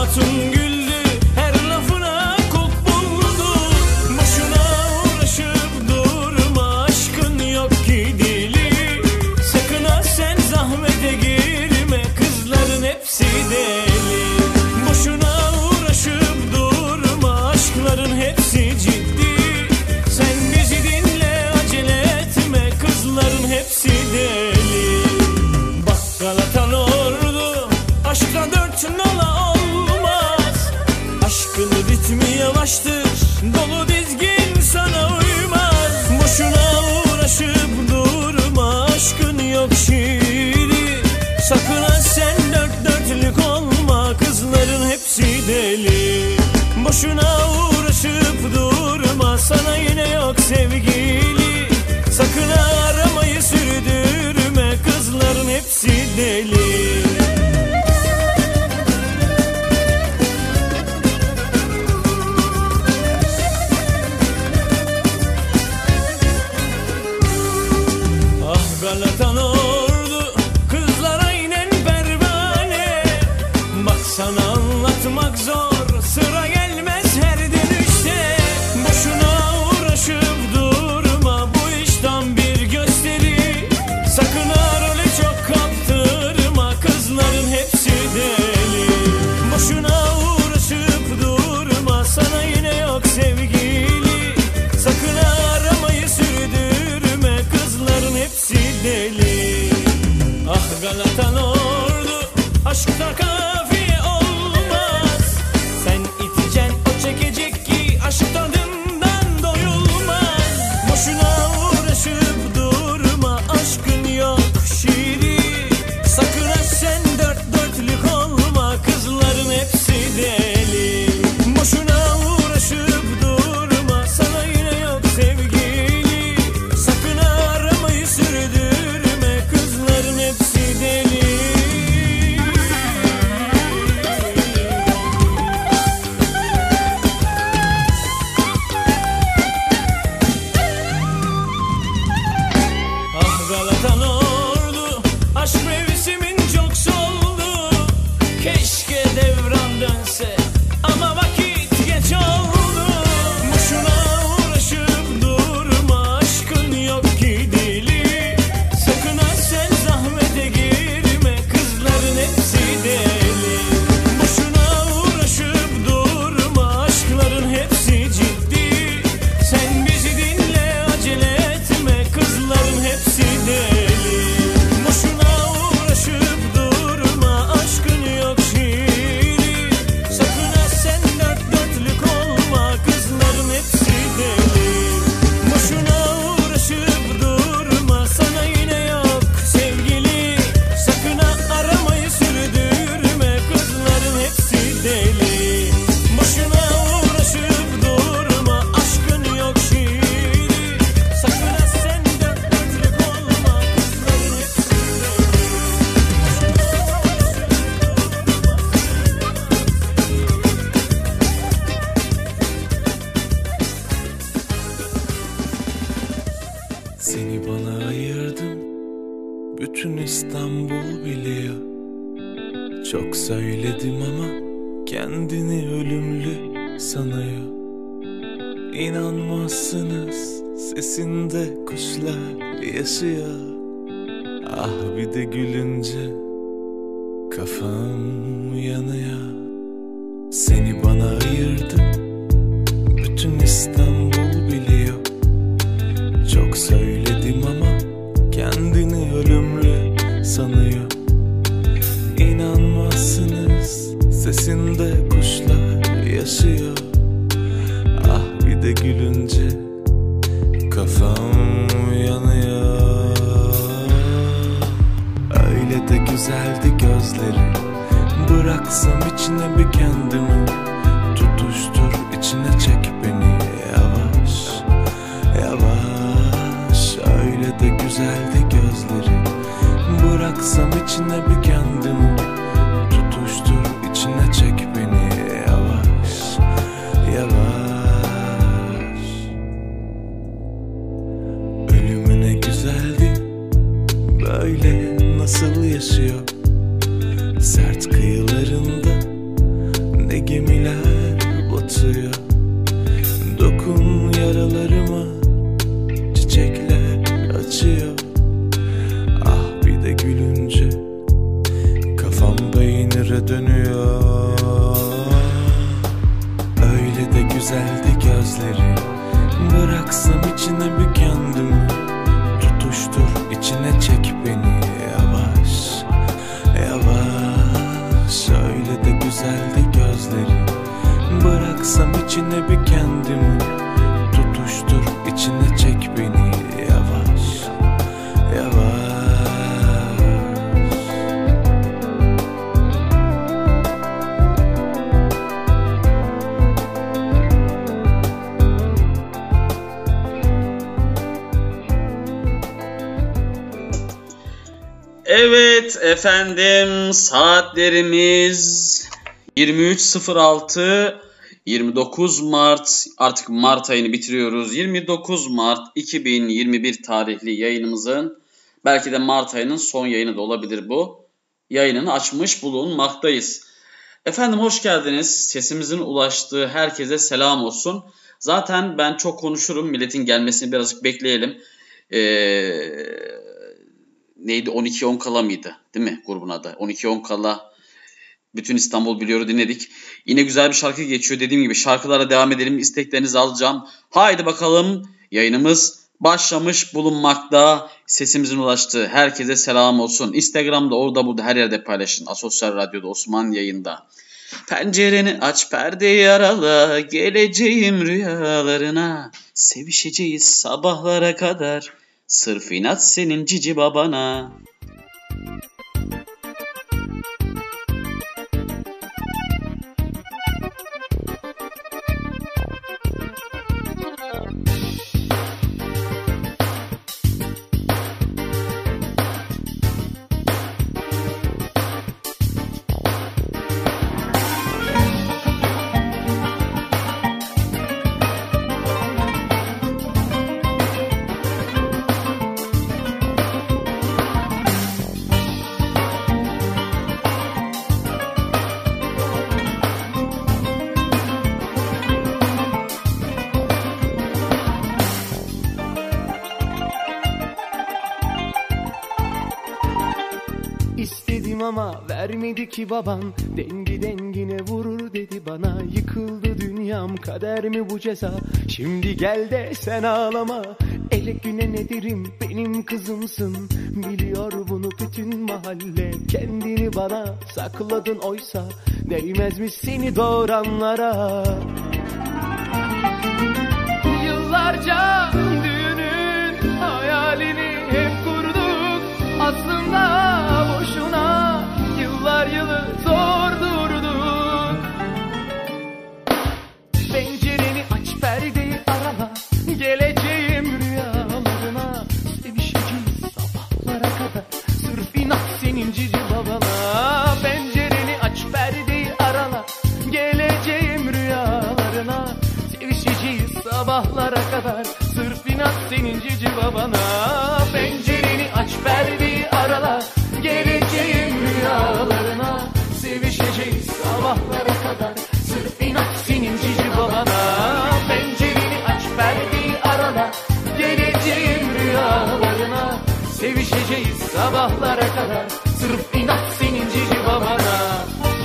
hatun güldü, her lafına kulp buldu. Boşuna uğraşıp durma, aşkın yok ki dili. Sakın ha sen zahmete girme, kızların hepsi deli. Boşuna uğraşıp durma, aşkların hepsi ciddi. Sen bizi dinle, acele etme, kızların hepsi deli. Bak Galata'n ordu, aşkla dört nala olmaz. Aşkın ritmi yavaştır, dolu dizgin sana uymaz. Boşuna uğraşıp durma, aşkın yok şiiri. Sakın ha sen dört dörtlük olma, kızların hepsi deli. Boşuna uğraşıp durma, sana yine yok sevgili. Sakın ha aramayı sürdürme, kızların hepsi deli. Ah Galata'n ordu, kızlar aynen pervane. Bak sana anlatmak zor, sıra gelmez her dönüşte. Boşuna uğraşıp durma, bu iş tam bir gösteri. Sakın ha role çok kaptırma, kızların hepsi deli. Boşuna uğraşıp durma, sana yine yok sevgili. Sakın ha aramayı sürdürme, kızların hepsi deli. Ah Galata'n ordu, aşkta kafiye olmaz. Sen iteceksin, o çekecek ki aşk tadından doyulmaz. Boşuna uğraşıp durma, aşkın yok şiiri. Sakın ha sen dört dörtlük olma, kızların hepsi deli. Boşuna uğraşıp durma, sana yine yok sevgili. Sakın ha aramayı sürdürme, kızların hepsi deli. Ah Galata'n ordu, aşk mevsimin çok soldu. Keşke devran dönse ama vakit geç oldu. Boşuna uğraşıp durma, aşkın yok ki dili. Sakın ha sen zahmete girme, kızların hepsi deli. Boşuna uğraşıp durma, aşkların hepsi ciddi. Sen bizi dinle, acele etme, kızların hepsi deli. Boşuna uğraşıp durma, aşkın yok şiiri. Sakın ha sen dört dörtlük olma, kızların hepsi deli. Boşuna uğraşıp durma, sana yine yok sevgili. Sakın ha aramayı sürdürme, kızların hepsi deli. Boşuna uğraşıp durma, aşkın yok şiiri. Sakın ha sen dört dörtlük olma, kızların hepsi deli. Seni bana ayırdım, bütün İstanbul biliyor. Çok söyledim ama kendini ölümlü sanıyor. İnanmazsınız, sesinde kuşlar yaşıyor. Ah bir de gülünce kafam yanıyor. Seni bana ayırdım, bütün İstanbul biliyor. Çok söyledim ama kendini ölümlü sanıyor. İnanmazsınız, sesinde kuşlar yaşıyor. Ah bir de gülünce kafam yanıyor. Öyle de güzeldi gözleri, bıraksam içine bir kendimi. Tutuştur, içine çek beni yavaş yavaş. Öyle de güzeldi gözleri, bıraksam içine bir kendimi. Tutuştur, içine çek beni yavaş yavaş. Ölümüne güzeldi, böyle nasıl yaşıyor? Sert kıyılarında Yine gemiler batıyor. Dokun yaralarıma, çiçekler açıyor. Ah bir de gülünce kafam peynire dönüyor. Öyle de güzeldi gözleri. Bıraksam içine bir kendimi, tutuştur içine çek beni. Yavaş yavaş. Öyle de güzeldi gözleri. Bıraksam içine bir kendimi, tutuştur içine çek beni. Yavaş yavaş. Evet efendim, saatlerimiz 23.06, 29 Mart, artık Mart ayını bitiriyoruz. 29 Mart 2021 tarihli yayınımızın, belki de Mart ayının son yayını da olabilir bu. Yayınını açmış bulunmaktayız. Efendim hoş geldiniz. Sesimizin ulaştığı herkese selam olsun. Zaten ben çok konuşurum. Milletin gelmesini birazcık bekleyelim. Neydi? 12-10 kala mıydı? Değil mi grubun adı? 12-10 kala bütün İstanbul Biliyor'u dinledik. Yine güzel bir şarkı geçiyor. Dediğim gibi şarkılara devam edelim. İsteklerinizi alacağım. Haydi bakalım. Yayınımız başlamış bulunmakta. Sesimizin ulaştığı herkese selam olsun. Instagram'da, orada burada her yerde paylaşın. Asosyal Radyo'da, Osman Yayında. Pencereni aç, perdeyi arala, geleceğim rüyalarına. Sevişeceğiz sabahlara kadar. Sırf inat senin cici babana. Ama vermedi ki babam, dengi dengine vurur dedi bana. Yıkıldı dünyam, kader mi bu ceza? Şimdi gel de sen ağlama, ele güne ne derim, benim kızımsın. Biliyor bunu bütün mahalle, kendini bana sakladın oysa değmezmiş seni doğuranlara. Yıllarca düğünün hayalini hep kurduk, aslında boşuna yıllar yılı zor durduk. Pencereni aç, perdeyi arala, geleceğim rüyalarına. Sevişeceğiz sabahlara kadar, sırf inat senin cici babana. Pencereni aç, perdeyi arala, geleceğim rüyalarına. Sevişeceğiz sabahlara kadar, sırf inat senin cici babana. Pencereni aç, perdeyi arala, geleceğim rüyalarına. Sevişeceğiz sabahlara kadar, sırf inat senin cici babana. Pencereni aç, perdeyi arala, geleceğim rüyalarına. Sevişeceğiz sabahlara kadar, sırf inat senin cici babana.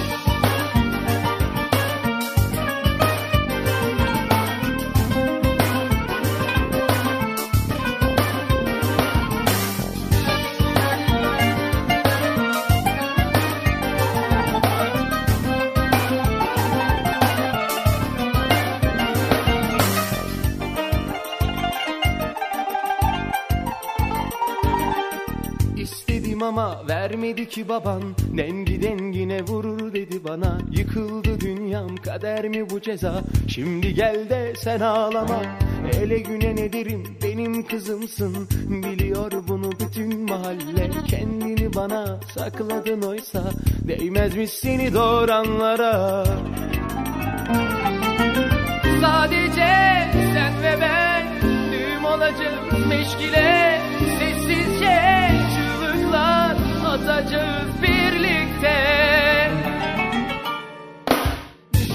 Ama vermedi ki baban, dengi dengine vurur dedi bana. Yıkıldı dünyam, kader mi bu ceza? Şimdi gel de sen ağlama, ele güne ne derim, benim kızımsın. Biliyor bunu bütün mahalle, kendini bana sakladın oysa değmezmiş seni doğuranlara. Sadece sen ve ben düğüm olacağız meşgile, sessizce çığlıklar atacağız birlikte.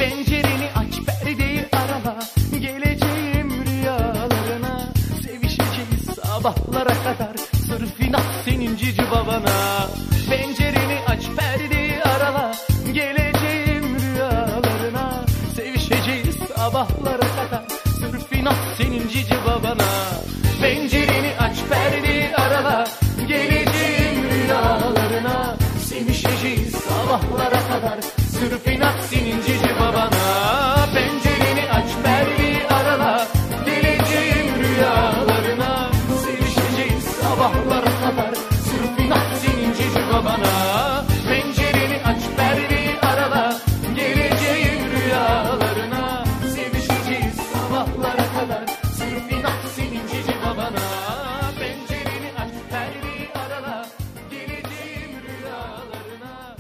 sabahlara kadar sırf inat senin cici babana. Pencereni aç, perdeyi arala, geleceğim rüyalarına. Sevişeceğiz sabahlara kadar sırf inat senin cici babana. Pencereni aç, perdeyi arala, geleceğim rüyalarına. Sevişeceğiz sabahlara kadar sırf inat senin cici babana. Pencereni aç, perdeyi arala, geleceğim rüyalarına. Sevişeceğiz sabahlara kadar sırf inat senin cici babana. Pencereni aç, perdeyi arala, geleceğim rüyalarına. Sevişeceğiz sabahlara kadar sırf inat senin cici babana. Pencereni aç, perdeyi arala, geleceğim rüyalarına.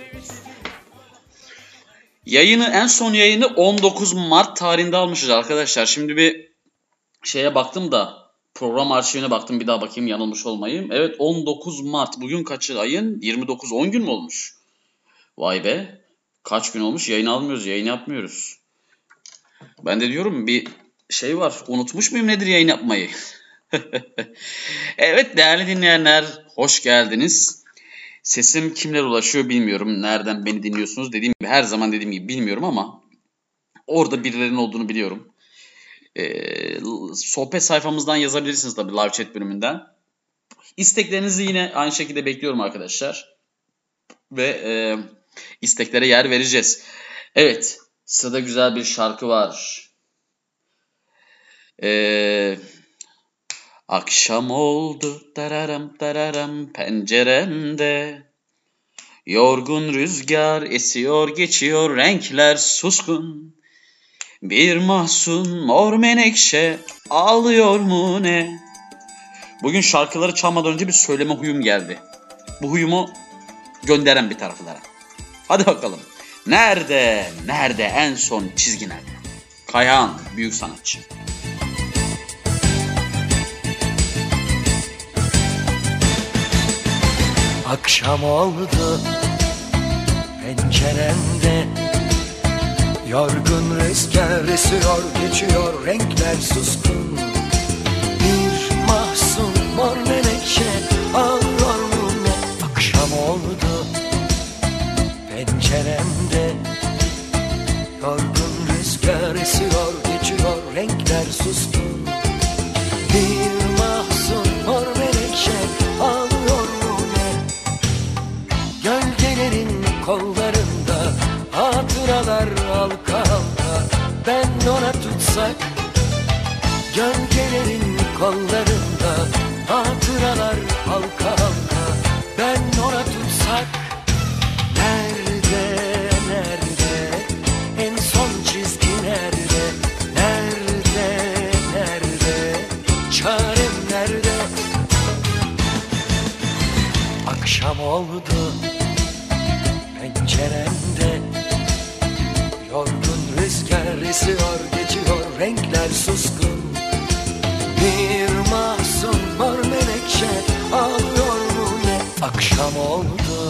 En son yayını 19 Mart tarihinde almışız arkadaşlar. Şimdi bir şeye baktım da, program arşivine baktım, bir daha bakayım yanılmış olmayayım. Evet, 19 Mart. Bugün kaçı ayın? 29. 10 gün mü olmuş? Vay be. Kaç gün olmuş? Yayın almıyoruz, yayın yapmıyoruz. Ben de diyorum bir şey var. Unutmuş muyum nedir yayın yapmayı? Evet değerli dinleyenler, hoş geldiniz. Sesim kimlere ulaşıyor bilmiyorum. Nereden beni dinliyorsunuz? Her zaman dediğim gibi bilmiyorum ama orada birilerinin olduğunu biliyorum. Sohbet sayfamızdan yazabilirsiniz tabii, live chat bölümünden. İsteklerinizi yine aynı şekilde bekliyorum arkadaşlar. Ve isteklere yer vereceğiz. Evet, sırada güzel bir şarkı var. Akşam oldu dararam dararam penceremde. Yorgun rüzgar esiyor geçiyor, renkler suskun. Bir mahzun mor menekşe ağlıyor mu ne? Bugün şarkıları çalmadan önce bir söyleme huyum geldi. Bu huyumu gönderen bir taraflara. Hadi bakalım. Nerede en son çizgi nerede? Kayhan büyük sanatçı. Akşam oldu penceremde, yorgun rüzgar esiyor geçiyor, renkler suskun. Bir mahzun mor menekşe ağlıyor mu ne? Akşam oldu penceremde, yorgun rüzgar esiyor geçiyor, renkler suskun. Bir mahzun mor menekşe ağlıyor mu ne? Gölgelerin kollarında hatıralar halka halka, ben ona tutsak. Gölgelerin kollarında hatıralar halka halka, ben ona tutsak. Nerede en son çizgi nerede? Nerede çarem nerede? Akşam oldu penceremde, yorgun rüzgar esiyor geçiyor, renkler suskun. Bir mahzun mor menekşe ağlıyor mu ne? Akşam oldu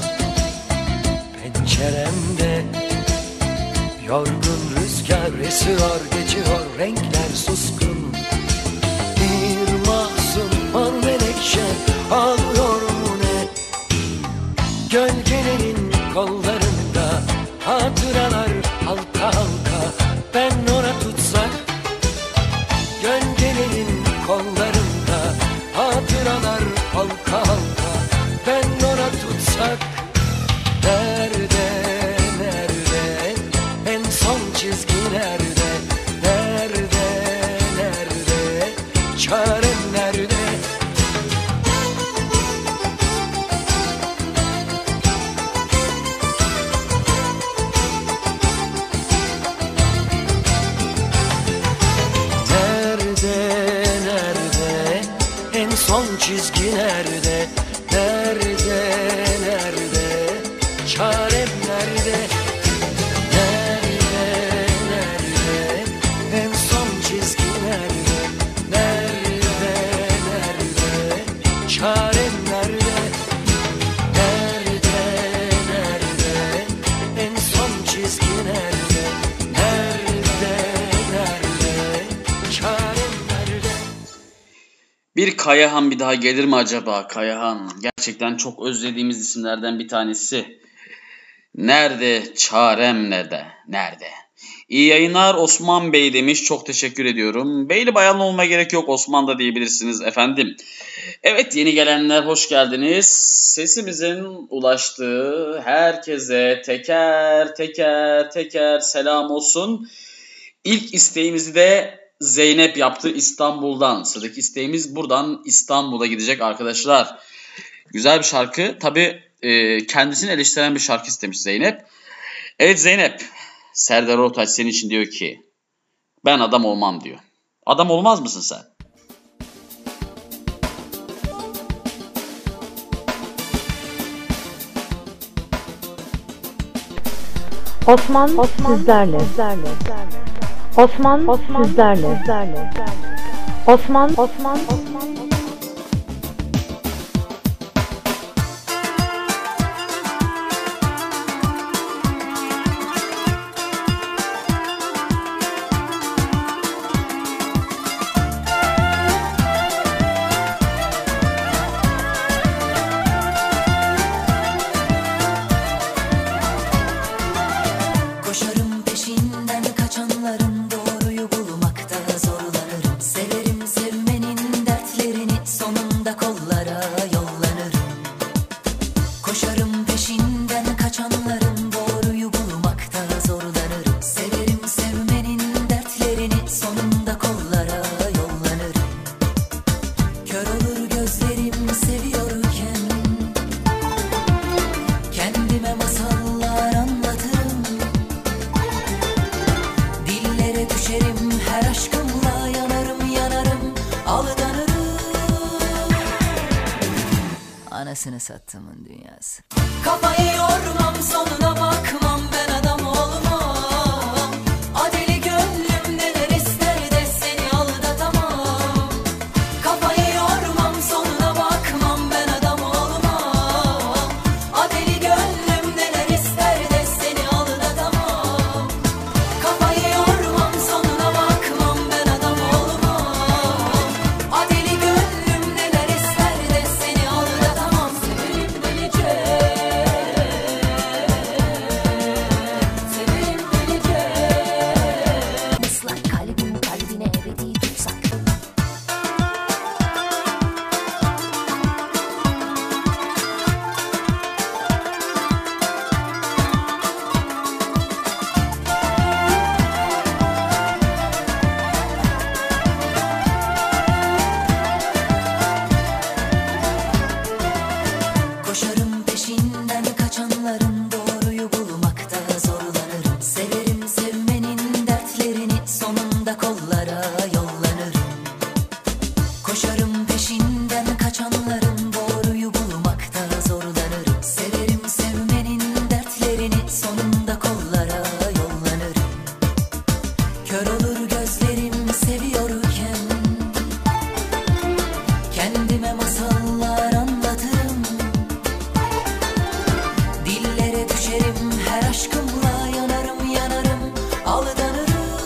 penceremde, yorgun rüzgar esiyor geçiyor, renkler suskun. Bir mahzun mor menekşe ağlıyor mu ne? Gölgelerin kollarında hatıralar halka halka, ben ona tutsak. Gölgelerin kollarında hatıralar halka halka, ben ona tutsak. Nerede en son çizgi nerede? Nerede çarem nerede? Nerede en son çizgi nerede? Nerede çarem nerede? Nerede en son çizgi nerede? Nerede çarem nerede? Nerede en son çizgi nerede? Nerede çarem nerede? Bir Kayahan bir daha gelir mi acaba? Kayahan gerçekten çok özlediğimiz isimlerden bir tanesi. Nerede çarem nerede? Nerede? İyi yayınlar Osman Bey demiş. Çok teşekkür ediyorum. Beyli bayanlı olmaya gerek yok. Osman da diyebilirsiniz efendim. Evet, yeni gelenler hoş geldiniz. Sesimizin ulaştığı herkese teker teker selam olsun. İlk isteğimizi de Zeynep yaptı İstanbul'dan. Sıradaki isteğimiz buradan İstanbul'a gidecek arkadaşlar. Güzel bir şarkı. Tabii kendisini eleştiren bir şarkı istemiş Zeynep. Evet Zeynep, Serdar Ortaç senin için diyor ki ben adam olmam diyor. Adam olmaz mısın sen? Osman sizlerle. Osman sizlerle. Osman Koşarım peşinden kaçanların doğruyu bulmakta zorlanırım. Severim sevmenin dertlerini sonunda kollara yollanırım. Koşarım peşinden kaçanların doğruyu bulmakta zorlanırım. Severim sevmenin dertlerini sonunda kollara yollanırım. Kör olur gözlerim seviyorken kendime masallar anlatırım. Dillere düşerim her aşkımla yanarım aldanırım. Anasını sattımın dünyası. Kafayı yormam sonuna bakmam ben adam olmam. Adeli gönlüm neler ister de seni aldatamam. Kafayı yormam sonuna bakmam ben adam olmam. Adeli gönlüm neler ister de seni aldatamam. Kafayı yormam sonuna bakmam ben adam olmam. Adeli gönlüm neler ister de seni aldatamam. Severim delice. Severim delice. Islak kalbim kalbine ebedi tutsak. Koşarım peşinden kaçanların doğruyu bulmakta zorlanırım. Severim sevmenin dertlerini sonunda kollara yollanırım. Koşarım peşinden kaçanların doğruyu bulmakta zorlanırım. Severim sevmenin dertlerini sonunda kollara yollanırım. Kör olur gözlerim seviyorken kendime masallar anlatırım. Dillere düşerim her aşkımla yanarım aldanırım.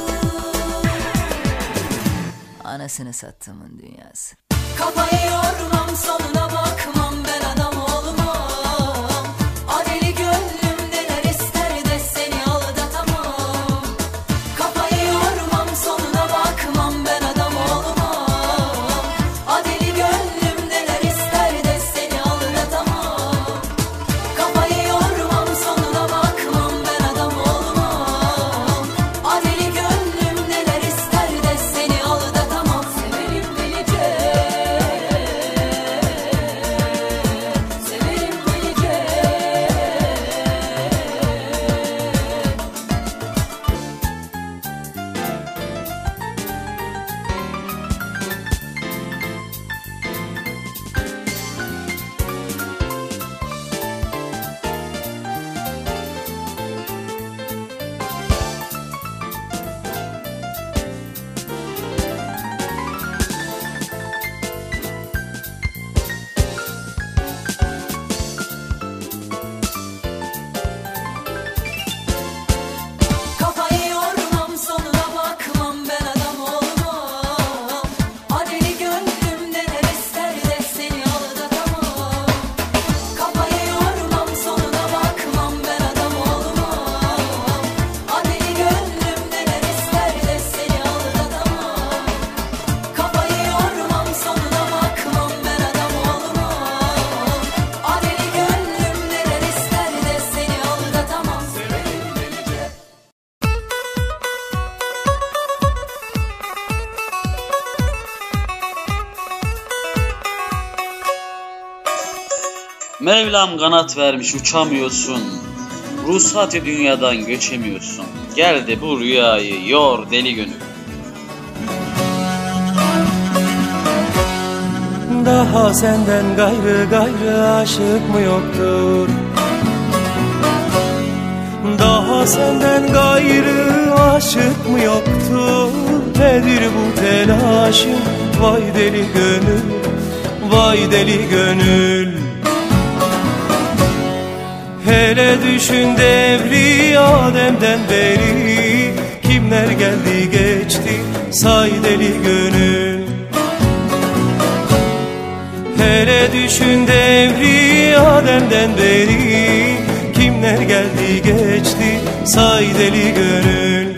Anasını sattımın dünyası. Kafayı yormam sonuna bakmam ben adam olmam. Adeli gönlüm neler ister de seni aldatamam. Kafayı yormam sonuna bakmam ben adam olmam. Adeli gönlüm neler ister de seni aldatamam. Kafayı yormam sonuna bakmam ben adam olmam. Adeli gönlüm neler ister de seni aldatamam. Severim delice. Mevlam kanat vermiş uçamıyorsun. Ruhsat-ı dünyadan göçemiyorsun. Gel de bu rüyayı yor deli gönül. Daha senden gayrı aşık mı yoktur? Daha senden gayrı aşık mı yoktur? Nedir bu telaşın? Vay deli gönül, vay deli gönül. Hele düşün devri Adem'den beri kimler geldi geçti say deli gönül. Hele düşün devri Adem'den beri kimler geldi geçti say deli gönül.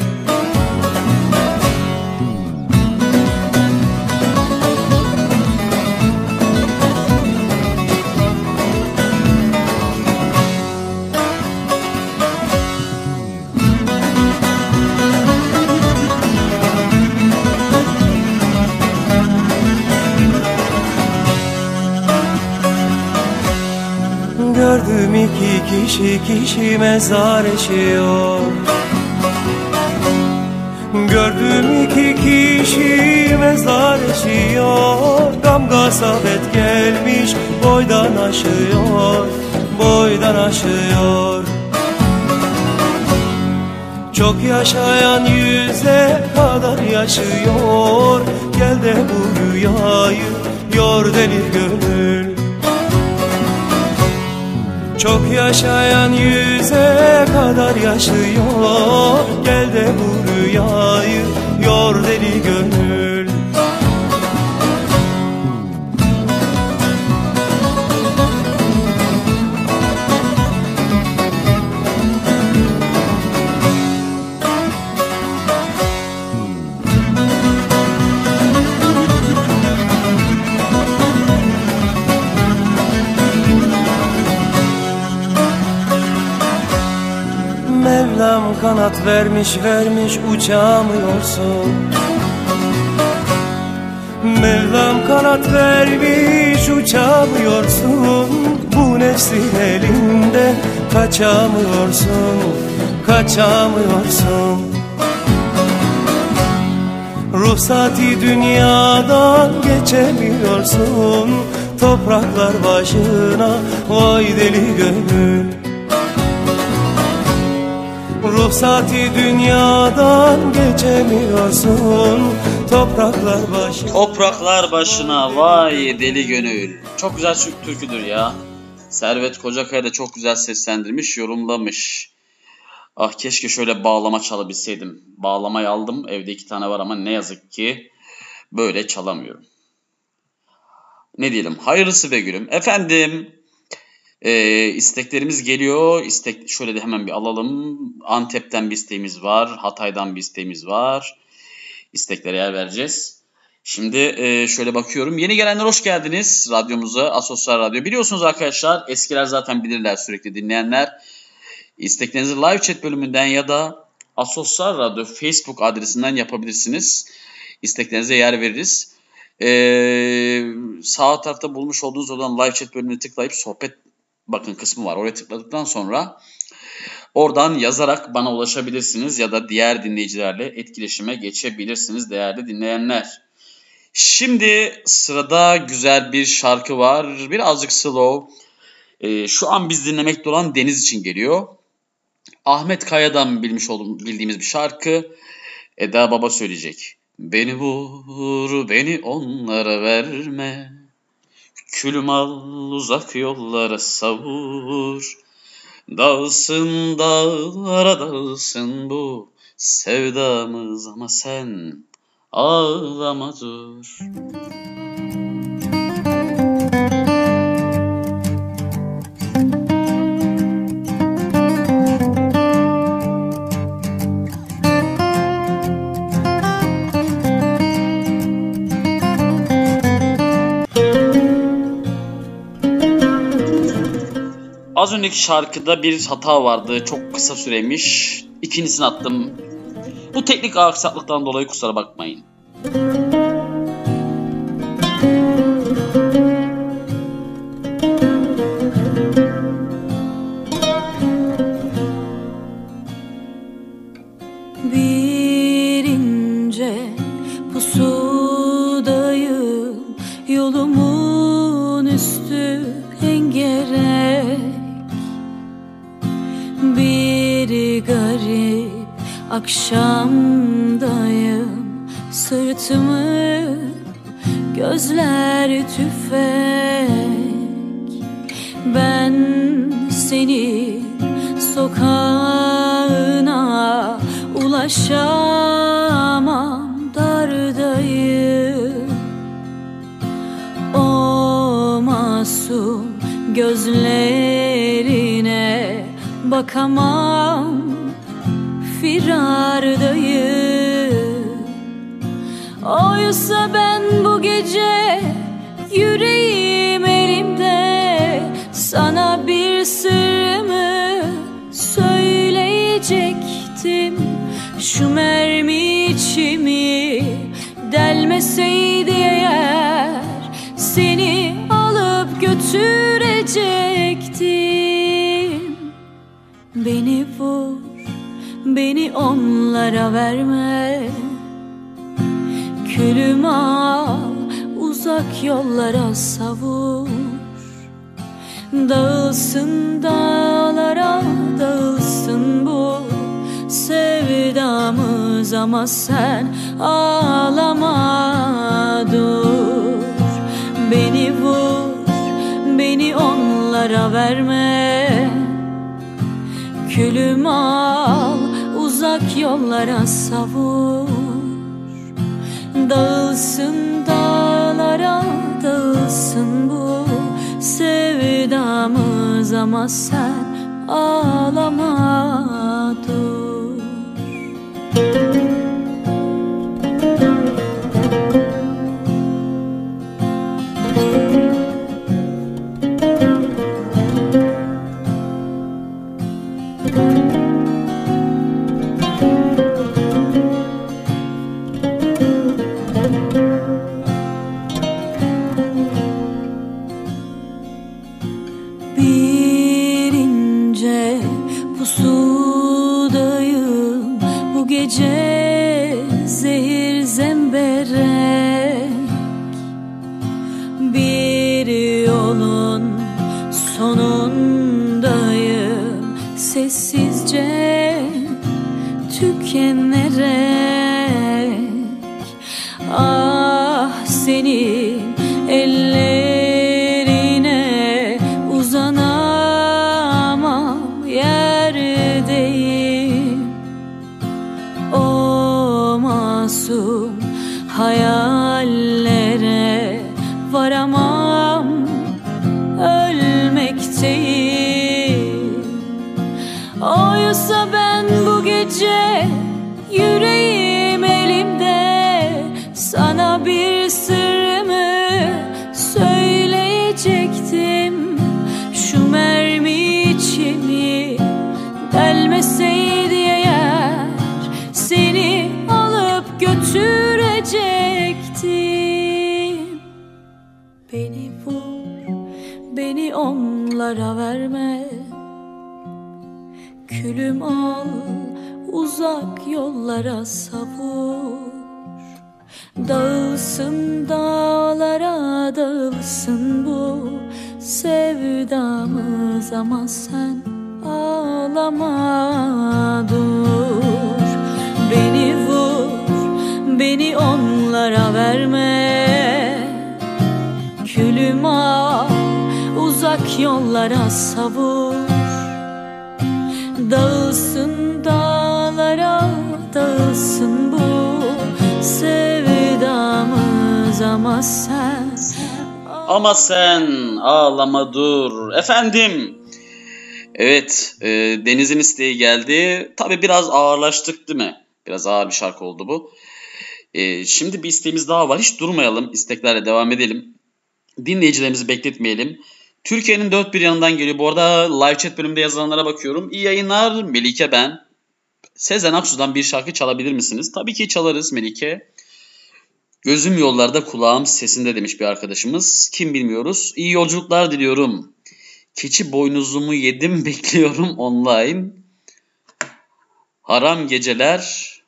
Gördüm iki kişi mezar eşiyor. Gördüm iki kişi mezar eşiyor. Gam gasabet gelmiş boydan aşıyor, boydan aşıyor. Çok yaşayan yüze kadar yaşıyor. Gel de bu rüyayı yor deli gönül. Çok yaşayan yüze kadar yaşıyor. Gel de bu rüyayı yor deli gönül. Mevlam kanat vermiş uçamıyorsun. Mevlam kanat vermiş uçamıyorsun. Bu nefsin elinde kaçamıyorsun, kaçamıyorsun. Ruhsati dünyadan geçemiyorsun. Topraklar başına vay deli gönül. Ruhsati dünyadan geçemiyorsun. Topraklar başına. Topraklar başına vay deli gönül. Çok güzel türküdür ya. Servet Kocakaya da çok güzel seslendirmiş, yorumlamış. Ah keşke şöyle bağlama çalabilseydim. Bağlamayı aldım, evde 2 tane var ama ne yazık ki böyle çalamıyorum. Ne diyelim, hayırlısı be gülüm. Efendim, isteklerimiz geliyor. Şöyle de hemen bir alalım. Antep'ten bir isteğimiz var, Hatay'dan bir isteğimiz var. İsteklere yer vereceğiz. Şimdi şöyle bakıyorum. Yeni gelenler hoş geldiniz radyomuza, Asosyal Radyo. Biliyorsunuz arkadaşlar, eskiler zaten bilirler, sürekli dinleyenler. İsteklerinizi live chat bölümünden ya da Asosyal Radyo Facebook adresinden yapabilirsiniz. İsteklerinize yer veririz. Sağ tarafta bulmuş olduğunuz olan live chat bölümüne tıklayıp sohbet bakın kısmı var. Oraya tıkladıktan sonra oradan yazarak bana ulaşabilirsiniz ya da diğer dinleyicilerle etkileşime geçebilirsiniz değerli dinleyenler. Şimdi sırada güzel bir şarkı var. Birazcık slow. Şu an biz dinlemekte olan Deniz için geliyor. Ahmet Kaya'dan bildiğimiz bir şarkı. Eda Baba söyleyecek. Beni vur, beni onlara verme. Külüm al, uzak yollara savur. Dağılsın dağlara dağılsın bu sevdamız ama sen ağlama dur. Az önceki şarkıda bir hata vardı. Çok kısa süreymiş. İkincisini attım. Bu teknik aksaklıktan dolayı kusura bakmayın. Bir ince pusudayım, yolumun üstü engerek. Bir garip akşamdayım, sırtımı gözler tüfek. Ben seni sokağına ulaşamam, dardayım. O masum gözlerine bakamam, firardayım. Oysa ben bu gece yüreğim elimde, sana bir sırrımı söyleyecektim. Şu mermi içimi delmeseydi eğer, seni alıp götürecektim. Beni vur, beni onlara verme. Külümü al, uzak yollara savur. Dağılsın dağlara, dağılsın bu sevdamız, ama sen ağlama, dur. Beni vur, beni onlara verme. Külümü al, uzak yollara savur. Dağılsın dağlara, dağılsın bu sevdamız, ama sen ağlama, dur. Bir ince pusudayım, bu gece zehir zemberek. Bir yolun sonundayım, sessizce tükenerek. Ah, senin ellerine uzanamam, yerdeyim. O masum hayallere varamam, ölmekteyim. Oysa ben bu gece yüreğim elimde, sana bir sırrımı söyleyecektim. Şu mermi içimi delmeseydi eğer, seni alıp götürecektim. Beni vur, beni onlara verme. Külüm al, uzak yollara savur. Dağılsın dağlara, dağılsın bu sevdamız, ama sen ağlama, dur. Beni vur, beni onlara verme. Külüm al, uzak yollara savur. Dağılsın dağlara, dağılsın bu sevdamız, ama sen ağlama, dur. Efendim. Evet, Deniz'in isteği geldi. Tabii biraz ağırlaştık, değil mi? Biraz ağır bir şarkı oldu bu. Şimdi bir isteğimiz daha var. Hiç durmayalım. İsteklerle devam edelim. Dinleyicilerimizi bekletmeyelim. Türkiye'nin dört bir yanından geliyor. Bu arada live chat bölümünde yazılanlara bakıyorum. İyi yayınlar Melike ben. Sezen Aksu'dan bir şarkı çalabilir misiniz? Tabii ki çalarız Melike. Gözüm yollarda, kulağım sesinde demiş bir arkadaşımız. Kim bilmiyoruz. İyi yolculuklar diliyorum. Keçi boynuzumu yedim, bekliyorum online. Haram geceler.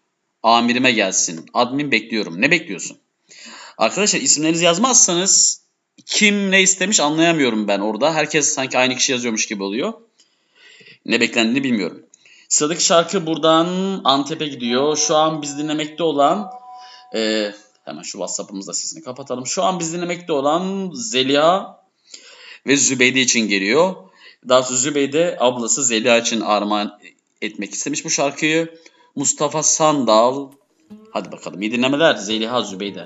amirime gelsin. Admin bekliyorum. Ne bekliyorsun? Arkadaşlar isimlerinizi yazmazsanız kim ne istemiş anlayamıyorum ben orada. Herkes sanki aynı kişi yazıyormuş gibi oluyor. Ne beklendiğini bilmiyorum. Sıradaki şarkı buradan Antep'e gidiyor. Şu an biz dinlemekte olan hemen şu WhatsApp'ımızda sesini kapatalım. Şu an biz dinlemekte olan Zeliha ve Zübeyde için geliyor. Daha sonra Zübeyde ablası Zeliha için armağan etmek istemiş bu şarkıyı. Mustafa Sandal. Hadi bakalım iyi dinlemeler Zeliha Zübeyde.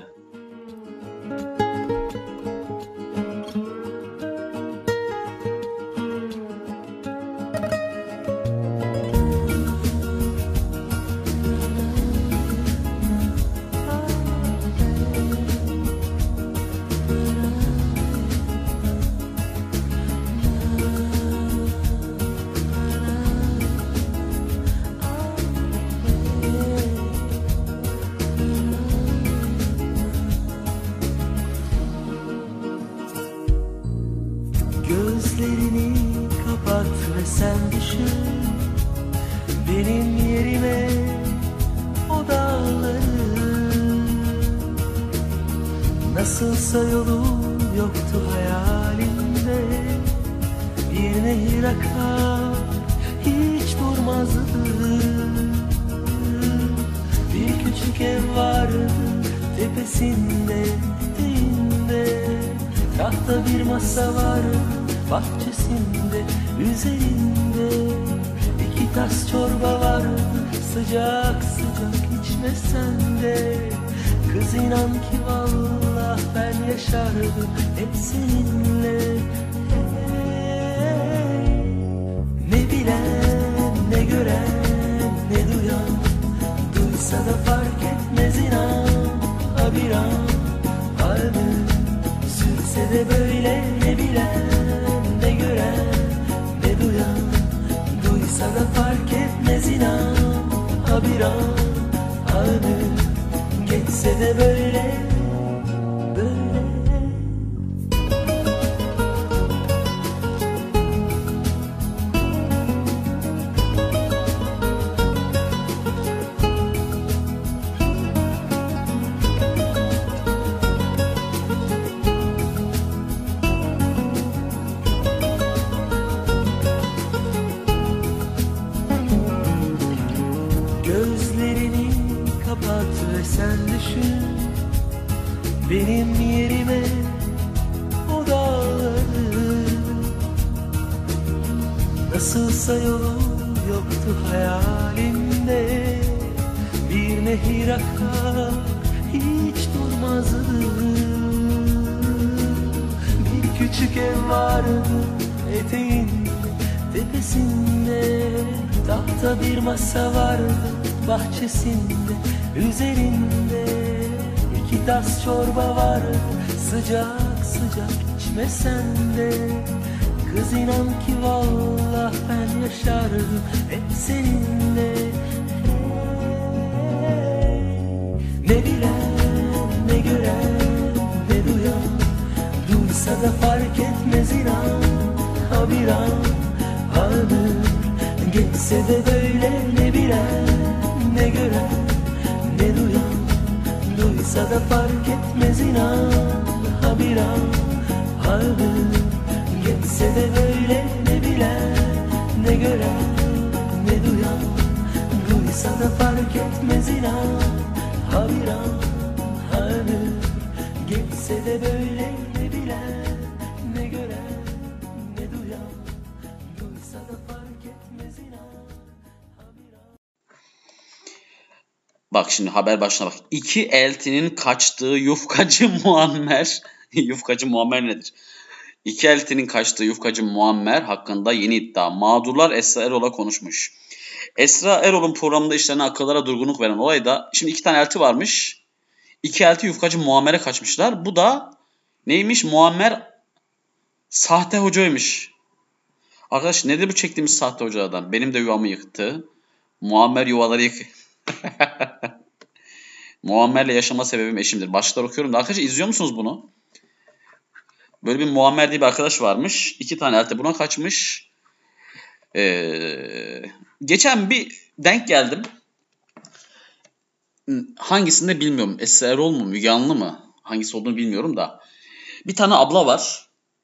Gözlerini kapat ve sen düşün benim yerime o dağları. Nasılsa yolu yoktu hayalimde, bir nehir akar hiç durmazdı. Bir küçük ev vardı tepesinde, eteğinde tahta bir masa vardı bahçesinde, üzerinde iki tas çorba vardı. Sıcak sıcak içmesen de kız inan ki vallah ben yaşardım hep seninle. Ne bilen ne gören ne duyan duysa da fark etmez inan. Bir an halimi sürse de böyle, ne bilen ne gören ne duyan duysa da fark etmez inan. Bir an halimi geçse de böyle böyle. Gözlerini kapat ve sen düşün benim yerime o dağları. Nasılsa yolu yoktu hayalimde, bir nehir akar hiç durmazdı. Bir küçük ev vardı eteğinde, tepesinde tahta bir masa vardı bahçesinde, üzerinde iki tas çorba vardı. Sıcak sıcak içmesen de kız inan ki vallah ben yaşardım hep seninle. Ne bilen ne gören ne duyan duysa da fark etmez inan. Bir an halimi geçse de böyle, ne bilen ne gören ne duyan duysa da fark etmez inan. Bir an halimi geçse de böyle, ne bilen ne gören ne duyan duysa da fark etmez inan. Bir an halimi geçse de böyle, ne bilen ne gören ne duyan duysa da fark etmez inan. Bak şimdi haber başına bak. İki eltinin kaçtığı yufkacı Muammer. Yufkacı Muammer nedir? İki eltinin kaçtığı yufkacı Muammer hakkında yeni iddia. Mağdurlar Esra Erol'a konuşmuş. Esra Erol'un programında işlerine akıllara durgunluk veren olayda şimdi iki tane elti varmış. İki elti yufkacı Muammer'e kaçmışlar. Bu da neymiş? Muammer sahte hocaymış. Arkadaş nedir bu çektiğimiz sahte hocalardan? Benim de yuvamı yıktı. Muammer yuvaları yıktı. Muammer'le yaşama sebebim eşimdir. Başlıklar okuyorum da arkadaşlar izliyor musunuz bunu? Böyle bir Muammer diye bir arkadaş varmış. İki tane elti buna kaçmış. Geçen bir denk geldim. hangisinde bilmiyorum. Esra Erol mu, Müge Anlı mı? Hangisi olduğunu bilmiyorum da. Bir tane abla var.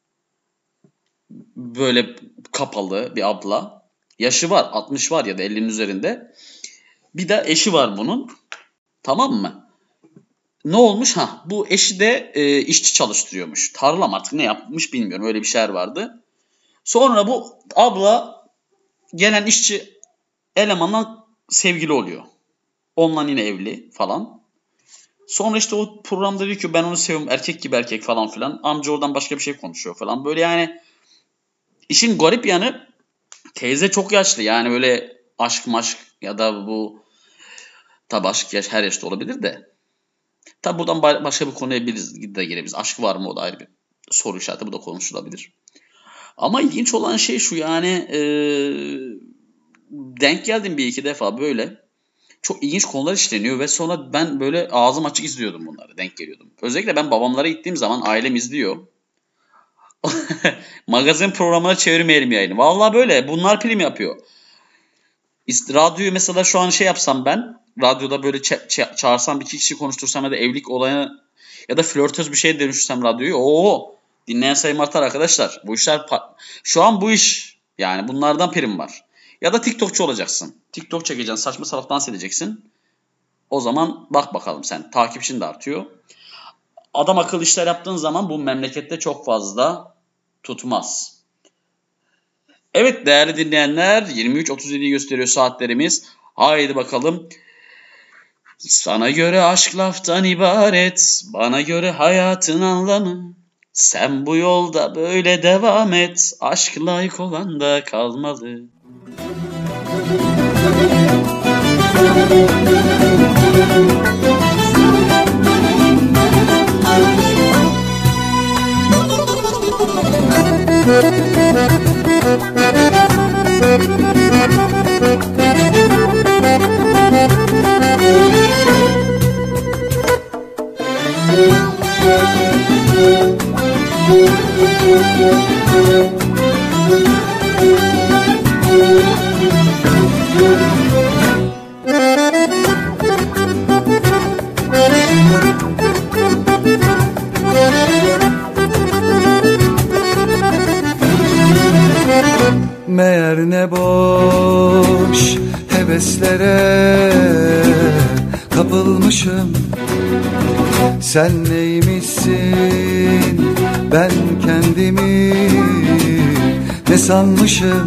Böyle kapalı bir abla. Yaşı var, 60 var ya da 50'nin üzerinde. Bir de eşi var bunun. Tamam mı? Ne olmuş? Bu eşi de işçi çalıştırıyormuş. Tarla mı artık ne yapmış bilmiyorum. Öyle bir şeyler vardı. Sonra bu abla gelen işçi elemanla sevgili oluyor. Onunla yine evli falan. Sonra işte o programda diyor ki ben onu seviyorum, erkek gibi erkek falan filan. Amca oradan başka bir şey konuşuyor falan. Böyle yani işin garip yanı teyze çok yaşlı. Yani böyle aşk maşk ya da bu tabi aşk her yaşta olabilir de. Tabi buradan başka bir konuya de girebiliriz. Aşk var mı, o da ayrı bir soru işareti, bu da konuşulabilir. Ama ilginç olan şey şu yani denk geldim bir iki defa böyle. Çok ilginç konular işleniyor ve sonra ben böyle ağzım açık izliyordum bunları, denk geliyordum. Özellikle ben babamlara gittiğim zaman ailem izliyor. Magazin programına çevirmeyelim yayını. Vallahi böyle bunlar prim yapıyor. Radyoyu mesela şu an şey yapsam ben, radyoda böyle çağırsam bir iki kişi konuştursam ya da evlilik olayına ya da flörtöz bir şeye dönüştürsem radyoyu, dinleyen sayım artar arkadaşlar. Bu işler şu an bu iş yani bunlardan prim var. Ya da TikTokçu olacaksın. TikTok çekeceksin, saçma salak dans edeceksin. O zaman bak bakalım sen, takipçin de artıyor. Adam akıllı işler yaptığın zaman bu memlekette çok fazla tutmaz. Evet değerli dinleyenler, 23.37'yi gösteriyor saatlerimiz. Haydi bakalım. Sana göre aşk laftan ibaret, bana göre hayatın anlamı. Sen bu yolda böyle devam et, aşk layık olan da kalmalı. Meğer ne boş heveslere kapılmışım. Sen neymişsin, ben kendimi ne sanmışım.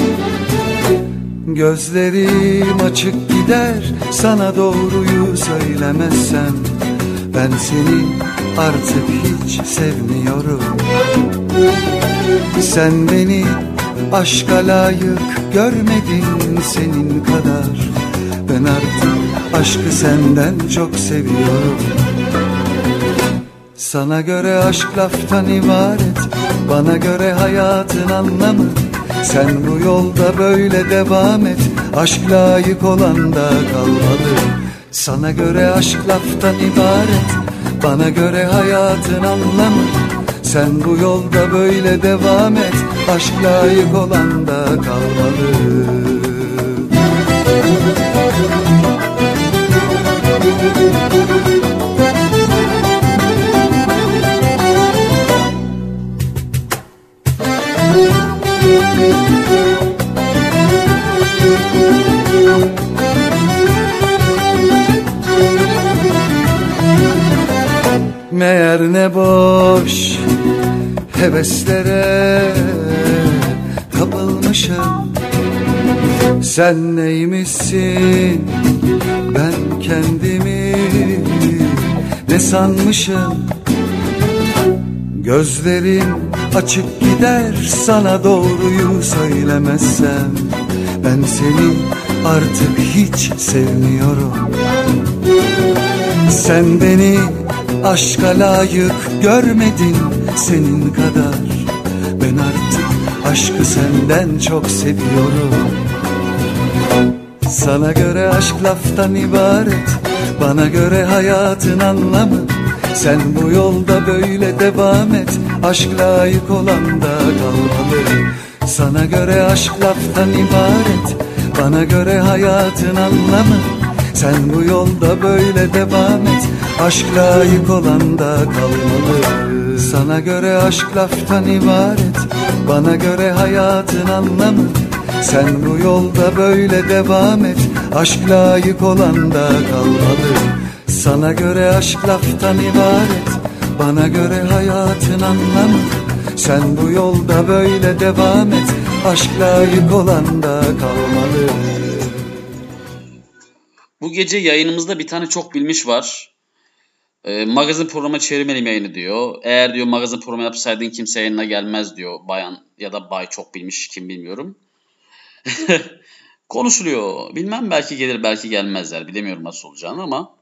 Gözlerim açık gider, sana doğruyu söylemezsem. Ben seni artık hiç sevmiyorum. Sen beni aşka layık görmedin senin kadar. Ben artık aşkı senden çok seviyorum. Sana göre aşk laftan ibaret, bana göre hayatın anlamı. Sen bu yolda böyle devam et, aşk layık olan da kalmalı. Sana göre aşk laftan ibaret, bana göre hayatın anlamı. Sen bu yolda böyle devam et, aşk layık olan da kalmalı. Meğer ne boş heveslere kapılmışım. Sen neymişsin, ben kendimi ne sanmışım. Gözlerim açık gider, sana doğruyu söylemezsem. Ben seni artık hiç sevmiyorum. Sen beni aşka layık görmedin senin kadar. Ben artık aşkı senden çok seviyorum. Sana göre aşk laftan ibaret, bana göre hayatın anlamı. Sen bu yolda böyle devam et, aşk layık olan da kalmalı. Sana göre aşk laftan ibaret, bana göre hayatın anlamı. Sen bu yolda böyle devam et, aşk layık olan da kalmalı. Sana göre aşk laftan ibaret, bana göre hayatın anlamı. Sen bu yolda böyle devam et, aşk layık olan da kalmalı. Sana göre aşk laftan ibaret, bana göre hayatın anlamı. Sen bu yolda böyle devam et, aşk layık olan da kalmalı. Bu gece yayınımızda bir tane çok bilmiş var. Magazin programa çevirmeliyim yayını diyor. Eğer diyor magazin programı yapsaydın kimse yayınına gelmez diyor. Bayan ya da bay çok bilmiş, kim bilmiyorum. Konuşuluyor. Bilmem, belki gelir belki gelmezler. Bilemiyorum nasıl olacağını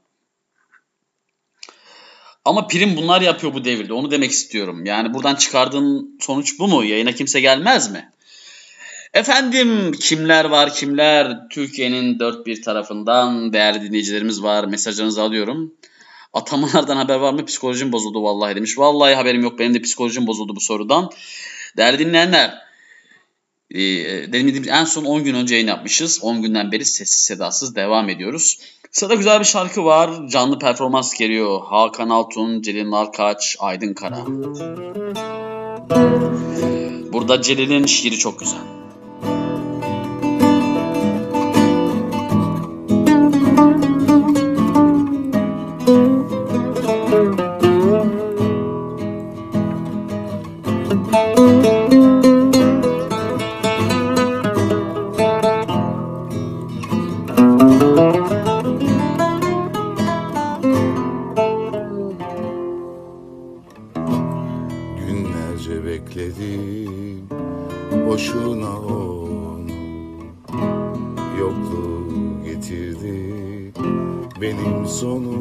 ama prim bunlar yapıyor bu devirde. Onu demek istiyorum. Yani buradan çıkardığın sonuç bu mu? Yayına kimse gelmez mi? Efendim, kimler var kimler? Türkiye'nin dört bir tarafından değerli dinleyicilerimiz var. Mesajlarınızı alıyorum. Atamalardan haber var mı? Psikolojim bozuldu vallahi demiş. Vallahi haberim yok. Benim de psikolojim bozuldu bu sorudan. Değerli dinleyenler, dediğim gibi en son 10 gün önce yayın yapmışız. 10 günden beri sessiz sedasız devam ediyoruz. Sırada güzel bir şarkı var. Canlı performans geliyor. Hakan Altun, Celil Narkaç, Aydın Kara. Burada Celil'in şiiri çok güzel. Günlerce bekledim boşuna onu, yokluğu getirdi benim sonum.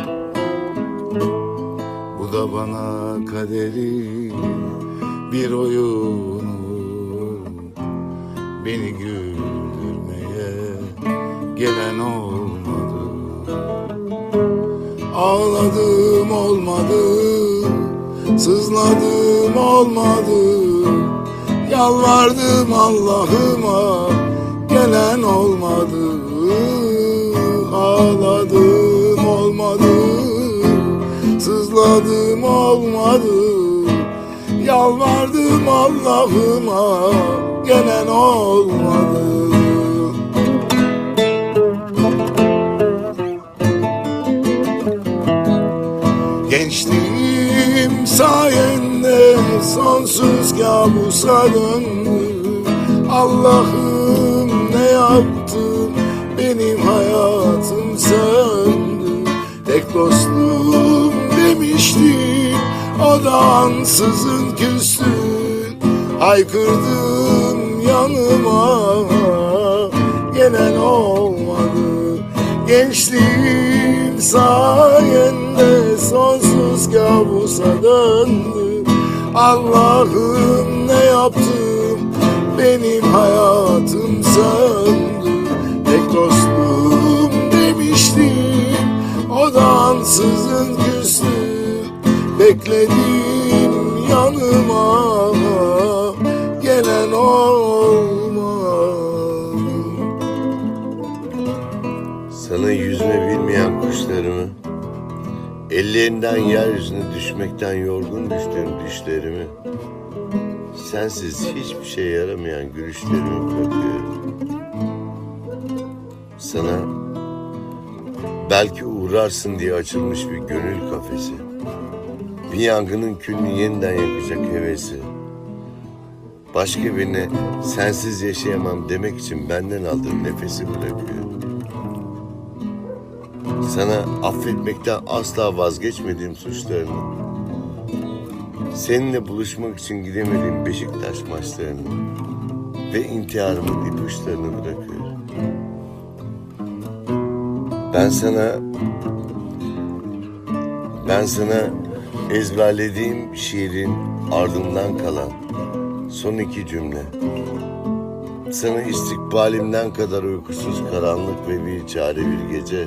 Bu da bana kaderin bir oyunu, beni güldürmeye gelen olmadı. Ağladım olmadı, sızladım olmadı, yalvardım Allah'ıma, gelen olmadı. Ağladım olmadı, sızladım olmadı, yalvardım Allah'ıma, gelen olmadı. Gençliğim sayende sonsuz kabusa döndü. Allah'ım ne yaptım, benim hayatım söndü. Tek dostum demiştim, o da ansızın küstü. Haykırdım yanıma, gelen olmadı. Gençliğim sayende sonsuz kabusa döndü. Allah'ım ne yaptım, benim hayatım söndü. Tek dostum demiştim, o da ansızın küstü. Bekledim yanıma, gelen olmadı. Sana yüzme bilmeyen kuşlarımı, ellerinden yeryüzüne düşmekten yorgun düştüğüm düşlerimi, sensiz hiçbir şey yaramayan gülüşlerimi bırakıyorum. Sana belki uğrarsın diye açılmış bir gönül kafesi, bir yangının külünü yeniden yakacak hevesi, başka birine sensiz yaşayamam demek için benden aldığın nefesi bırakıyorum. Sana affetmekten asla vazgeçmediğim suçlarını, seninle buluşmak için gidemediğim Beşiktaş maçlarını ve intiharımın ipuçlarını bırakıyorum. Ben sana ezberlediğim şiirin ardından kalan son iki cümle, sana istikbalimden kadar uykusuz karanlık ve bir çare bir gece,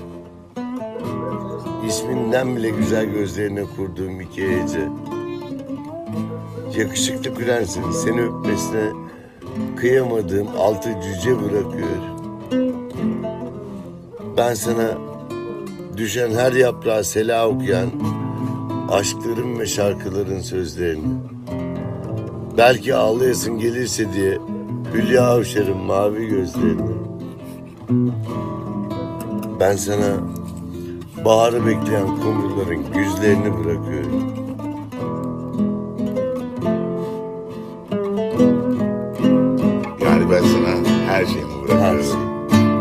İsminden bile güzel gözlerine kurduğum iki hece, yakışıklı prensin seni öpmesine kıyamadığım altı cüce bırakıyorum. Ben sana düşen her yaprağa sela okuyan aşkların ve şarkıların sözlerini, belki ağlayasın gelirse diye hülya avşarın mavi gözlerini, ben sana baharı bekleyen kumruların yüzlerini bırakıyorum. Yani ben sana her şeyimi bırakıyorum.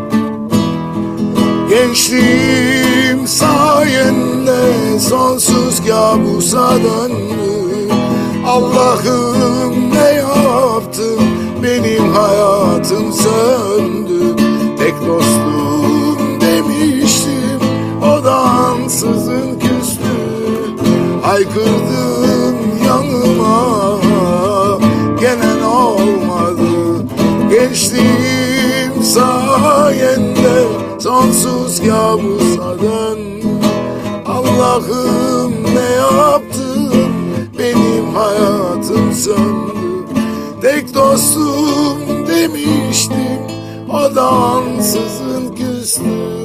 Gençliğim sayende sonsuz kabusa döndü. Allah'ım ne yaptın, benim hayatım söndü. Tek dostum demiştim, o da ansızın küstü. Haykırdım yanıma, gelen olmadı. Gençliğim sayende sonsuz kabusa döndü. Allah'ım ne yaptın, benim hayatım söndü. Tek dostum demiştim, o da ansızın küstü.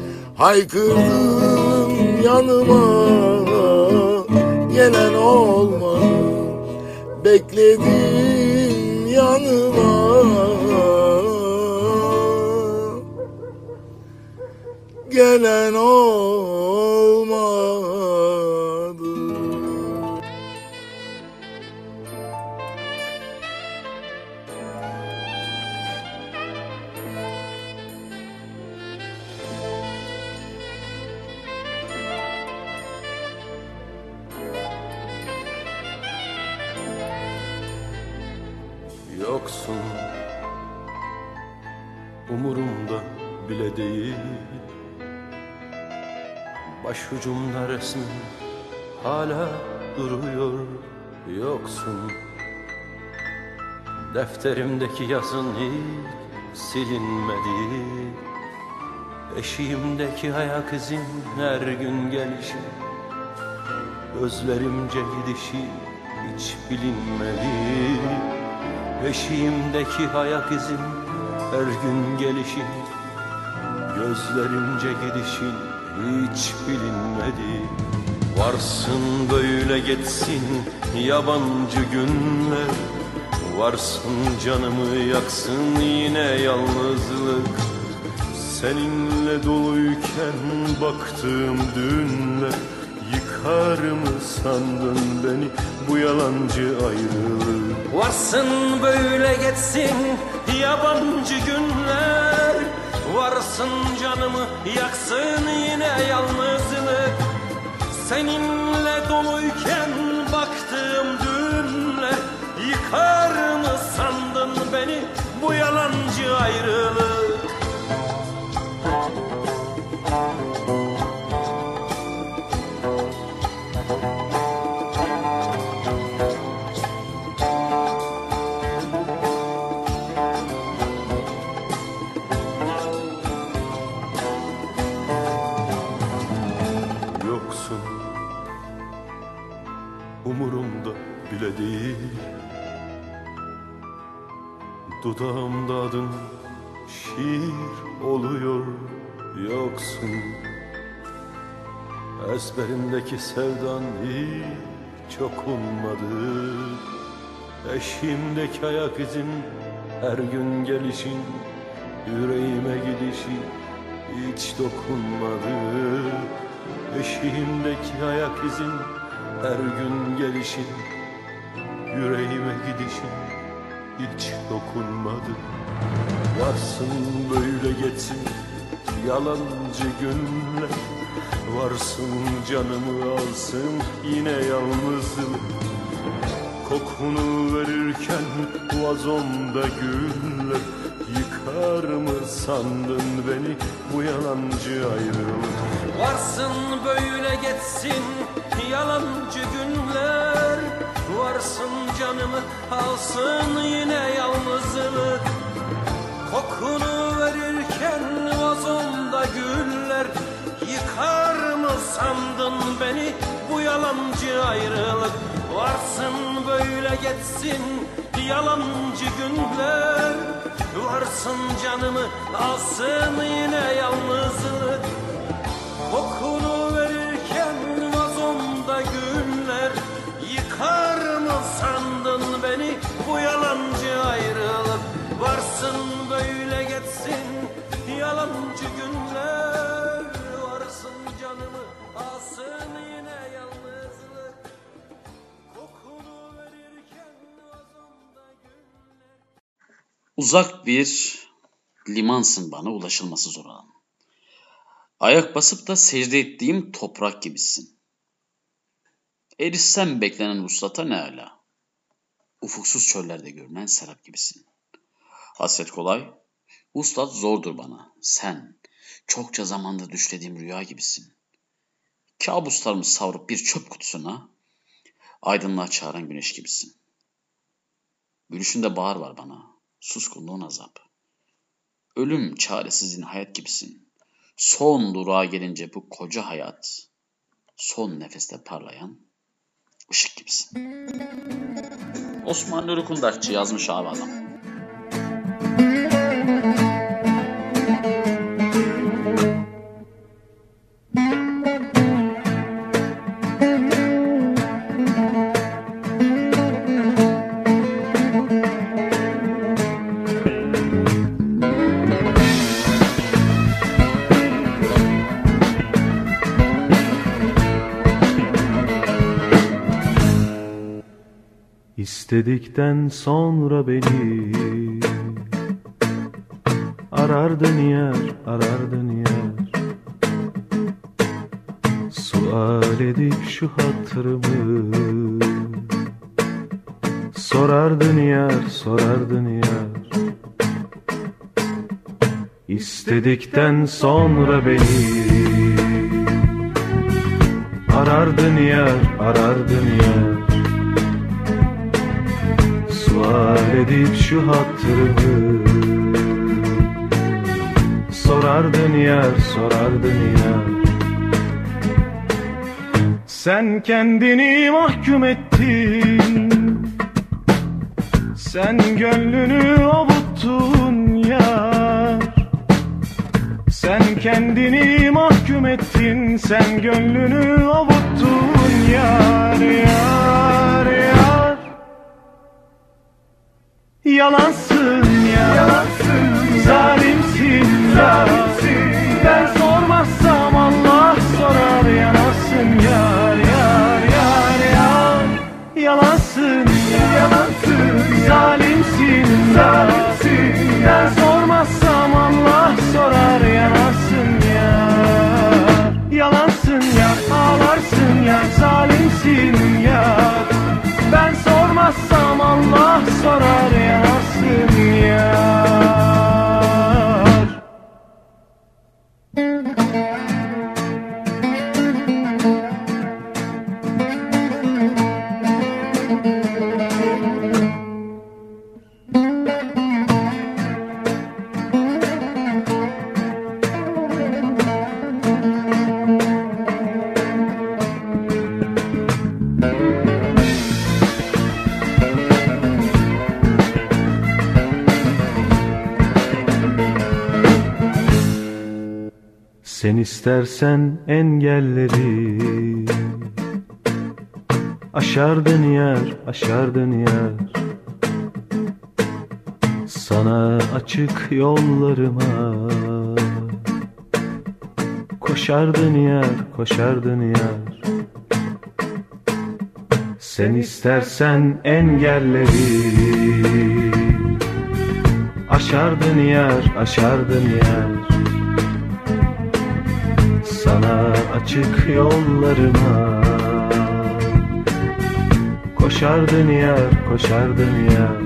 Haykırdım yanıma, gelen olmadı. Bekledim yanıma, gelen olmadı. Yoksun, umurumda bile değil. Başucumda resmin hala duruyor. Yoksun, defterimdeki yazın hiç silinmedi. Eşiğimdeki ayak izin her gün gelişi, gözlerimce gidişi hiç bilinmedi. Eşiğimdeki ayak izin her gün gelişi, gözlerimce gidişin hiç bilinmedi. Varsın böyle geçsin yabancı günler, varsın canımı yaksın yine yalnızlık. Seninle doluyken baktığım dünler, yıkar mı sandın beni bu yalancı ayrılık? Varsın böyle geçsin yabancı günler, varsın canımı yaksın yine yalnızlık. Seninle doluyken baktığım dünler, yıkar mı sandın beni bu yalancı ayrılık? Yoksun, umurumda bile değil. Dudağımda adın şiir oluyor. Yoksun, ezberimdeki sevdan hiç okunmadı. Eşiğimdeki ayak izin her gün gelişin, yüreğime gidişi hiç dokunmadı. Eşiğimdeki ayak izin her gün gelişin, yüreğime gidişin hiç dokunmadı. Varsın böyle geçsin yalancı günler, varsın canımı alsın yine yalnızlık. Kokunu verirken vazomda güller, yıkar mı sandın beni bu yalancı ayrılık? Varsın böyle geçsin yalancı günler, varsın canımı alsın yine yalnızlık. Kokunu verirken vazomda güller, yıkar mı sandın beni bu yalancı ayrılık? Varsın böyle geçsin yalancı günler, Varsın canımı alsın yine yalnızlık. Kokunu verirken vazomda güller, yıkar mı sandın beni bu yalancı ayrılık? Varsın böyle geçsin yalancı günler, varsın canımı alsın yine yalnızlık. Kokunu verirken vazomda güller. Uzak bir limansın bana ulaşılması zor olan. Ayak basıp da secde ettiğim toprak gibisin. Erişsem beklenen vuslata ne ala. Ufuksuz çöllerde görünen serap gibisin. Hasret kolay, vuslat zordur bana. Sen, çokça zamanda düşlediğim rüya gibisin. Kabuslarımı savrulup bir çöp kutusuna, aydınlığa çağıran güneş gibisin. Gülüşünde bahar var bana, suskunluğun azap. Ölüm çaresizliğin hayat gibisin. Son durağa gelince bu koca hayat, son nefeste parlayan ışık gibisin. Osman Nuri Kundakçı yazmış abi adam. İstedikten sonra beni arardın yer, arardın yer. Sual edip şu hatırımı sorardın yer, sorardın yer. İstedikten sonra beni arardın yer, arardın yer. Sual edip şu hatırımı sorardın yer, sorardın yer. Sen kendini mahkum ettin, sen gönlünü avuttun yar. Sen kendini mahkum ettin, sen gönlünü avuttun yar, yar, yar. Yalansın ya, yalansın, zalimsin ya. Ben sormazsam Allah sorar, yanarsın yar, yar, yar, yar. Yalansın ya, yalansın, zalimsin ya. Ben sormazsam Allah sorar, yanarsın yar. Yalansın ya, ağlarsın ya, zalimsin ya. Ben sormazsam Allah sorar, yanarsın yar. Sen istersen engelleri aşardın yer, aşardın yer. Sana açık yollarıma koşardın yer, koşardın yer. Sen istersen engelleri aşardın yer, aşardın yer. Sana açık yollarıma koşardın yer, koşardın yer.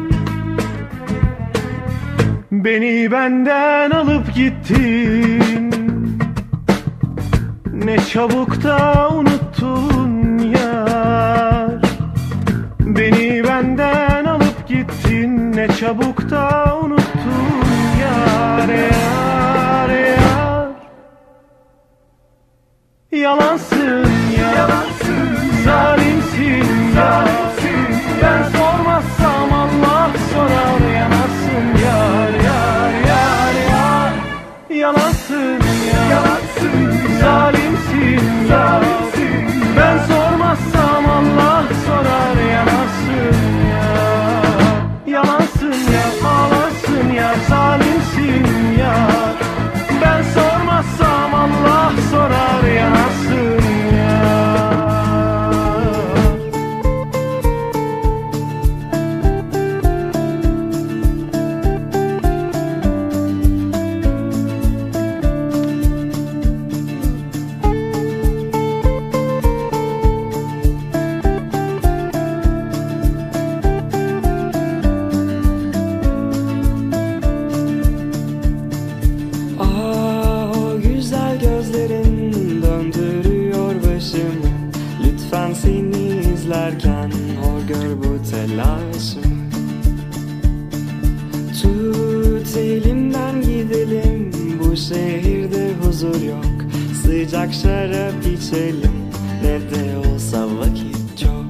Beni benden alıp gittin, ne çabuk da unuttun yar. Beni benden alıp gittin, ne çabuk da unuttun yar, yar, yar. Yalansın ya, yalansın, zalimsin ya. Ben sormazsam Allah sorar, yanarsın yar, yar. sıcak şarap içelim, ne de olsa vakit çok.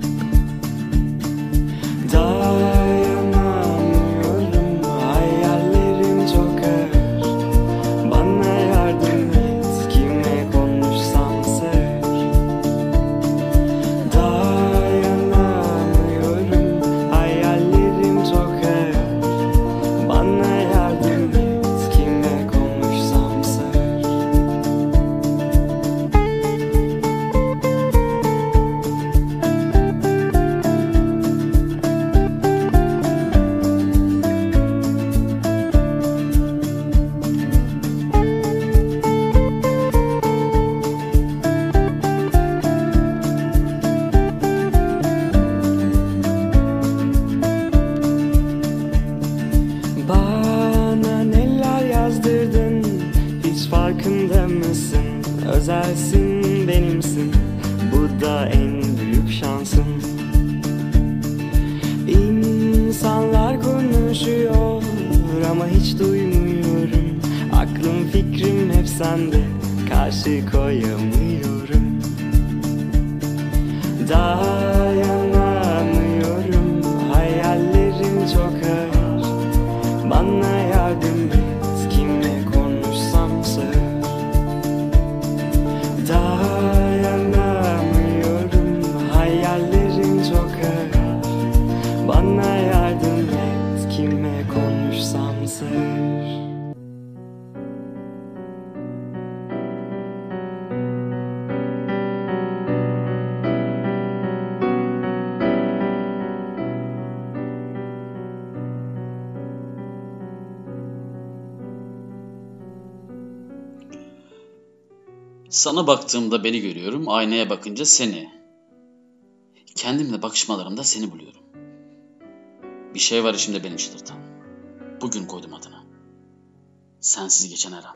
Dayanamıyorum, hayallerim çok ağır. Bana yardım et, kime konuşsam sır. Dayanamıyorum, hayallerim çok ağır. Bana yardım et, kime konuşsam sır. Bana neler yazdırdın, hiç farkında mısın? Özelsin, benimsin, bu da en büyük şansın. İnsanlar konuşuyor ama hiç duymuyorum. Aklım fikrim hep sende, karşı koyamıyorum. Dayanamıyorum, hayallerim çok ağır. Bana yardım et, kimle konuşsam sır. Dayanamıyorum, hayallerim çok ağır. Bana yardım et, kimle konuşsam sır. Sana baktığımda beni görüyorum, aynaya bakınca seni. Kendimle bakışmalarımda seni buluyorum. Bir şey var içimde beni çıldırtan. Bugün koydum adını. Sensiz geçen her an.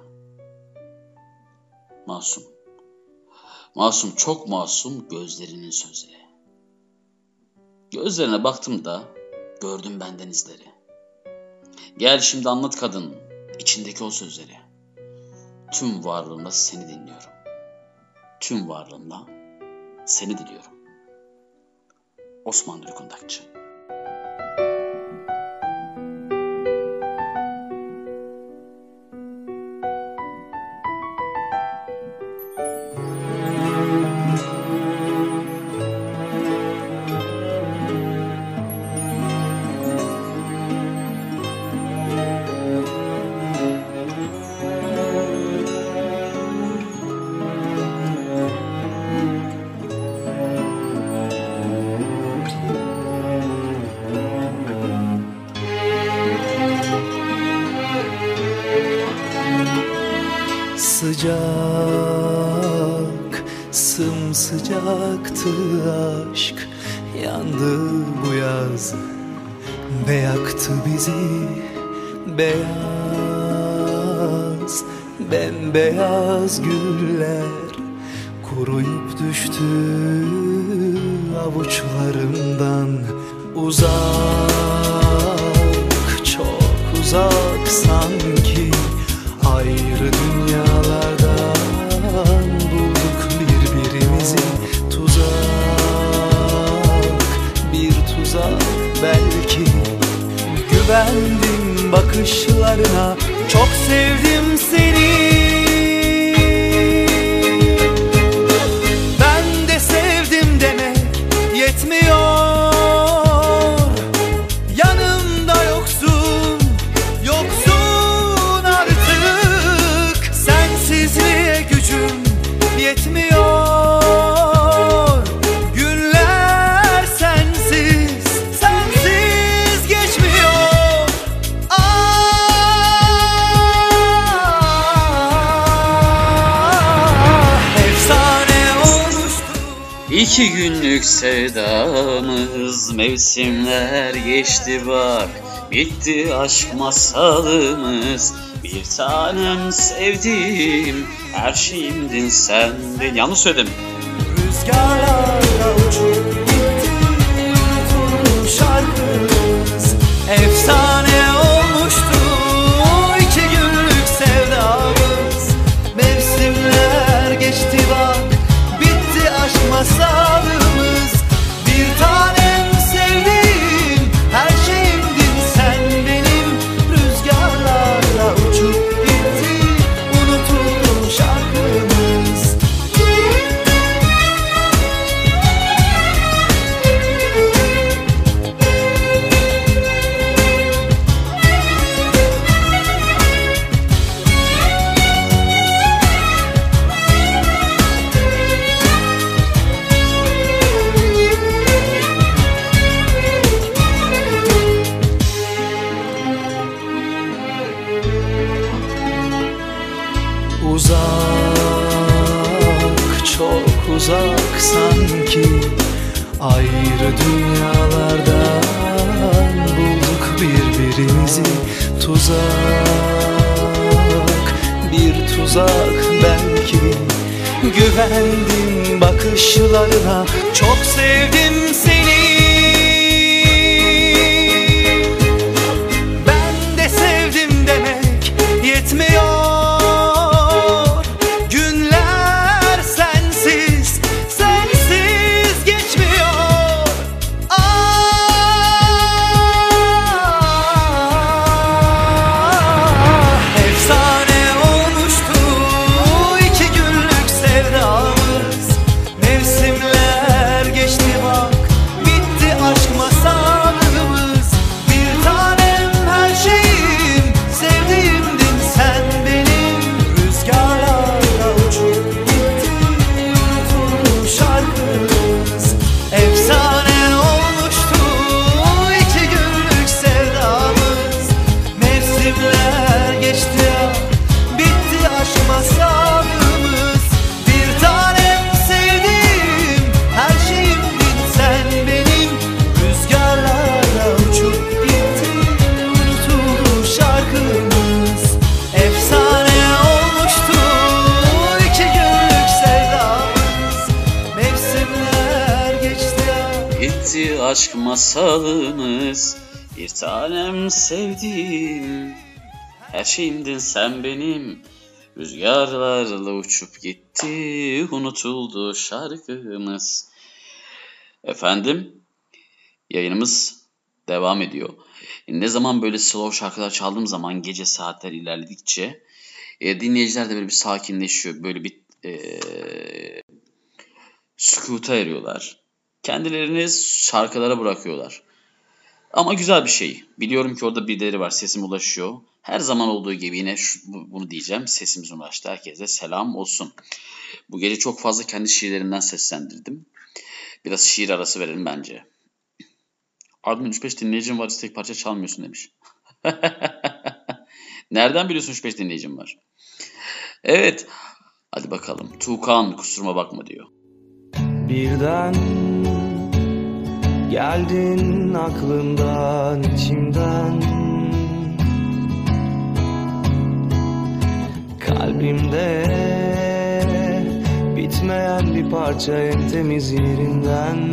Masum. Masum, çok masum gözlerinin sözleri. Gözlerine baktığımda gördüm benden izleri. Gel şimdi anlat kadın, içindeki o sözleri. Tüm varlığımla seni dinliyorum. Tüm varlığımla seni diliyorum. Osman Nuri Kundakçı. Sıcak, sımsıcaktı aşk, yandı bu yaz ve yaktı bizi. Beyaz, bembeyaz güller kuruyup düştü avuçlarımdan. Uzak, çok uzak sanki, ayrı dünyalardan bulduk birbirimizi. Tuzak, bir tuzak belki. Güvendim bakışlarına, çok sevdim seni. Ben de sevdim demek yetmiyor. Yanımda yoksun, yoksun artık. Sensizliğe gücüm yetmiyor. Günler sensiz, sensiz geçmiyor. Efsane olmuştu 2 günlük sevdamız, mevsimler geçti bak, bitti aşk masalımız. Bir tanem sevdiğim, her şeyimdin sendin. Yanlış söyledim. rüzgarlarla uçup gitti unutulmuş şarkımız. Efsane olmuştu 2 günlük sevdamız. Mevsimler geçti masalımız. Bir tanem sevdiğim, her şeyimdin sen benim. Rüzgarlarla uçup gitti, unutuldu şarkımız. Uzak, çok uzak sanki, ayrı dünyalardan bulduk birbirimizi. Tuzak, bir tuzak belki. Güvendim bakışlarına, çok sevdim seni. Ben de sevdim demek yetmiyor. Aşk masalımız, bir tanem sevdiğim, her şeyimdin sen benim. Rüzgarlarla uçup gitti, unutuldu şarkımız. Efendim, yayınımız devam ediyor. Ne zaman böyle slow şarkılar çaldığım zaman, gece saatler ilerledikçe dinleyiciler de böyle bir sakinleşiyor, böyle bir sükuta eriyorlar. Kendilerini şarkılara bırakıyorlar. Ama güzel bir şey. Biliyorum ki orada birileri var. Sesim ulaşıyor. Her zaman olduğu gibi yine bunu diyeceğim. Sesimiz ulaştı. Herkese selam olsun. Bu gece çok fazla kendi şiirlerimden seslendirdim. Biraz şiir arası verelim bence. Ardından 3-5 dinleyicim var. İstek parça çalmıyorsun demiş. Nereden biliyorsun 3-5 dinleyicim var? Evet. Hadi bakalım. Tuğkan kusuruma bakma diyor. Birden geldin aklımdan, içimden, kalbimde bitmeyen bir parça en temiz yerinden.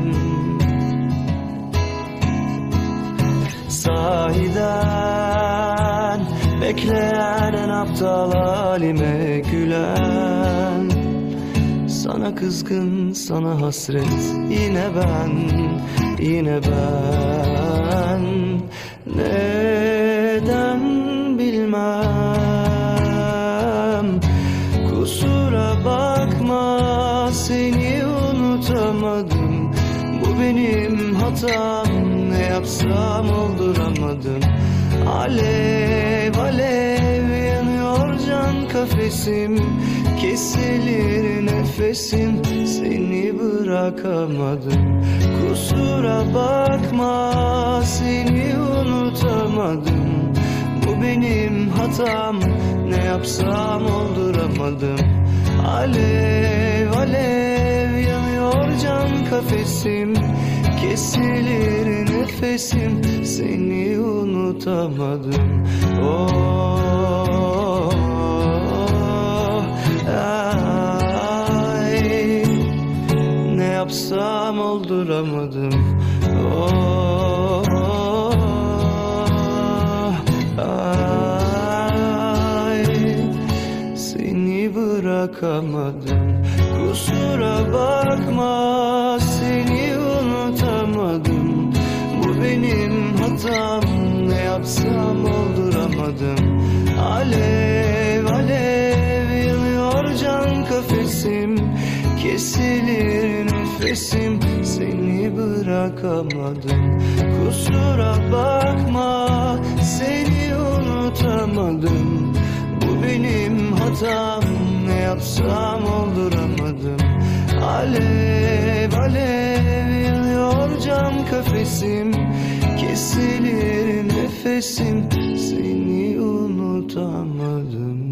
Sahiden bekleyen en aptal halime gülen. Sana kızgın, sana hasret, yine ben, yine ben. Neden bilmem, kusura bakma, seni unutamadım. Bu benim hatam, ne yapsam olduramadım. Alev alev yanıyor can kafesim, kesilir nefesim, seni bırakamadım. Kusura bakma, seni unutamadım. Bu benim hatam, ne yapsam olduramadım. Alev alev yanıyor can kafesim, kesilir nefesim, seni unutamadım. Oh, ay, ne yapsam olduramadım. Oh, ay, seni bırakamadım. Kusura bakma, benim hatam, ne yapsam olduramadım. Alev alev yanıyor can kafesim, kesilir nefesim, seni bırakamadım. Kusura bakma, seni unutamadım. Bu benim hatam, ne yapsam olduramadım. Alev alev yanıyor can kafesim, kesilir nefesim, seni unutamadım.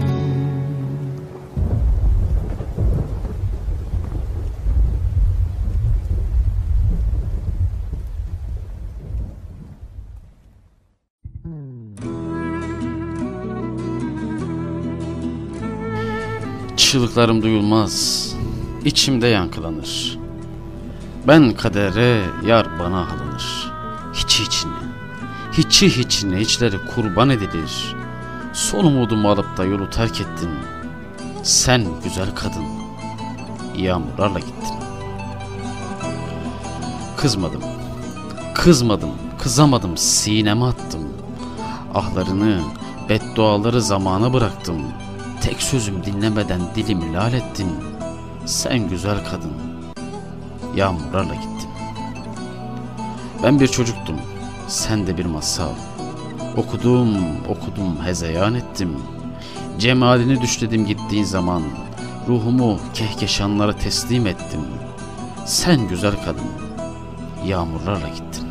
Çığlıklarım duyulmaz, içimde yankılanır. Ben kadere, yar bana alınır. Hiçi içine, içleri kurban edilir. Son umudumu alıp da yolu terk ettin. Sen güzel kadın, yağmurlarla gittin. Kızamadım, sineme attım. Ahlarını, bedduaları zamana bıraktım. Tek sözüm dinlemeden dilimi lal ettin. Sen güzel kadın, yağmurlarla gittin. Ben bir çocuktum, sen de bir masal. Okudum, hezeyan ettim. Cemalini düşledim gittiğin zaman. Ruhumu kehkeşanlara teslim ettim. Sen güzel kadın, yağmurlarla gittin.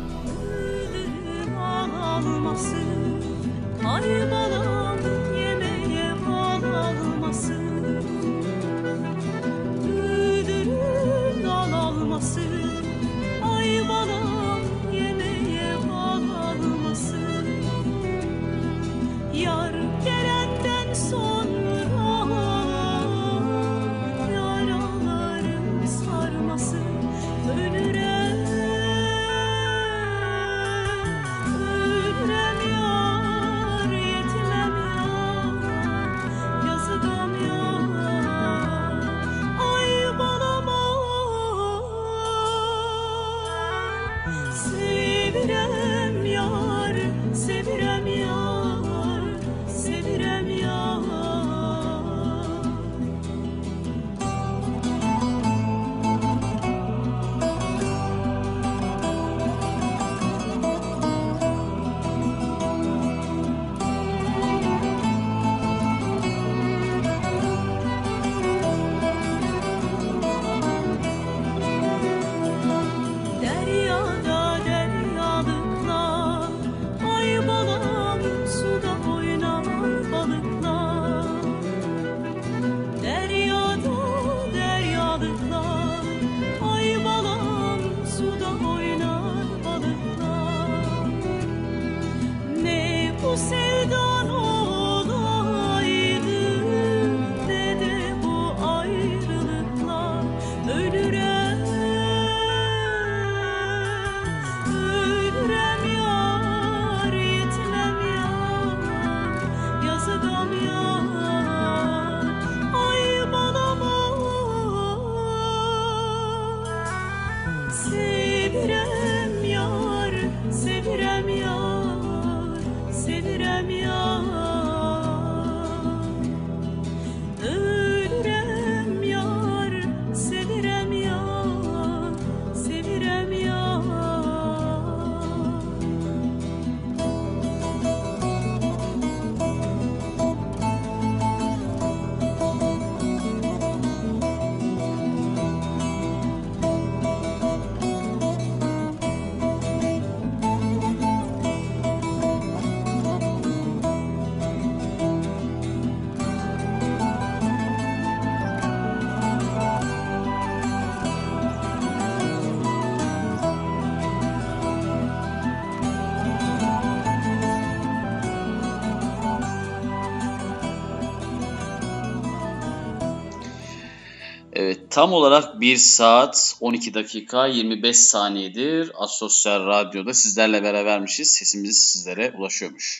Evet, tam olarak 1 saat 12 dakika 25 saniyedir Asosyal Radyo'da sizlerle berabermişiz. Sesimiz sizlere ulaşıyormuş.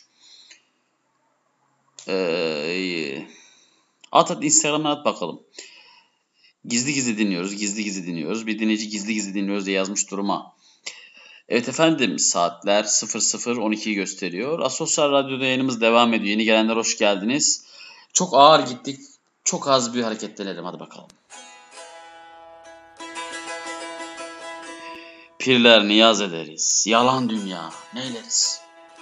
At Instagram'a at bakalım. Gizli gizli dinliyoruz. Bir dinleyici gizli gizli dinliyoruz diye yazmış duruma. Evet efendim, saatler 00.12'yi gösteriyor. Asosyal Radyo'da yayınımız devam ediyor. Yeni gelenler hoş geldiniz. Çok ağır gittik. Çok az bir hareketlenelim. Hadi bakalım. Pirler niyaz ederiz. Yalan dünya neyleriz?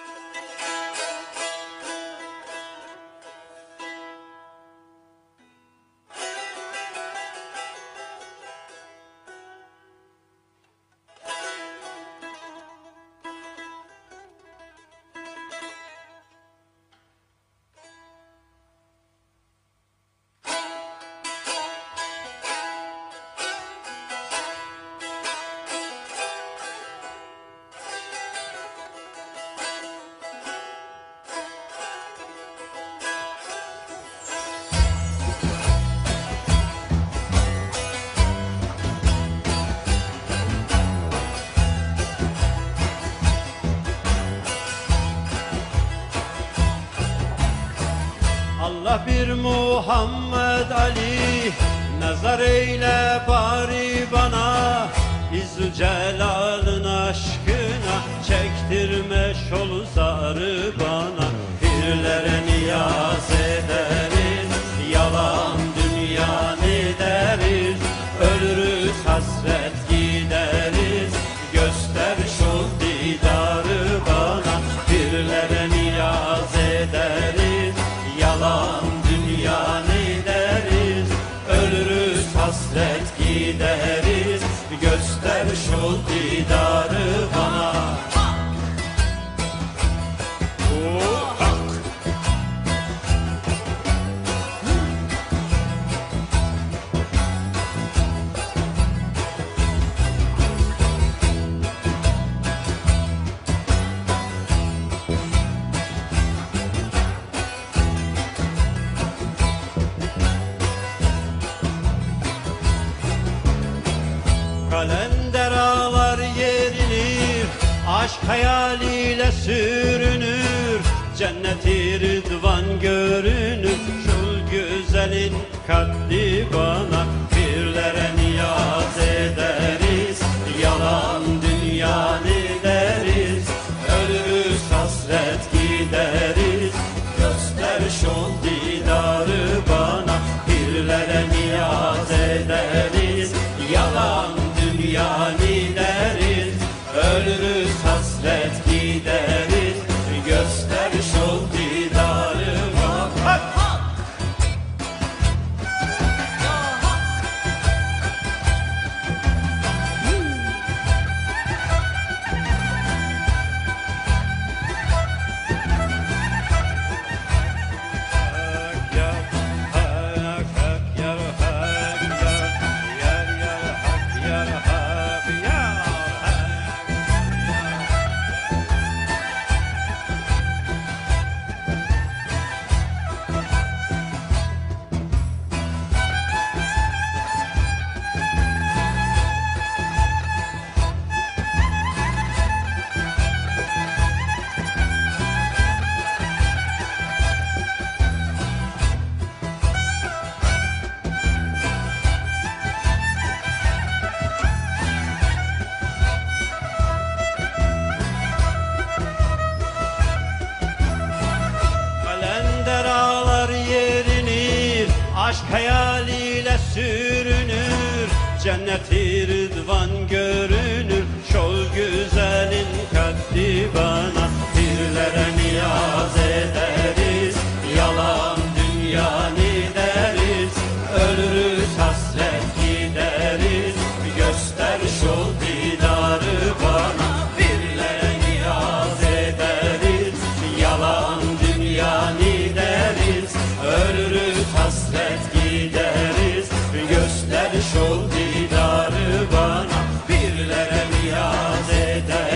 Allah bir Muhammed Ali, nazar eyle bari bana. İzzü Celal'ın aşkına, çektirme şolu zarı bana. Pirlere niyaz ederiz, yalan dünya ne deriz? Ölürüz hasret gideriz, göster şol didarı bana. Pirlere niyaz ederiz, yalan dünya ne deriz? Ölürüz hasret gideriz, göster şu didarı bana. Kalender ağlar yerinir, aşk hayaliyle sürünür. Cennet-i rıdvan görünür, şul güzelin katli bana. Pirlere niyaz ederiz, yalan dünya ne deriz? Ölürüz hasret gideriz, göster şol didarı bana. Pirlere niyaz ederiz, yalan dünya ne deriz? Ölürüz hasret gideriz, göster şol didarı bana. Aşk hayaliyle sürünür, cennet-i rıdvan görünür. Şol güzelin kaddi bana, pirlere niyaz ederiz. Yalan dünya ne deriz? Ölürüz hasret gideriz, göster şol didarı bana. Pirlere niyaz ederiz, yalan dünya ne deriz? Ölürüz hasret gideriz, göster şol didarı bana. Pirlere niyaz ederiz.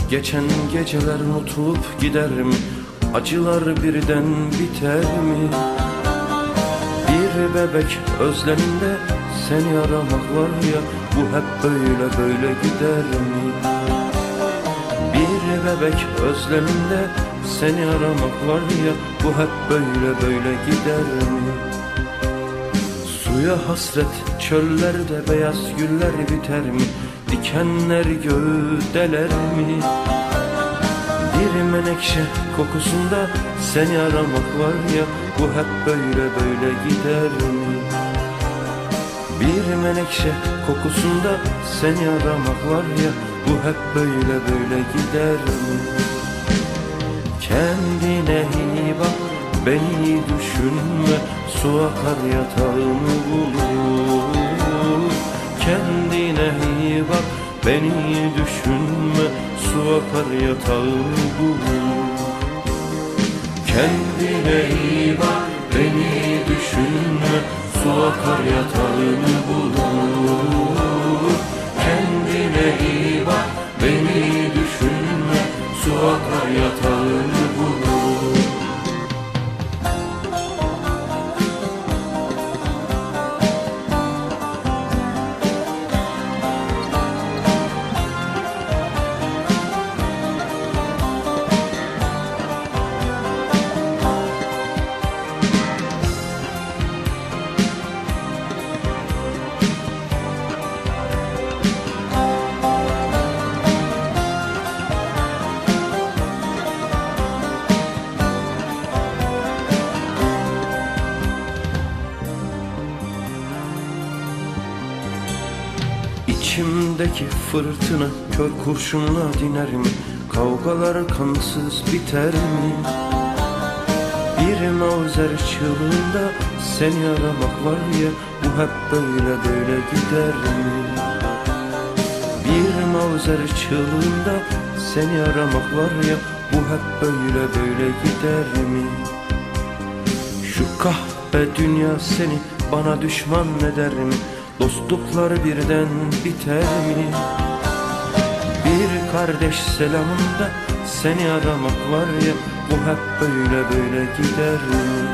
Geçen geceler unutulup gider mi? Acılar birden biter mi? Bir bebek özleminde seni aramak var ya, bu hep böyle böyle gider mi? Bir bebek özleminde seni aramak var ya, bu hep böyle böyle gider mi? Suya hasret çöllerde beyaz güller biter mi? Dikenler göğü deler mi? Bir menekşe kokusunda seni aramak var ya, bu hep böyle böyle gider mi? Bir menekşe kokusunda seni aramak var ya, bu hep böyle böyle gider mi? Kendine iyi bak, beni düşünme, su akar yatağını bulur. Kendine iyi bak, beni düşünme, su akar yatağını bulur. Kendine iyi bak, beni düşünme, su akar yatağını bulur. Kendine iyi bak, beni düşünme, su akar yatağını bulur. İçimdeki fırtına kör kurşunla diner mi? Kavgalar kansız biter mi? Bir mavzer çığlığında seni aramak var ya, bu hep böyle böyle gider mi? Bir mavzer çığlığında seni aramak var ya, bu hep böyle böyle gider mi? Şu kahpe dünya seni bana düşman eder mi? Dostluklar birden biter mi? Bir kardeş selamında seni aramak var ya, bu hep böyle böyle gider mi?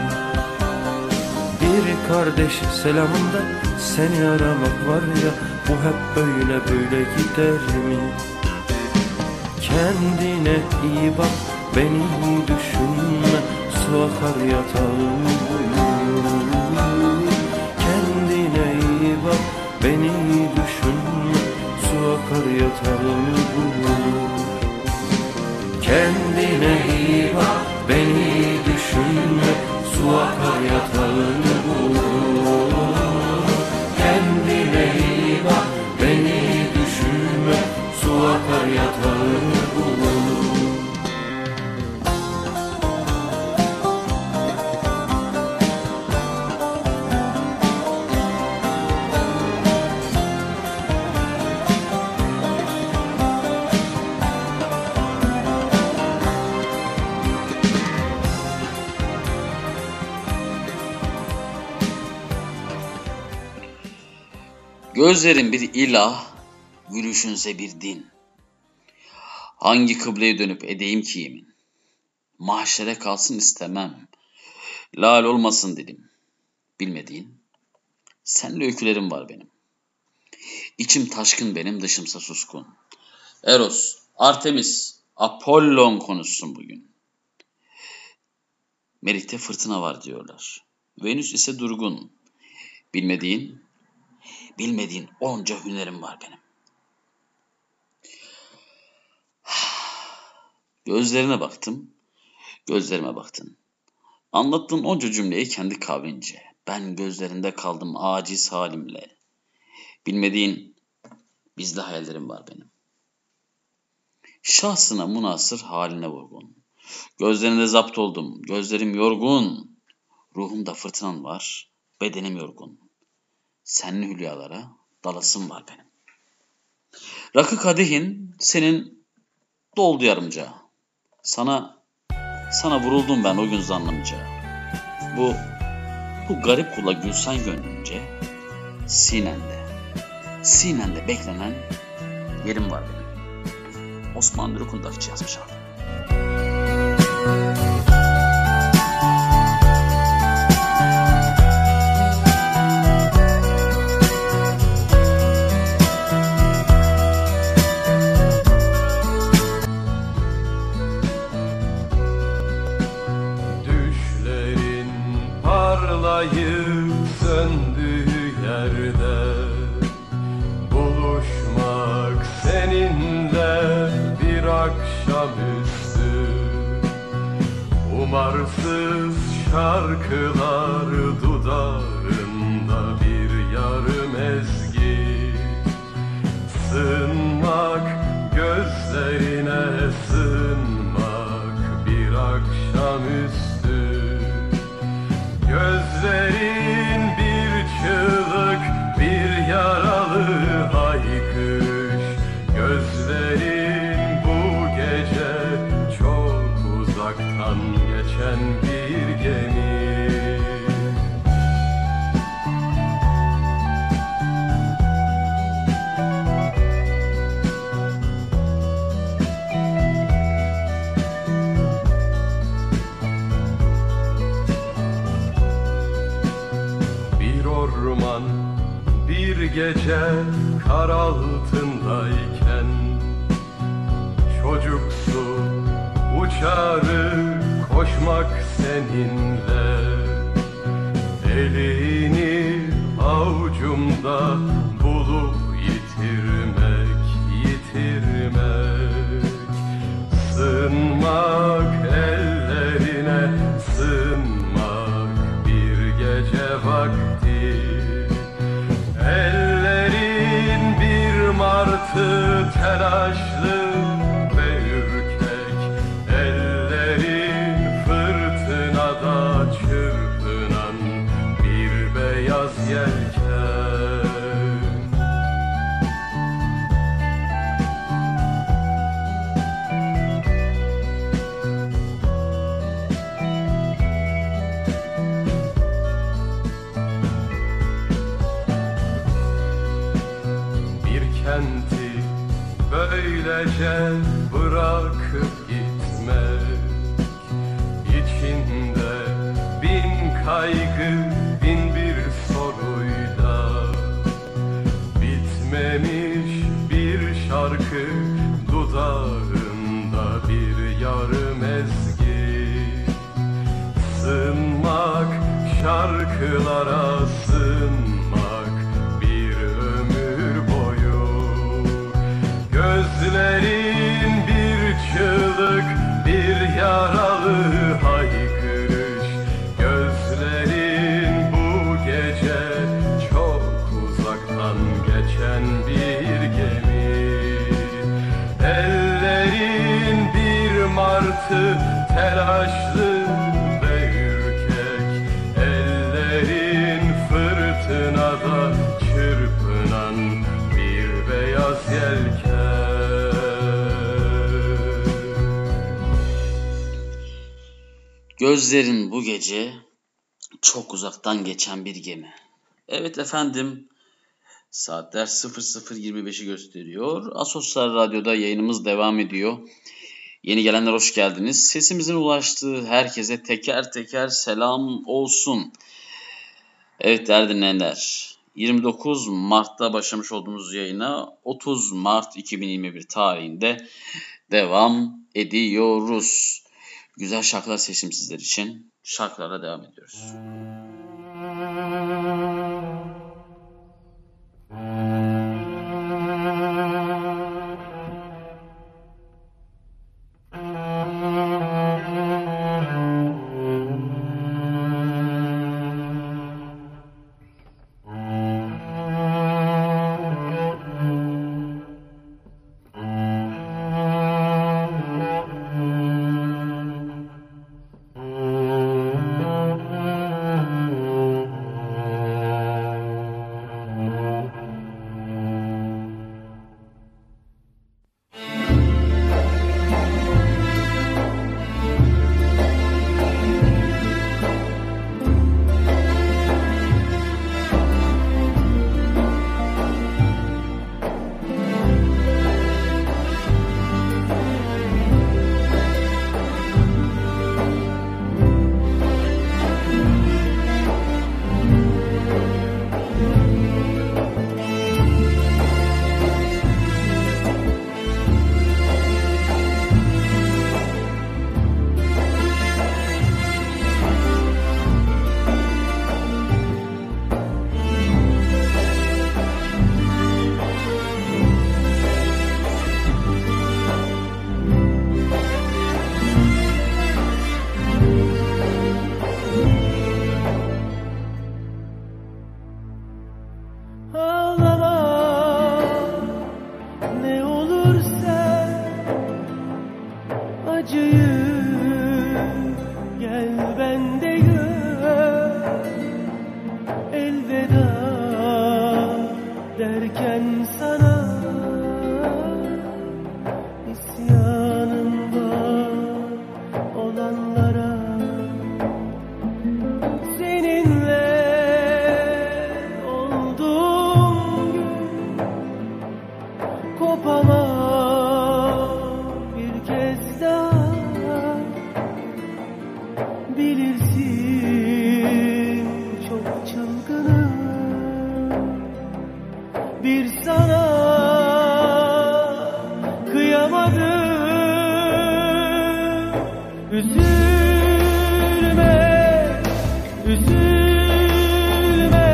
Bir kardeş selamında seni aramak var ya, bu hep böyle böyle gider mi? Kendine iyi bak, beni düşünme, su akar yatağını bulur. Kendine iyi bak, beni düşünme, su akar yatağını bulur. Kendine iyi bak, beni düşünme, su akar yatağını bulur. Kendine iyi bak, beni düşünme, su akar yatağını bulur. Gözlerin bir ilah, gülüşünse bir din. Hangi kıbleye dönüp edeyim ki yemin? Mahşere kalsın istemem, lal olmasın dilim. Bilmediğin, senle öykülerim var benim. İçim taşkın benim, dışımsa suskun. Eros, Artemis, Apollon konuşsun bugün. Merik'te fırtına var diyorlar. Venüs ise durgun. Bilmediğin onca hünerim var benim. Gözlerine baktım, gözlerime baktın. Anlattığın onca cümleyi kendi kavrince. Ben gözlerinde kaldım aciz halimle. Bilmediğin bizde hayallerim var benim. Şahsına münasır haline vurgun. Gözlerinde zapt oldum, gözlerim yorgun. Ruhumda fırtınam var, bedenim yorgun. Senli hülyalara dalasım var benim. Rakı kadehin senin doldu yarımca. Sana vuruldum ben o gün zannımca. Bu garip kula gülsen gönlünce, sinende beklenen yerim var benim. Osman Nuri Kundakçı yazmış abi. Parlayıp söndüğü yerde buluşmak seninle bir akşamüstü. Umarsız şarkılar dudağında bir yarım ezgi. Sığınmak gözlerine, sığınmak bir akşamüstü. Gözlerin bir çığlık, bir yaralı haykırış. Gözlerin bu gece çok uzaktan geçen bir gemi. Bir gece kar altındayken çocuksu uçarı koşmak seninle. Elini avucumda bulup yitirmek, yitirmek. Sığınmak ellerine, sığınmak bir gece vakti. Ellerin bir martı, telaşlı ve ürkek. Ellerin fırtınada çırpınan bir beyaz yelken. Kenti böylece bırakıp gitmek. İçinde bin kaygı, bin bir soruyla. Bitmemiş bir şarkı dudağında bir yarım ezgi. Sığınmak şarkılara, sığınmak bir ömür boyu. Gözlerin bir çığlık, bir yaralı haykırış. Gözlerin bu gece çok uzaktan geçen bir gemi. Ellerin bir martı, telaşlı ve ürkek. Ellerin fırtınada çırpınan bir beyaz yelken. Gözlerin bu gece çok uzaktan geçen bir gemi. Evet efendim, saatler 00.25'i gösteriyor. Asosyal Radyo'da yayınımız devam ediyor. Yeni gelenler hoş geldiniz. Sesimizin ulaştığı herkese teker teker selam olsun. Evet değerli dinleyenler, 29 Mart'ta başlamış olduğumuz yayına 30 Mart 2021 tarihinde devam ediyoruz. Güzel şarkılar seçtim sizler için. Şarkılarla devam ediyoruz. bilirsin çok çılgınım. Bir sana kıyamadım. Üzülme, üzülme,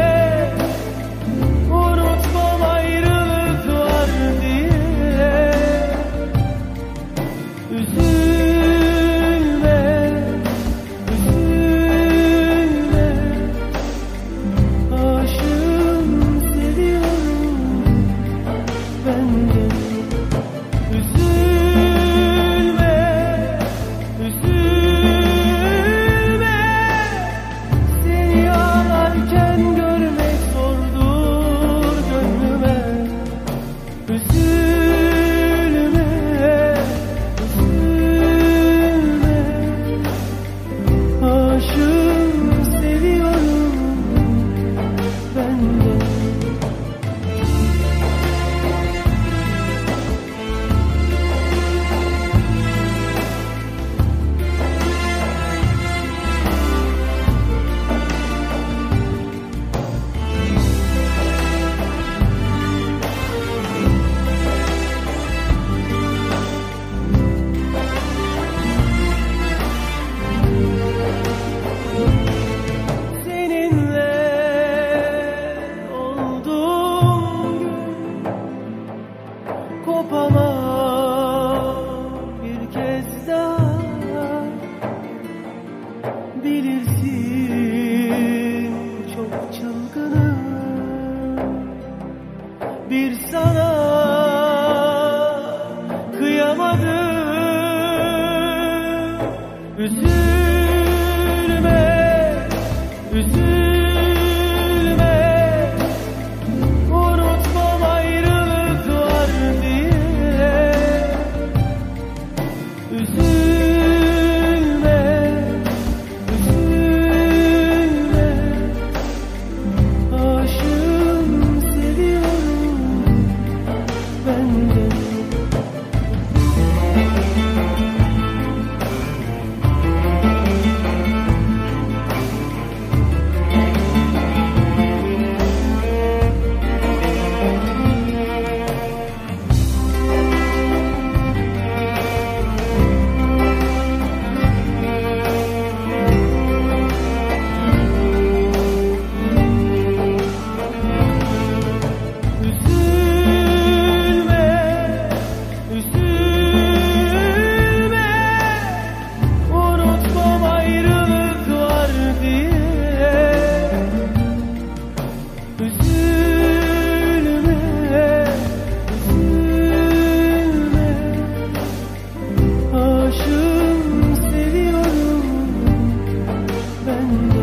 unutmam ayrılık var diye. Üzülme, üzülme, aşığım, seviyorum ben de. Üzülme, üzülme, seni ağlarken görmek zordur gönlüme. Üzülme, üzülme, aşığım, seviyorum ben de. Seninle olduğum gün kopamam bir kez daha. Bilirsin çok çılgınım. Bir sana kıyamadım. Üzülme, üzülme, unutmam ayrılık var diye. Üzülme, üzülme, aşığım, seviyorum ben de. Üzülme, üzülme, unutmam ayrılık var diye. Üzülme, üzülme, aşığım, seviyorum ben de.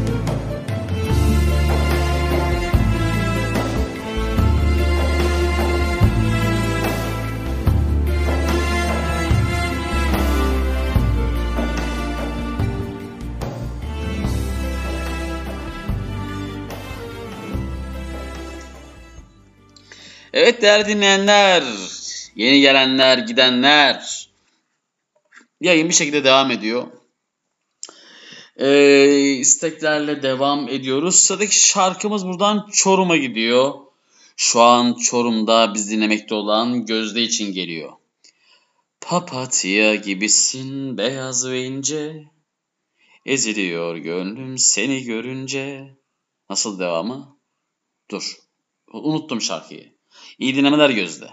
Evet değerli dinleyenler, yeni gelenler, gidenler, yayın bir şekilde devam ediyor. İsteklerle devam ediyoruz. Sıradaki şarkımız buradan Çorum'a gidiyor. Şu an Çorum'da biz dinlemekte olan Gözde için geliyor. Papatya gibisin beyaz ve ince, eziliyor gönlüm seni görünce. Nasıl devamı? Dur, unuttum şarkıyı. İyi dinlemeler Gözde.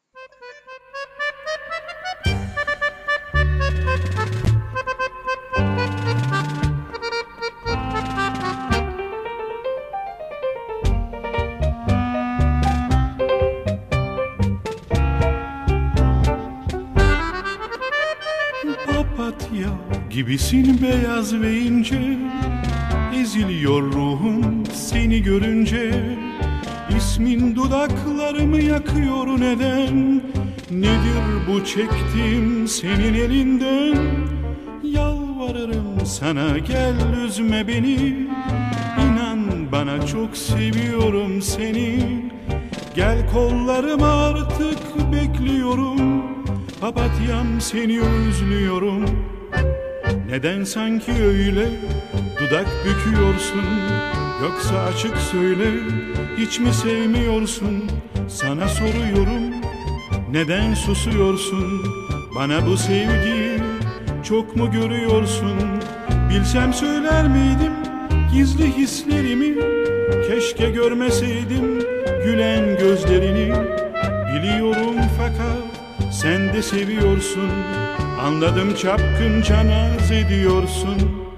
Papatya gibisin beyaz ve ince, eziliyor ruhum seni görünce. İsmin dudaklarımı yakıyor neden? Nedir bu çektiğim senin elinden? Yalvarırım sana gel üzme beni. İnan bana çok seviyorum seni. Gel kollarıma artık bekliyorum. Papatyam seni özlüyorum. Neden sanki öyle dudak büküyorsun? Yoksa açık söyle, hiç mi sevmiyorsun? Sana soruyorum, neden susuyorsun? Bana bu sevgiyi çok mu görüyorsun? Bilsem söyler miydim gizli hislerimi? Keşke görmeseydim gülen gözlerini. Biliyorum fakat sen de seviyorsun. Anladım, çapkınca naz ediyorsun.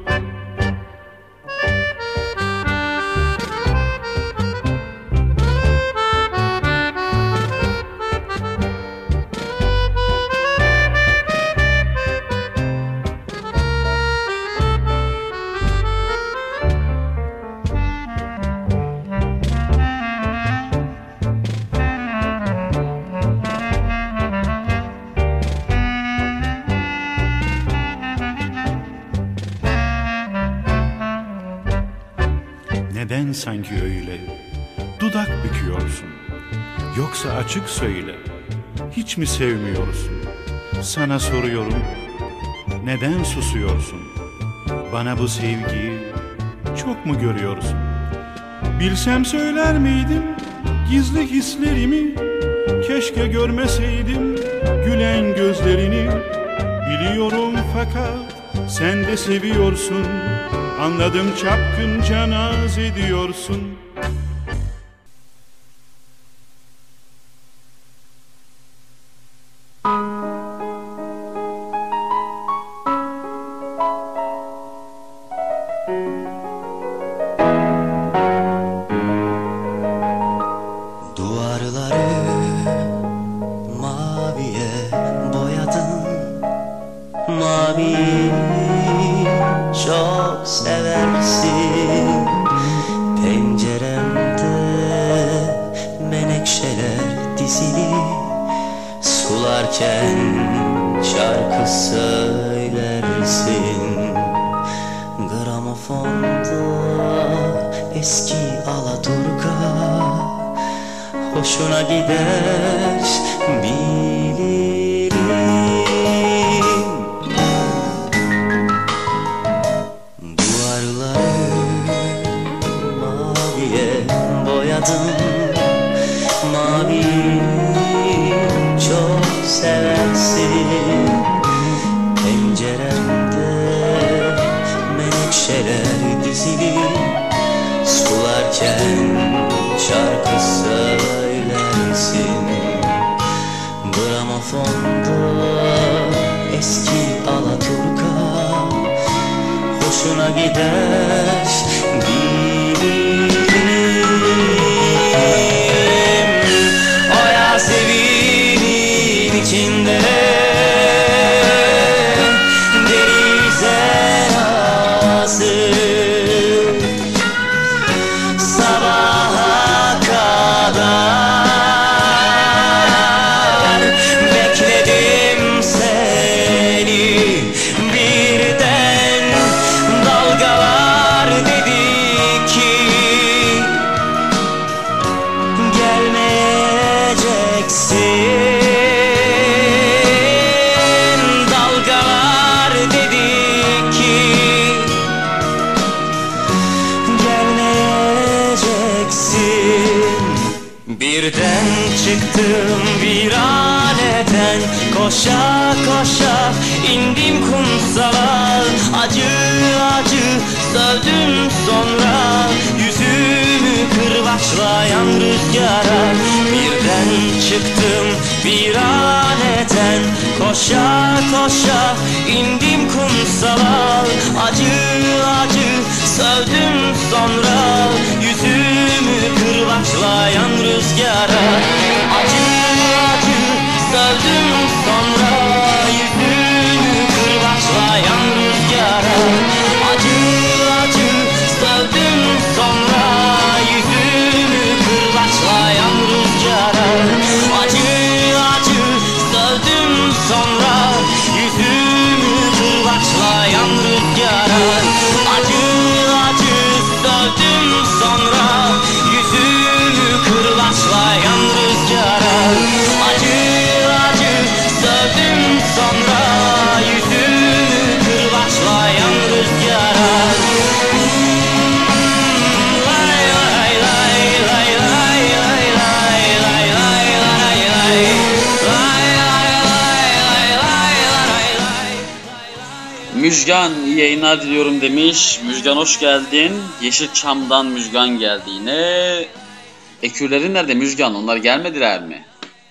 Neden sanki öyle dudak büküyorsun? Yoksa açık söyle, hiç mi sevmiyorsun? Sana soruyorum, neden susuyorsun? Bana bu sevgiyi çok mu görüyorsun? Bilsem söyler miydim gizli hislerimi? Keşke görmeseydim gülen gözlerini. Biliyorum fakat sen de seviyorsun. Anladım, çapkınca naz ediyorsun. Duvarları maviye boyadın, mavi çok seversin. Penceremde menekşeler dizili, sularken şarkı söylersin. Gramofonda eski Alaturka hoşuna gider bilirim. Duvarları maviye boyadım, mavi çok seversin. Penceremde menekşeler dizili, sularken şarkı söylersin. Gramofonda eski Alaturka hoşuna gider bilirim. O Yasemin'in içinde deniz arası sabaha kadar bekledim seni. Birden dalgalar dedi ki gelmeyeceksin. Dalgalar dedi ki gelmeyeceksin. Birden çıktım viraneden, koşa koşa indim kumsala. Acı acı sövdüm sonra yüzümü kırbaçlayan rüzgara. Birden çıktım viraneden, koşa koşa indim kumsala. Acı acı sövdüm sonra yüzümü kırbaçlayan rüzgara. Acı acı sövdüm sonra yüzümü kırbaçlayan rüzgara. Acı acı sövdüm sonra yüzümü kırbaçlayan rüzgara. Acı acı sövdüm sonra yüzümü kırbaçlayan rüzgara. Müjgan iyi yayınlar diliyorum demiş. Müjgan hoş geldin. Yeşilçam'dan Müjgan geldi yine. Ekürlerin nerede Müjgan? Onlar gelmediler mi?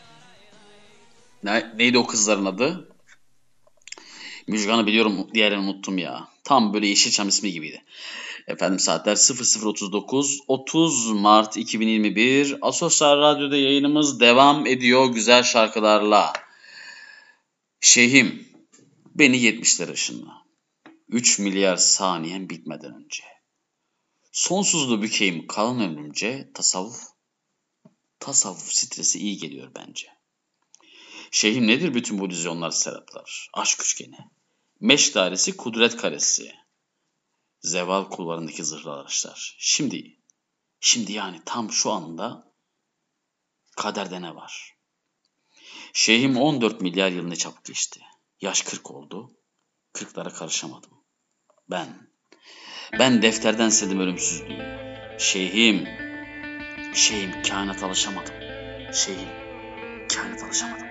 Neydi o kızların adı? Müjgan'ı biliyorum, diğerini unuttum ya. Tam böyle Yeşilçam ismi gibiydi. Efendim saatler 00.39 30 Mart 2021. Asosyal Radyo'da yayınımız devam ediyor güzel şarkılarla. Şeyhim beni 70'ler ışınla. 3 milyar saniyen bitmeden önce. Sonsuzluğu bükeyim kalan ömrümce. Tasavvuf stresi iyi geliyor bence. Şeyhim nedir bütün bu illüzyonlar, seraplar? Aşk üçgeni. Meşk dairesi, kudret karesi. Zeval kulvarındaki zırhlı araçlar. Şimdi yani tam şu anda kaderde ne var? Şeyhim 14 milyar yıl ne çabuk geçti. Yaş 40 oldu. 40'lara karışamadım. Ben defterden sildim ölümsüzlüğü. Şeyhim kainata alışamadım. Kainata alışamadım.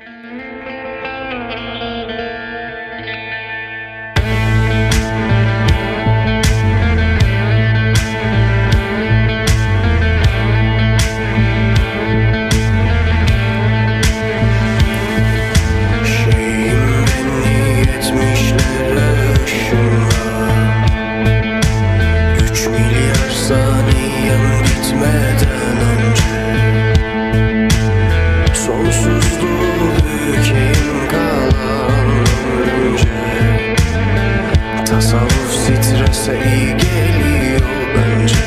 Tasavvuf strese iyi geliyor bence.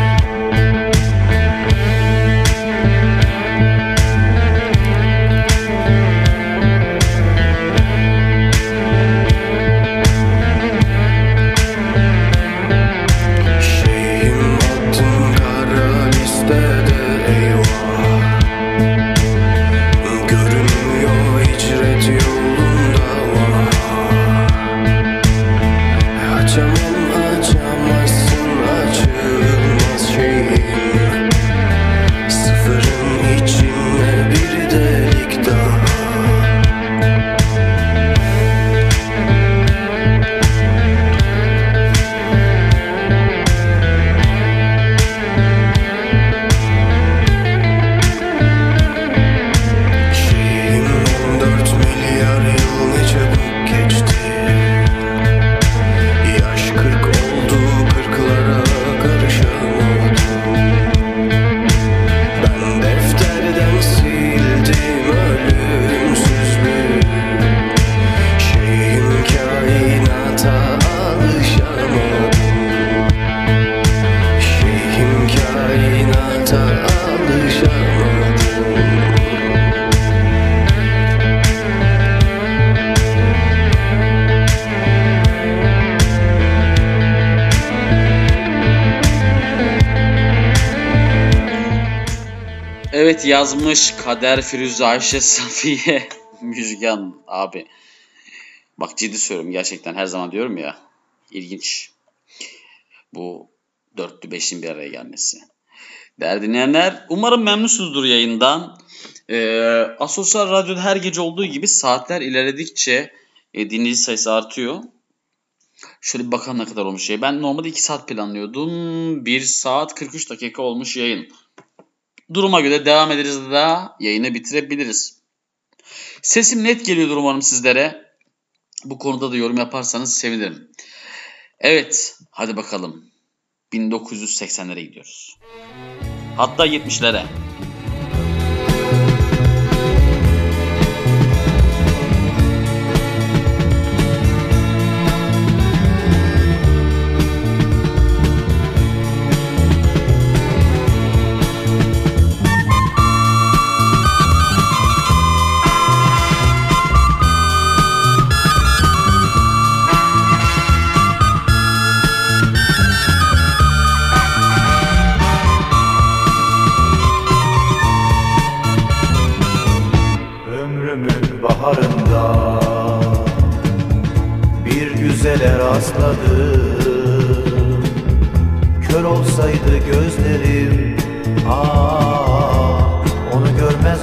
Şeyim attım kara listede eyvah. Görünmüyor hicret yolunda var. Açamazsın açılmaz şeyim. Sıfırın içinde bir delik daha. Şeyim 14 milyar yıl ne çabuk geçti. Yaş 40 oldu, 40'lara karışamadım. Ben defterden sildim ölümsüzlüğü. Şeyim kainata alışamadım. Şeyim kainata alışamadım. Evet yazmış Kader, Firuze, Ayşe, Safiye, Müjgan abi. Bak ciddi söylüyorum gerçekten, her zaman diyorum ya. İlginç. Bu dörtlü beşin bir araya gelmesi. Değerli dinleyenler, umarım memnunsunuzdur yayından. Asosyal Radyo'da her gece olduğu gibi saatler ilerledikçe dinleyici sayısı artıyor. Şöyle bir bakalım ne kadar olmuş yayın. Ben normalde 2 saat planlıyordum. 1 saat 43 dakika olmuş yayın. Duruma göre devam ederiz daha yayını bitirebiliriz. Sesim net geliyordur umarım sizlere. Bu konuda da yorum yaparsanız sevinirim. Evet, hadi bakalım. 1980'lere gidiyoruz. Hatta 70'lere. baharında bir güzele rastladım. Kör olsaydı gözlerim, onu görmez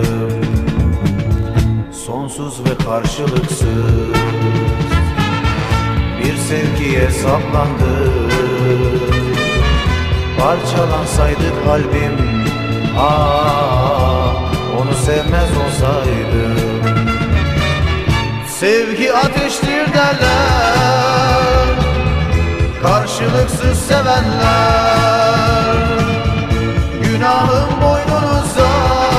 olsaydım. Sonsuz ve karşılıksız sevgiye saplandı. Parçalansaydı kalbim, onu sevmez olsaydım. Sevgi ateştir derler, karşılıksız sevenler. Günahım boynunuza,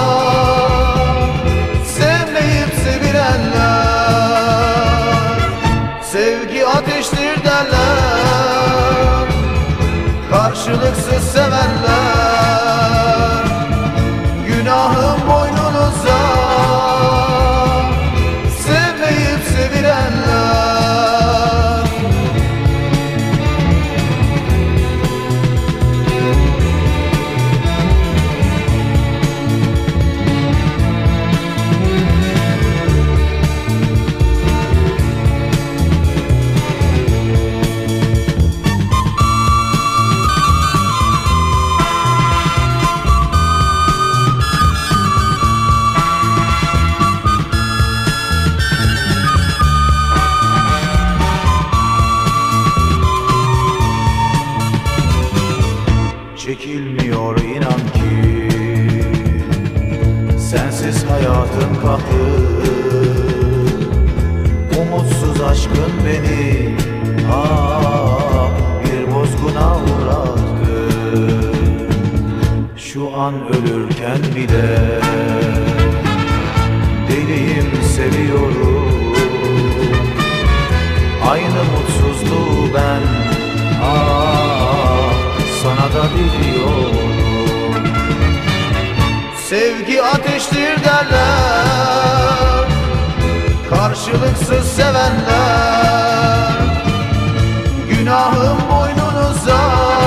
sevmeyip sevilenler. Sevgi ateştir derler, karşılıksız sevenler. Günahım boynunuza, sevmeyip sevilenler. Çekilmiyor inan ki, sensiz hayatım kalktı. Umutsuz aşkın beni bir bozguna uğrattı. Şu an ölürken bile deliyim, seviyorum. Aynı mutsuzluğu ben sana da biliyorum. Sevgi ateştir derler, karşılıksız sevenler. Günahım boynunuza,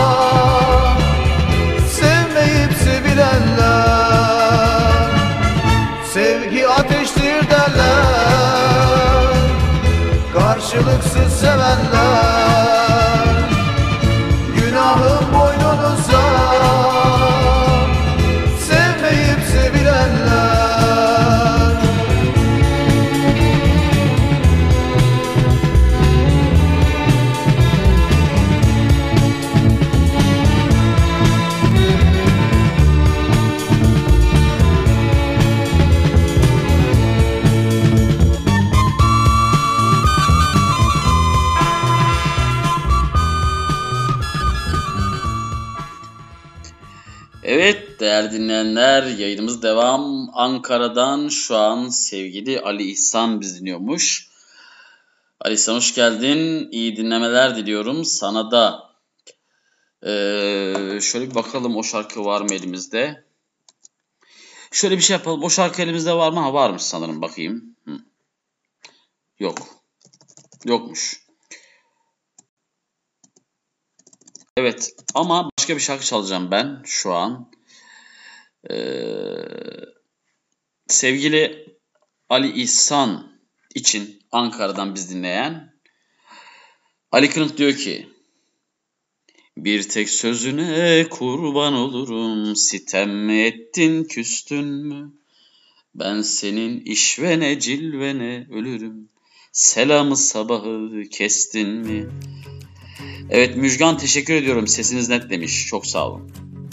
sevmeyip sevilenler. Sevgi ateştir derler, karşılıksız sevenler. Günahım boynunuza, sevmeyip sevilenler. Evet değerli dinleyenler, yayınımız devam. Ankara'dan şu an sevgili Ali İhsan bizi dinliyormuş. Ali İhsan hoş geldin. İyi dinlemeler diliyorum sana da. Şöyle bir bakalım o şarkı var mı elimizde. Şöyle bir şey yapalım. O şarkı elimizde var mı? Ha varmış sanırım, bakayım. Yok. Yokmuş. Evet ama başka bir şarkı çalacağım ben şu an. Sevgili Ali İhsan için Ankara'dan biz dinleyen Ali Kırık diyor ki: bir tek sözüne kurban olurum, sitem mi ettin küstün mü? Ben senin işvene cilvene ölürüm, selamı sabahı kestin mi? Evet Müjgan teşekkür ediyorum, sesiniz net demiş, çok sağ olun.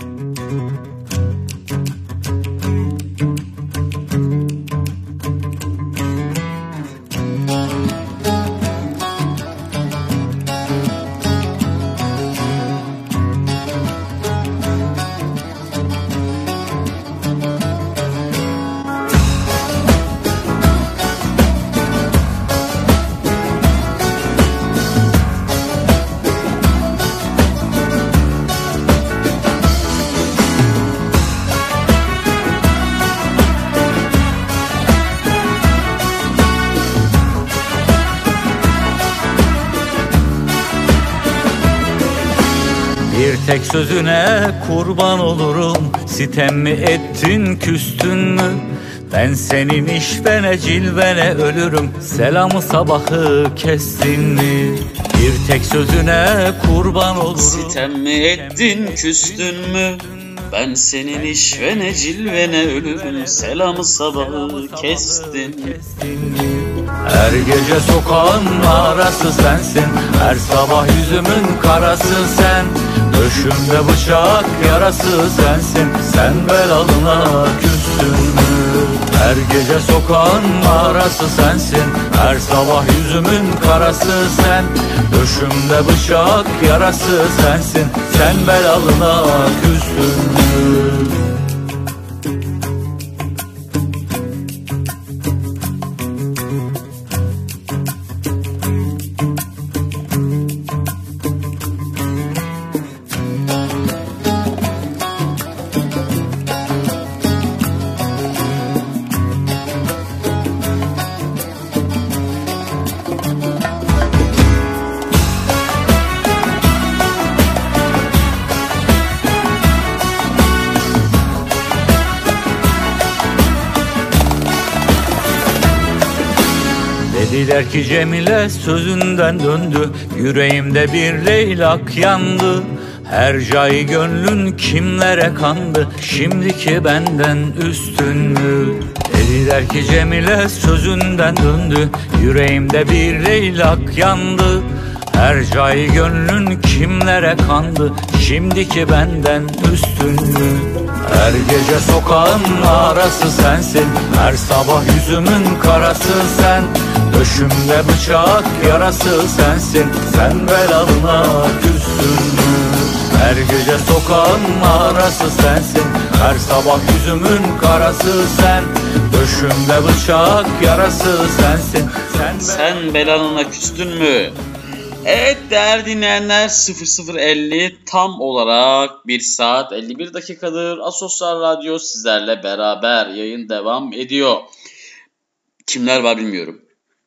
Tek sözüne kurban olurum, sitem mi ettin küstün mü? Ben senin işvene cilvene ölürüm, selamı sabahı kestin mi? Bir tek sözüne kurban olurum, sitem mi ettin küstün mü? Ben senin işvene cilvene ölürüm, selamı sabahı kestin mi? Her gece sokağın arası sensin, her sabah yüzümün karası sen. Döşümde bıçak yarası sensin, sen belalına küstün mü? Her gece sokağın arası sensin, her sabah yüzümün karası sen. Döşümde bıçak yarası sensin, sen belalına küstün mü? Dediler ki Cemile sözünden döndü, yüreğimde bir leylak yandı. Her cayı gönlün kimlere kandı, şimdiki benden üstün mü? Dediler ki Cemile sözünden döndü, yüreğimde bir leylak yandı. Her cayı gönlün kimlere kandı, şimdiki benden üstün mü? Her gece sokağın arası sensin, her sabah yüzümün karası sen. Döşümde bıçak yarası sensin, sen belalına küstün mü? Her gece sokağın arası sensin, her sabah yüzümün karası sen. Döşümde bıçak yarası sensin, sen belalına küstün mü? Evet değerli dinleyenler, 00.50 tam olarak 1 saat 51 dakikadır Asosyal Radyo sizlerle beraber yayın devam ediyor. Kimler var bilmiyorum.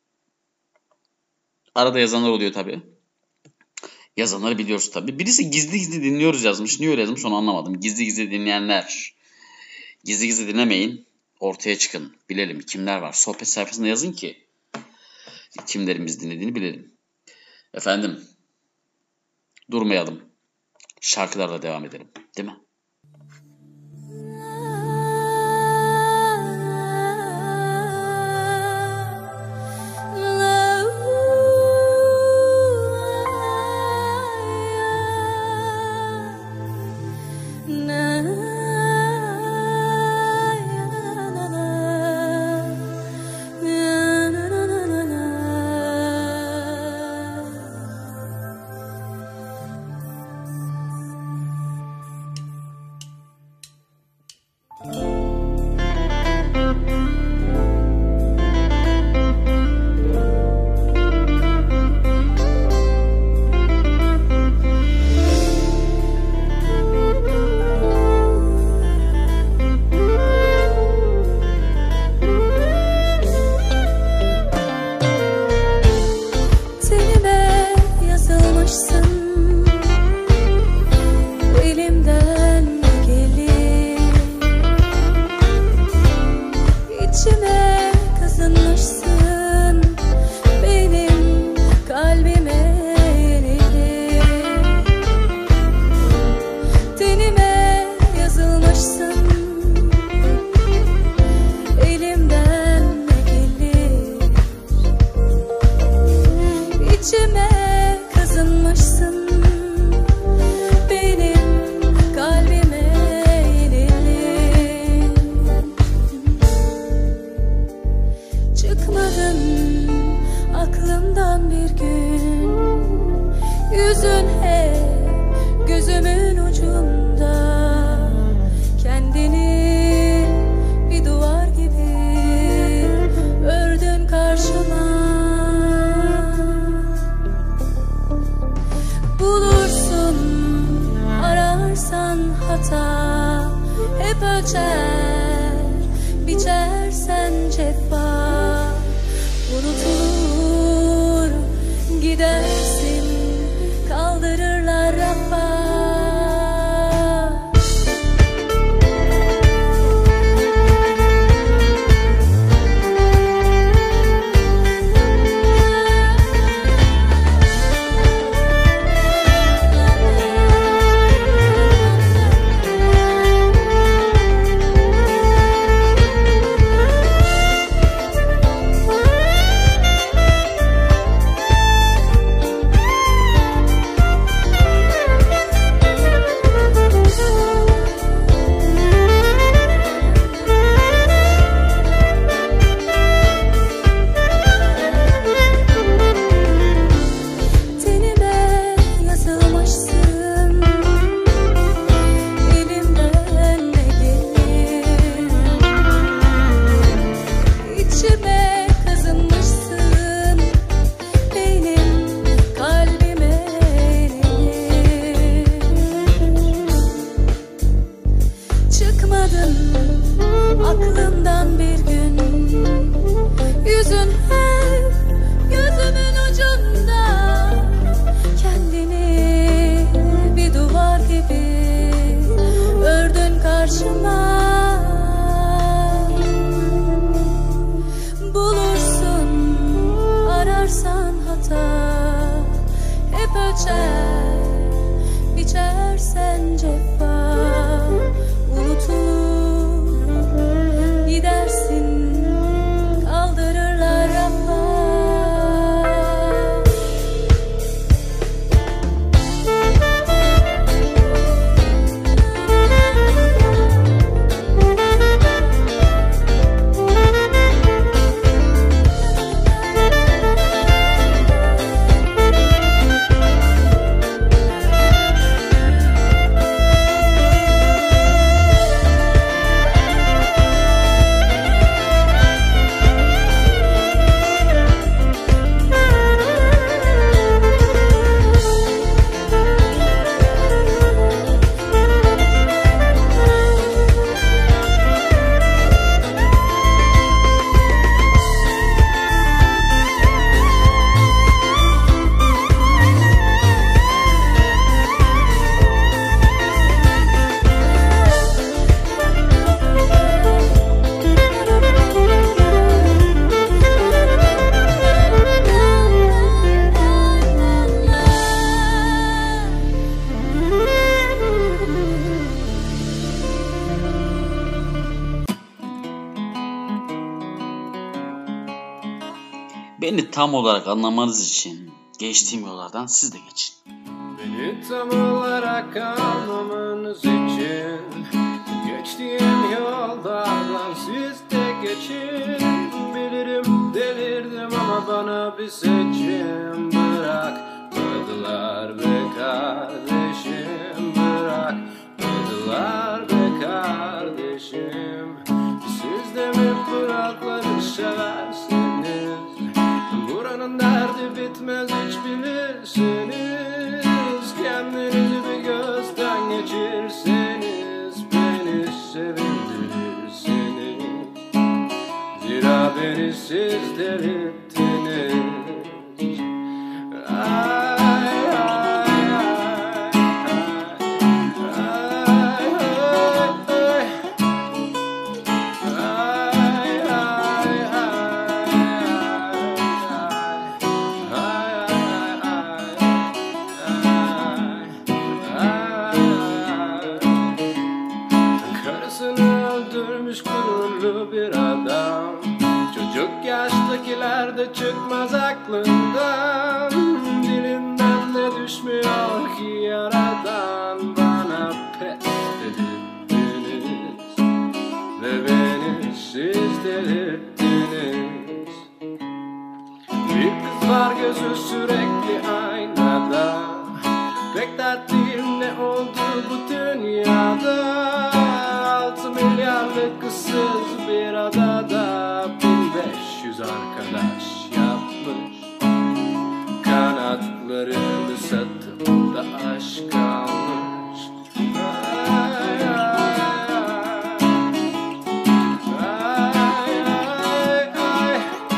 Arada yazanlar oluyor tabi. Yazanları biliyoruz tabi. Birisi gizli gizli dinliyoruz yazmış. Niye öyle yazmış onu anlamadım. Gizli gizli dinleyenler. Gizli gizli dinlemeyin. Ortaya çıkın. Bilelim kimler var. Sohbet sayfasında yazın ki kimlerin biz dinlediğini bilelim. Efendim. Durmayalım. Şarkılarla devam edelim. Değil mi? ardından bir gün yüzün hep gözümün ucunda, kendini bir duvar gibi ördün karşıma. Bulursun ararsan hata, hep ölçer biçersen cefa. Unutulur gidersin, kaldırırlar rafa. Beni tam olarak anlamanız için geçtiğim yollardan siz de geçin. Beni tam olarak anlamanız için geçtiğim yollardan siz de geçin. Bilirim delirdim ama bana bir seçim bırakmadılar be kardeşim, bırakmadılar be kardeşim. Siz de mi bırakları seversiniz? Buranın derdi bitmez hiç bilirsiniz. Kendinizi bir gözden geçirseniz beni sevindirirsiniz. Zira beni siz delirttiniz. De çıkmaz aklından, dilinden de düşmüyor ki yaradan. Bana pes dedirttiniz ve beni siz delirttiniz. Bir kız var gözü sürekli aynada, pek dert değil ne oldu bu dünyada. 6 milyarlık kızsız bir adada 1500 arkadaş yapmış. Kanatlarını satıp da aşk almış. Ay, ay, ay, ay,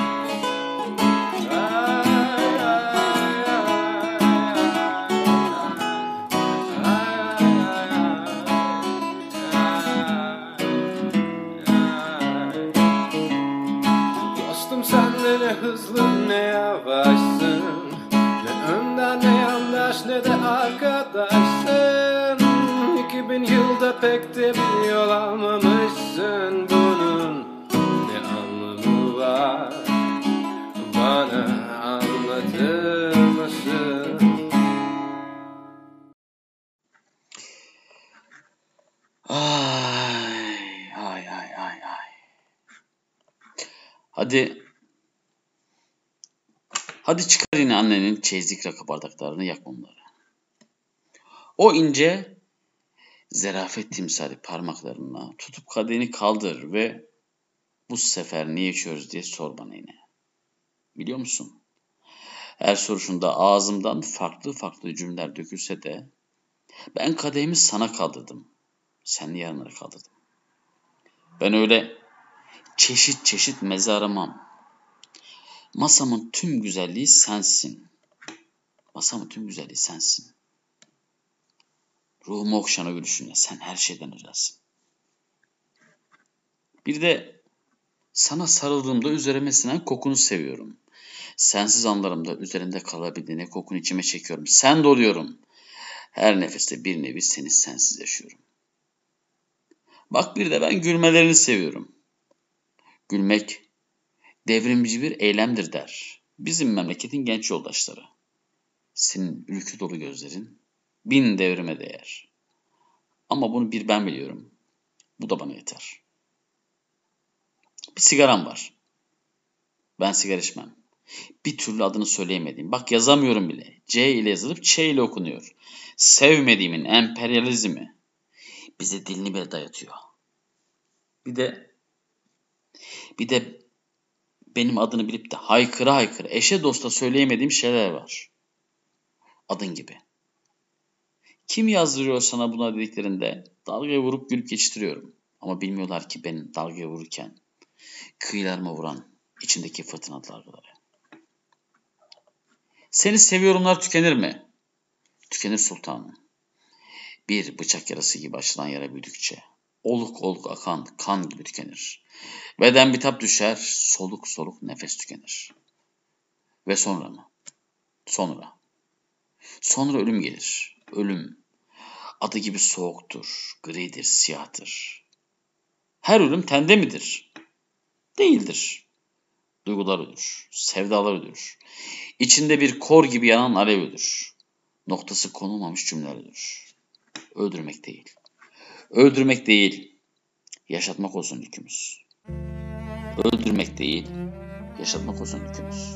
dostum sen de ne hızlı ne yavaşsın, ne önden ne yandaş ne de arkadaşsın. 2000 yılda pek de bir yol almamışsın. Bunun ne anlamı var, bana anlatır mısın? Hadi çıkar yine annenin çeyizlik rakı bardaklarını, yak onları. O ince zerafet timsali parmaklarına tutup kadehini kaldır ve bu sefer niye içiyoruz diye sor bana yine. Biliyor musun? Her soruşunda ağzımdan farklı farklı cümleler dökülse de ben kadehimi sana kaldırdım. Sen yarınlara kaldırdım. Ben öyle Çeşit çeşit meze aramam. Masamın tüm güzelliği sensin. Masamın tüm güzelliği sensin. Ruhumu okşan o gülüşünle. Sen her şeyden özelsin. Bir de sana sarıldığımda üzerime sinen kokunu seviyorum. Sensiz anlarımda üzerinde kalabildiğine kokunu içime çekiyorum. Sen doluyorum. Her nefeste bir nevi seni sensiz yaşıyorum. Bak bir de ben gülmelerini seviyorum. Gülmek devrimci bir eylemdir der bizim memleketin genç yoldaşları. Senin ülkü dolu gözlerin 1000 devrime değer. Ama bunu bir ben biliyorum. Bu da bana yeter. Bir sigaram var. Ben sigara içmem. Bir türlü adını söyleyemediğim. Bak yazamıyorum bile. C ile yazılıp Ç ile okunuyor. Sevmediğimin emperyalizmi bize dilini bile dayatıyor. Bir de benim adını bilip de haykıra haykıra eşe dosta söyleyemediğim şeyler var. Adın gibi. Kim yazdırıyor sana buna dediklerinde dalgaya vurup gülüp geçiştiriyorum. Ama bilmiyorlar ki benim dalgaya vururken kıyılarıma vuran içindeki fırtına dalgaları. Seni seviyorumlar tükenir mi? Tükenir sultanım. Bir bıçak yarası gibi açılan yara büyüdükçe oluk oluk akan kan gibi tükenir. Beden bitap düşer, soluk soluk nefes tükenir. Ve sonra mı? Sonra ölüm gelir. Ölüm adı gibi soğuktur, gridir, siyahtır. Her ölüm tende midir? Değildir. Duygular ölür, sevdalar ölür. İçinde bir kor gibi yanan alev ölür. Noktası konulmamış cümleler ölür. Öldürmek değil. Öldürmek değil. Yaşatmak olsun yükümüz. Öldürmek değil. Yaşatmak olsun yükümüz.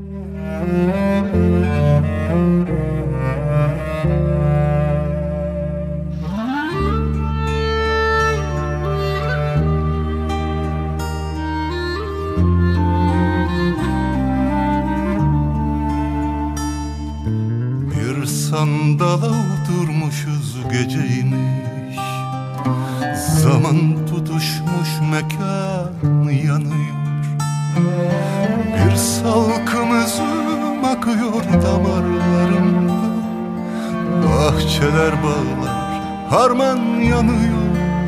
Bir sandala oturmuşuz geceymiş, zaman tutuşmuş, mekan yanıyor. Bir salkım üzüm akıyor damarlarımda. Bahçeler, bağlar, harman yanıyor.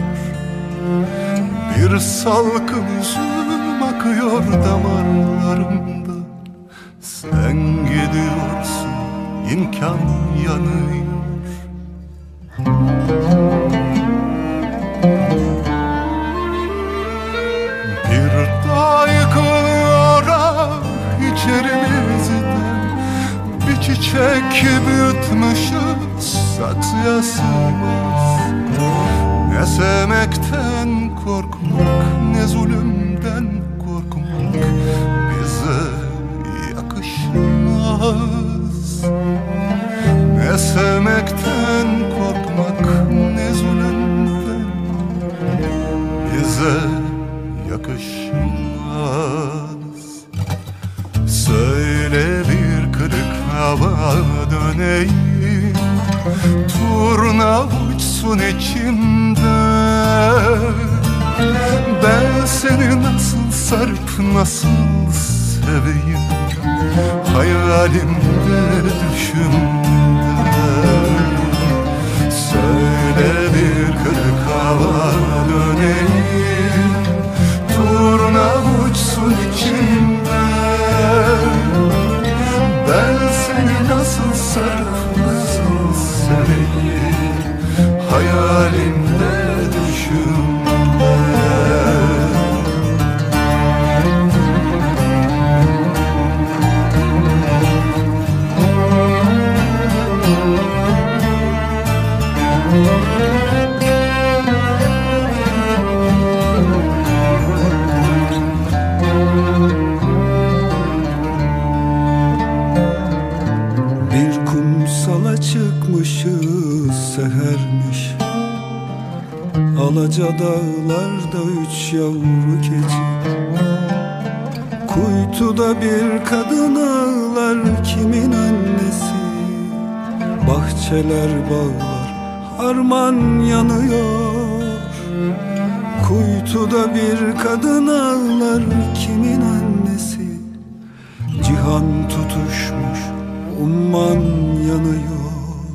Bir salkım üzüm akıyor damarlarımda. Sen gidiyorsun, imkan yanıyor. Bir dağ yıkılıyor içerimizden. Bir çiçek büyütmüşüz, saksıya sığmaz. Ne sevmekten korkmak, ne zulümden korkmak bize yakışmaz. Ne sevmekten korkmak, ne zulümden bize yakışmaz. Söyle bir kırık hava döneyim, turna uçsun içimde. Ben seni nasıl sarıp nasıl seveyim, hayalimde, düşümde. Söyle bir kırık hava döneyim, turna uçsun içimde. Ben seni nasıl sarıp nasıl seveyim, hayalimde, düşümde. Bir kumsala çıkmışız, sehermiş. Alaca dağlarda 3 yavru keçi. Kuytuda bir kadın ağlar, kimin annesi? Bahçeler, bağlar, harman yanıyor. Kuytuda bir kadın ağlar, kimin annesi? Cihan tutuşmuş, umman yanıyor.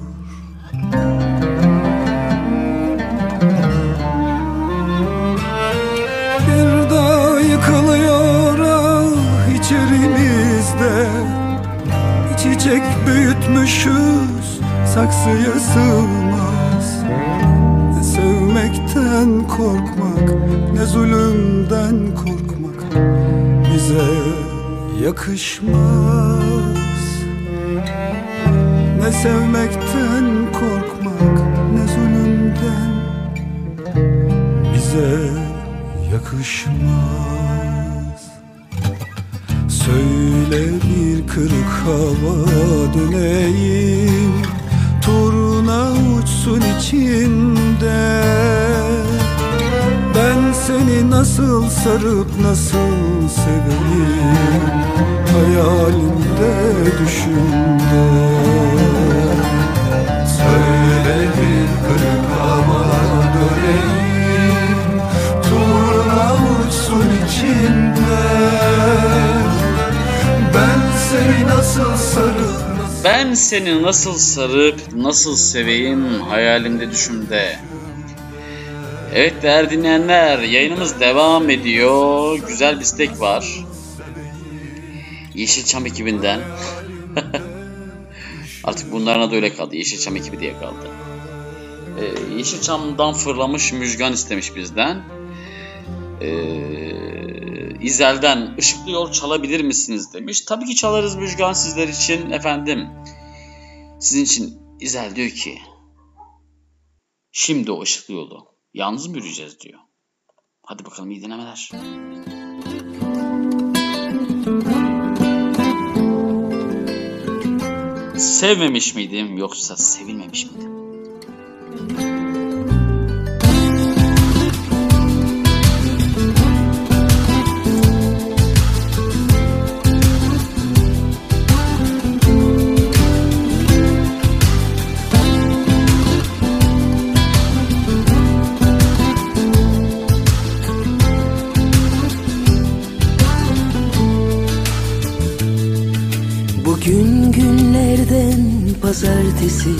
Bir dağ yıkılıyor ah içerimizde. Çiçek büyütmüşüz, saksıya sığmaz. Ne sevmekten korkmak, ne zulümden korkmak bize yakışmaz. Ne sevmekten korkmak, ne zulümden bize yakışmaz. Söyle bir kırık hava döneyim, turna uçsun içinde. Ben seni nasıl sarıp nasıl seveyim, hayalimde düşümde. Söyle bir kırık hava döneyim, turna uçsun içinde. Ben seni nasıl sarıp nasıl seveyim, hayalimde düşümde. Evet değerli dinleyenler, yayınımız devam ediyor. Güzel bir istek var Yeşilçam ekibinden. Artık bunların adı öyle kaldı, Yeşilçam ekibi diye kaldı. Yeşilçam'dan fırlamış Müjgan istemiş bizden. İzel'den Işıklı Yol çalabilir misiniz demiş. Tabii ki çalarız Müjgan sizler için efendim. Sizin için İzel diyor ki, şimdi o ışıklı yolu yalnız mı yürüyeceğiz diyor. Hadi bakalım, iyi dinlemeler. Sevmemiş miydim yoksa sevilmemiş miydim? Bugün günlerden pazartesi,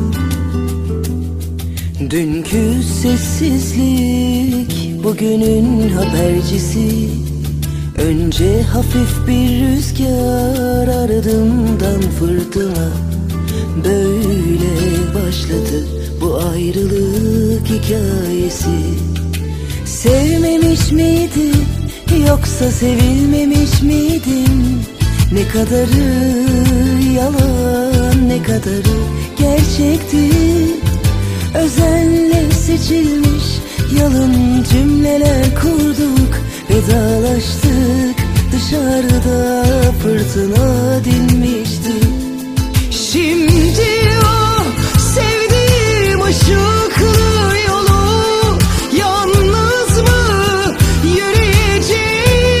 dünkü sessizlik bugünün habercisi. Önce hafif bir rüzgar, ardından fırtına. Böyle başladı bu ayrılık hikayesi. Sevmemiş miydi yoksa sevilmemiş miydim? Ne kadarı yalan, ne kadarı gerçekti. Özenle seçilmiş yalın cümleler kurduk. Vedalaştık, dışarıda fırtına dinmişti. Şimdi o sevdiğim ışıklı yolu yalnız mı yürüyeceğim?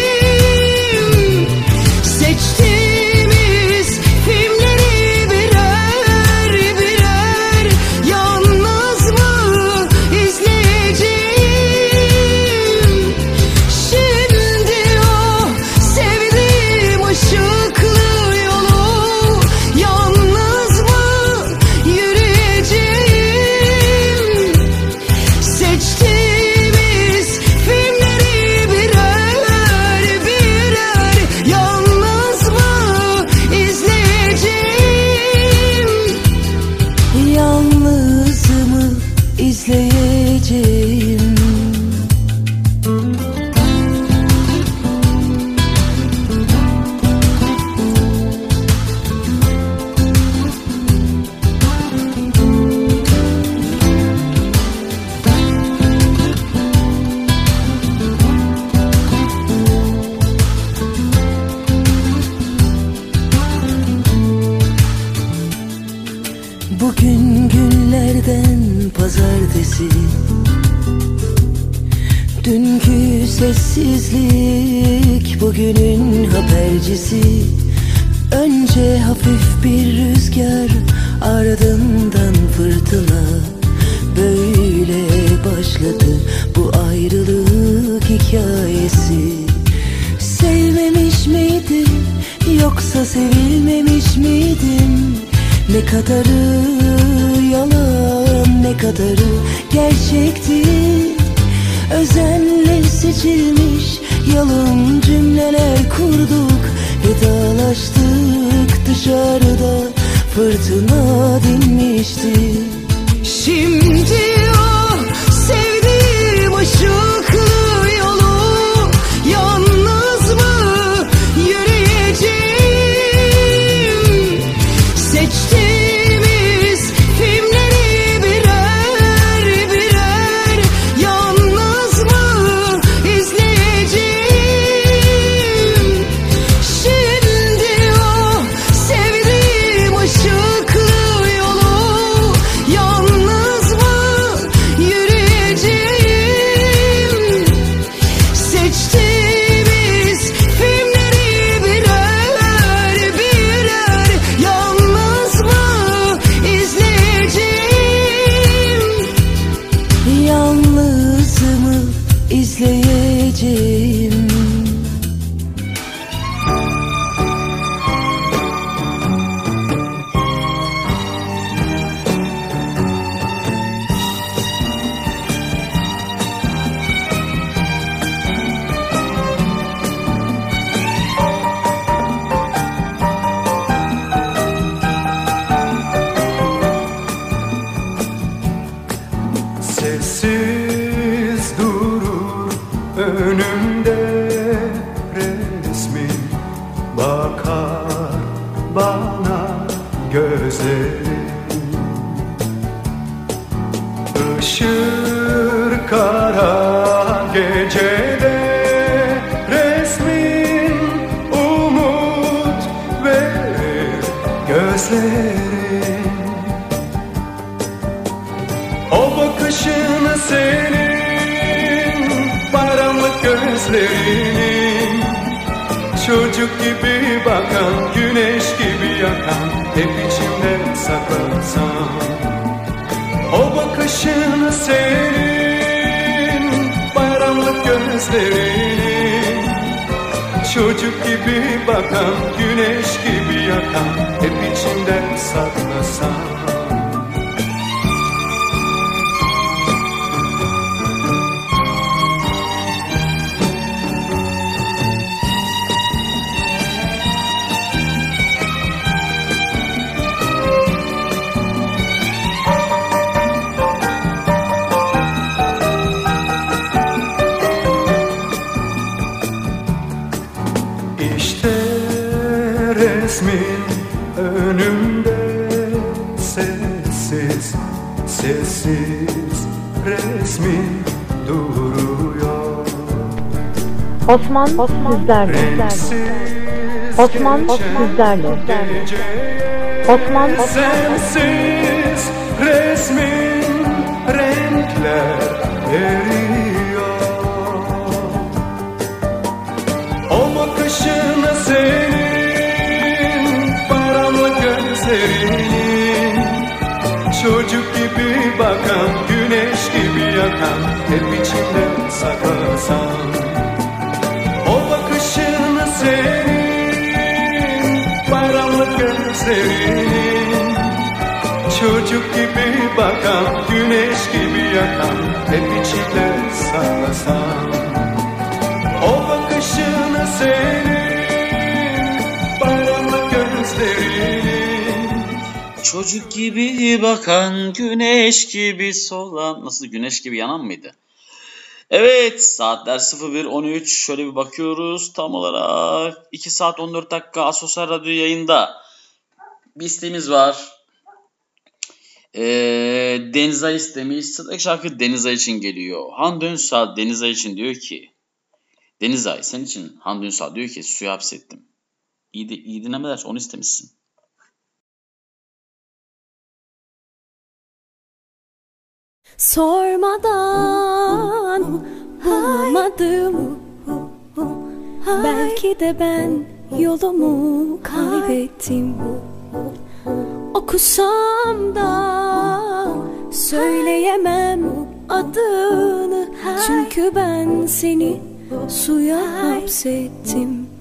Seçtiğimiz filmleri birer birer yalnız mı izleyeceğim? Şimdi o sevdiğim ışıklı yolu yalnız mı yürüyeceğim? Seçtiğimiz filmleri birer birer yalnız mı izleyeceğim? Yalnız mı izleyeceğim? Bugün günlerden pazartesi, dünkü sessizlik bugünün habercisi. Önce hafif bir rüzgar, ardından fırtına. Böyle başladı bu ayrılık kadarı gerçekti. Özenle seçilmiş yalın cümleler kurduk, vedalaştık dışarıda, fırtına dinmişti. Şimdi o sevdiğim ışıklı yolu yalnız mı yürüyeceğim? Seçtiğimiz filmleri birer birer yalnız mı izleyeceğim? Şimdi o sevdiğim ışıklı yolu yalnız mı yürüyeceğim? Seçtiğimiz filmleri birer birer yalnız mı izleyeceğim? Yalnız mı izleyeceğim? Sessiz durur önümde resmin, bakar bana gözlerin. Işır kara gecede resmin, umut verir gözlerin. O bakışını senin, bayramlık gözlerinin, çocuk gibi bakan, güneş gibi yakan, hep içimde saklasam. O bakışını senin, bayramlık gözlerinin, çocuk gibi bakan, güneş gibi yakan, hep içimde saklasam. İşte resmin önümde, sessiz, sessiz resmin duruyor. Osman sizlerle. Osman sizlerle. Osman sensiz resmin renkler veriyor. O bakışını senin, bayramlı gözlerinin, çocuk gibi bakan, güneş gibi yakan, hep içimde saklasam. O bakışını senin, bayramlı gözlerinin, çocuk gibi bakan, güneş gibi yakan, hep içimde saklasam. O bakışını senin, bayramlı gözlerinin, Çocuk gibi bakan, güneş gibi solan. Nasıl, güneş gibi yanan mıydı? Evet, saatler 01.13. Şöyle bir bakıyoruz. Tam olarak 2 saat 14 dakika Asosyal Radyo yayında. Bir isteğimiz var. Denizay istemiş. Sıradaki şarkı Denizay için geliyor. Hande Ünsal Denizay için diyor ki, Denizay senin için, Hande Ünsal diyor ki, suya hapsettim. İyi dinlemeler, onu istemişsin. Sormadan bulmadım, belki de ben yolumu kaybettim. Okusam da söyleyemem adını, çünkü ben seni suya hapsettim.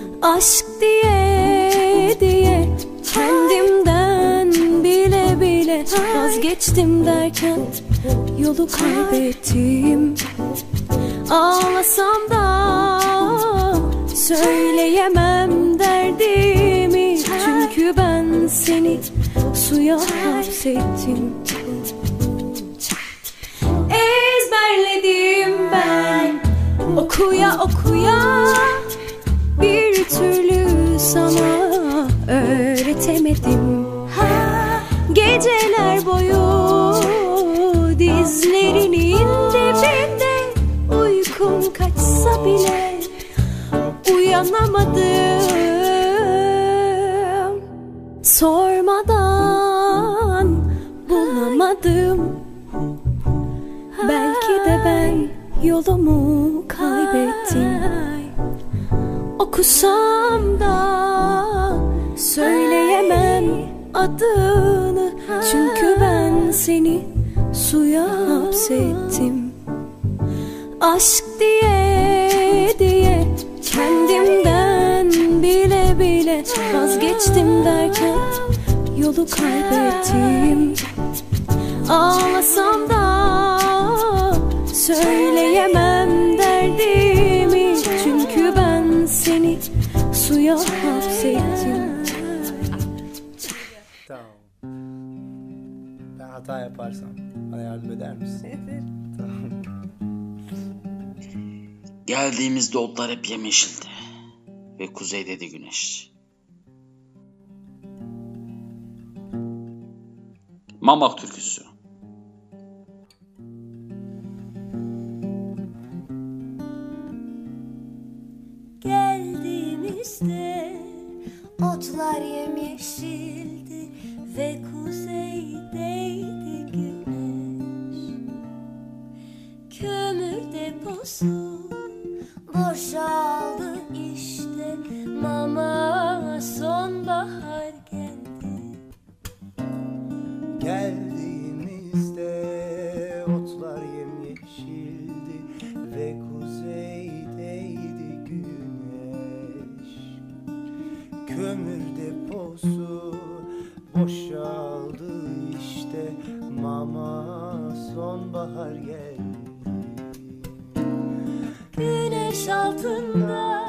Aşk diye diye kendimden bile bile bile vazgeçtim derken yolu kaybettim. Ağlasam da söyleyemem derdimi, çünkü ben seni suya hapsettim. Ezberledim ben okuya okuya, bir türlü sana öğretemedim. Geceler boyu dizlerinin dibinde, uykum kaçsa bile uyanamadım. Sormadan bulamadım. Belki de ben yolumu kaybettim. Okusam da söyleyemem adını, çünkü ben seni suya hapsettim. Aşk diye diye kendimden bile bile vazgeçtim derken yolu kaybettim. Ağlasam da söyleyemem derdimi, çünkü ben seni suya hapsettim. Tamam. Ben hata yaparsam bana yardım eder misin? Tamam. Geldiğimizde otlar hep yemyeşildi ve kuzeydeydi güneş. Mamak türküsü. Geldiğimizde otlar yemyeşildi ve kuzeydeydi güneş. Kömür deposu boşaldı işte, mama sonbahar geldi. Geldiğimizde otlar yemyeşildi ve kuzeydeydi güneş. Kömür deposu boşaldı işte, mama sonbahar geldi. Güneş altında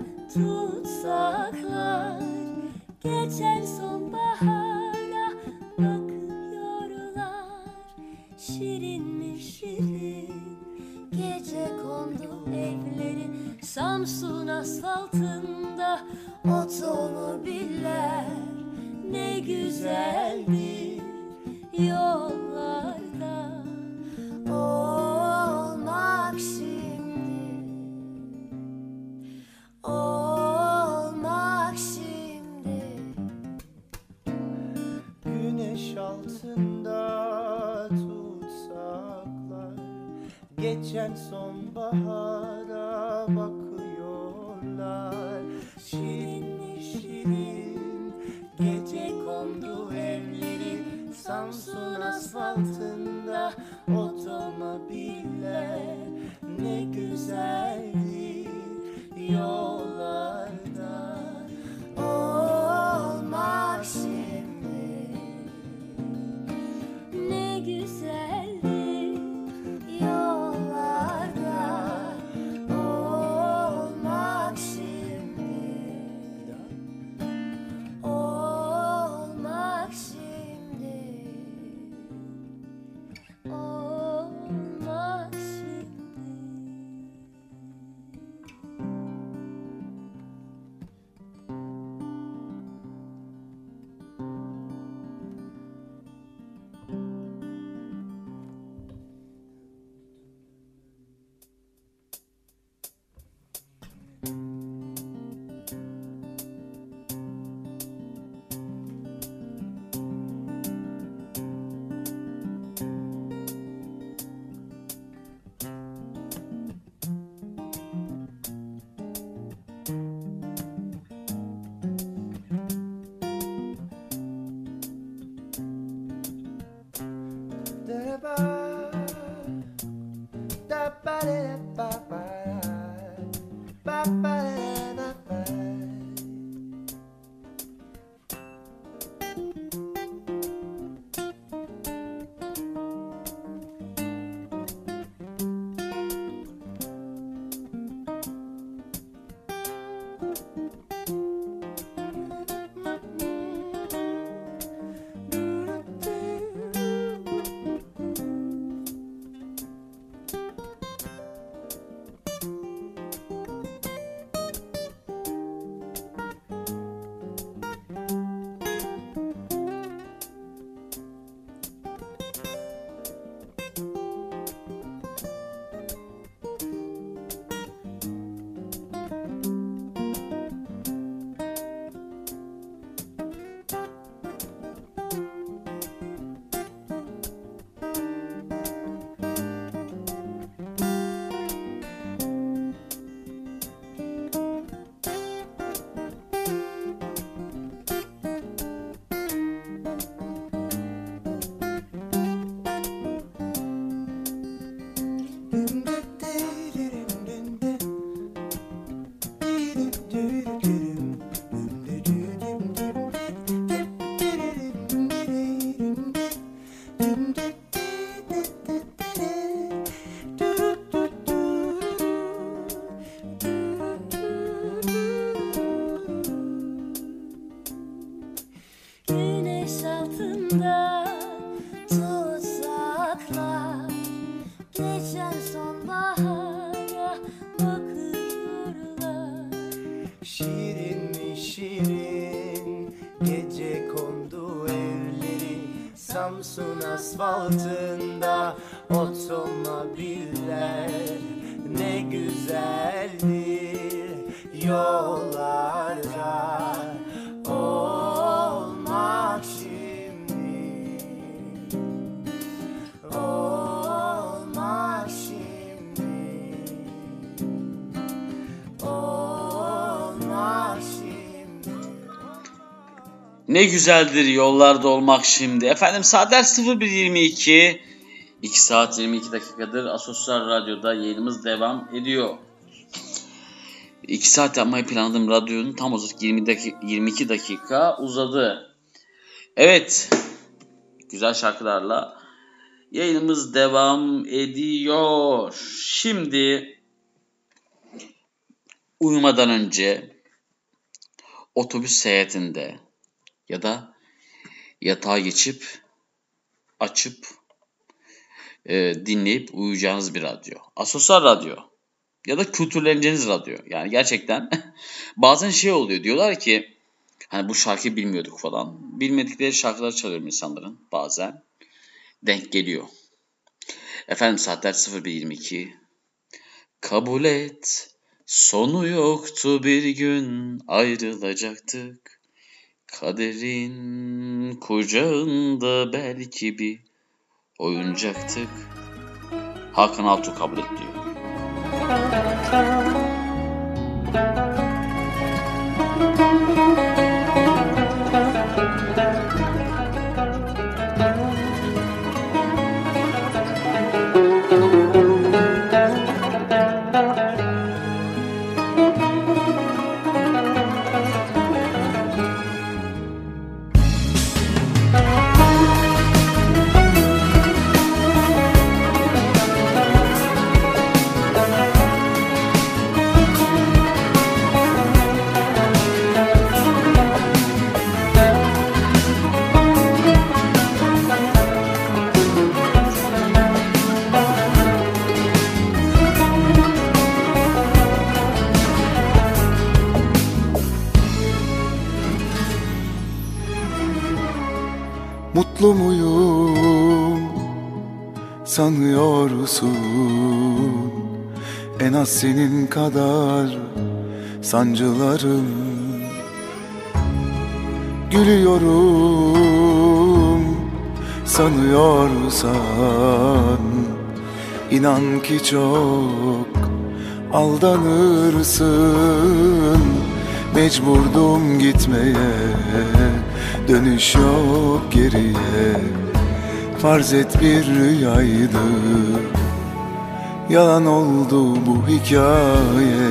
tutsaklar geçen sonbahara bakıyorlar. Şirin mi şirin gece kondu evlerin, Samsun asfaltında otomobiller ne güzeldi yollarda. Olmak şimdi, olmak şimdi. Güneş altında tutsaklar geçen sonbahara bakıyorlar. Şirin mi şirin gece kondu evlerin, Samsun asfaltında otomobiller ne güzeldi yollarda. Olmak şimdi, Ne güzeldi yollarda. Olmak şimdi, olmak şimdi, olmak şimdi. Güneş altında tutsaklar geçen sonbahara bakıyorlar. Şirin mi şirin gece kondu evleri, Samsun asfaltında otomobiller. Ne güzeldir yollarda olmak şimdi, olmak şimdi, olmak şimdi. Ne güzeldir yollarda olmak şimdi. Efendim saatler 01.22. 2 saat 22 dakikadır Asosyal Radyo'da yayınımız devam ediyor. 2 saat yapmayı planladığım radyonun tam olarak 22 dakika uzadı. Evet, güzel şarkılarla yayınımız devam ediyor. Şimdi uyumadan önce otobüs seyahatinde ya da yatağa geçip açıp dinleyip uyuyacağınız bir radyo. Asosyal Radyo ya da kültürleneceğiniz radyo. Yani gerçekten bazen şey oluyor, diyorlar ki hani bu şarkıyı bilmiyorduk falan. Bilmedikleri şarkılar çalıyorum insanların, bazen denk geliyor. Efendim saatler 01.22. Kabul et, sonu yoktu, bir gün ayrılacaktık. Kaderin kucağında belki bir oyuncaktık. Hakan Altuğ kabul et diyor. Mutlu muyum sanıyorsun? En az senin kadar sancılarım. Gülüyorum sanıyorsan, İnan ki çok aldanırsın. Mecburdum gitmeye, dönüş yok geriye. Farz et bir rüyaydı, yalan oldu bu hikaye.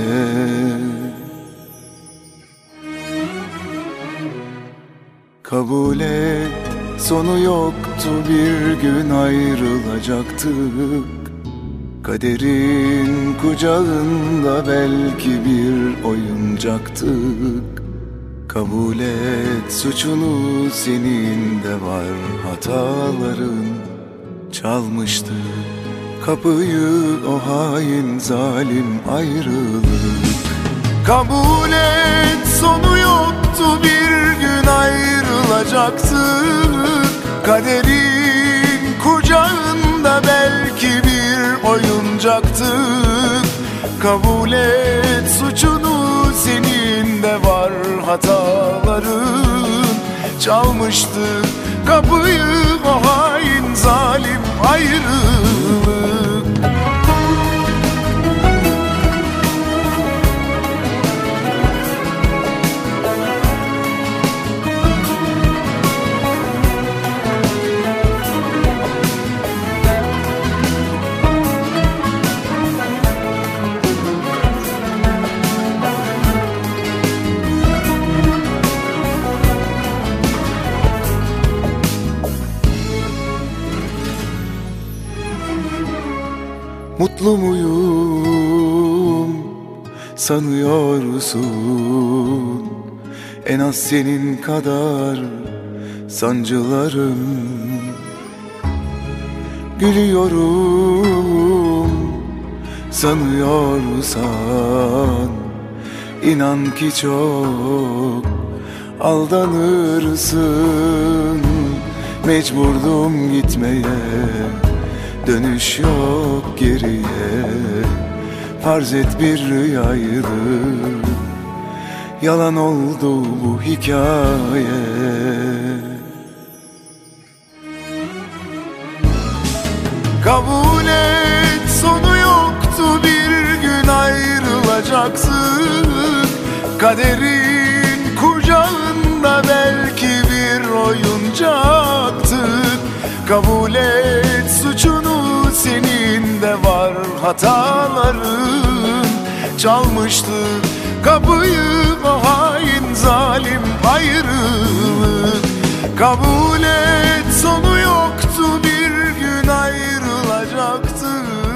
Kabul et, sonu yoktu, bir gün ayrılacaktık. Kaderin kucağında belki bir oyuncaktık. Kabul et, suçunu senin de var, hataların. Çalmıştı kapıyı o hain zalim ayrılık. Kabul et, sonu yoktu, bir gün ayrılacaktık. Kaderin kucağında belki bir oyuncaktık. Kabul et, suçunu senin de var, hataların. Çalmıştı kapıyı o hain zalim ayrılık. Mutlu muyum sanıyorsun? En az senin kadar sancılarım. Gülüyorum sanıyorsan, İnan ki çok aldanırsın. Mecburdum gitmeye, dönüş yok geriye. Farz et bir rüyaydı, yalan oldu bu hikaye. Kabul et, sonu yoktu, bir gün ayrılacaksın. Kaderin kucağında belki bir oyuncaktık. Kabul et suçunu, senin de var hataların. Çalmıştı kapıyı o hain zalim ayrılık. Kabul et, sonu yoktu, bir gün ayrılacaktık.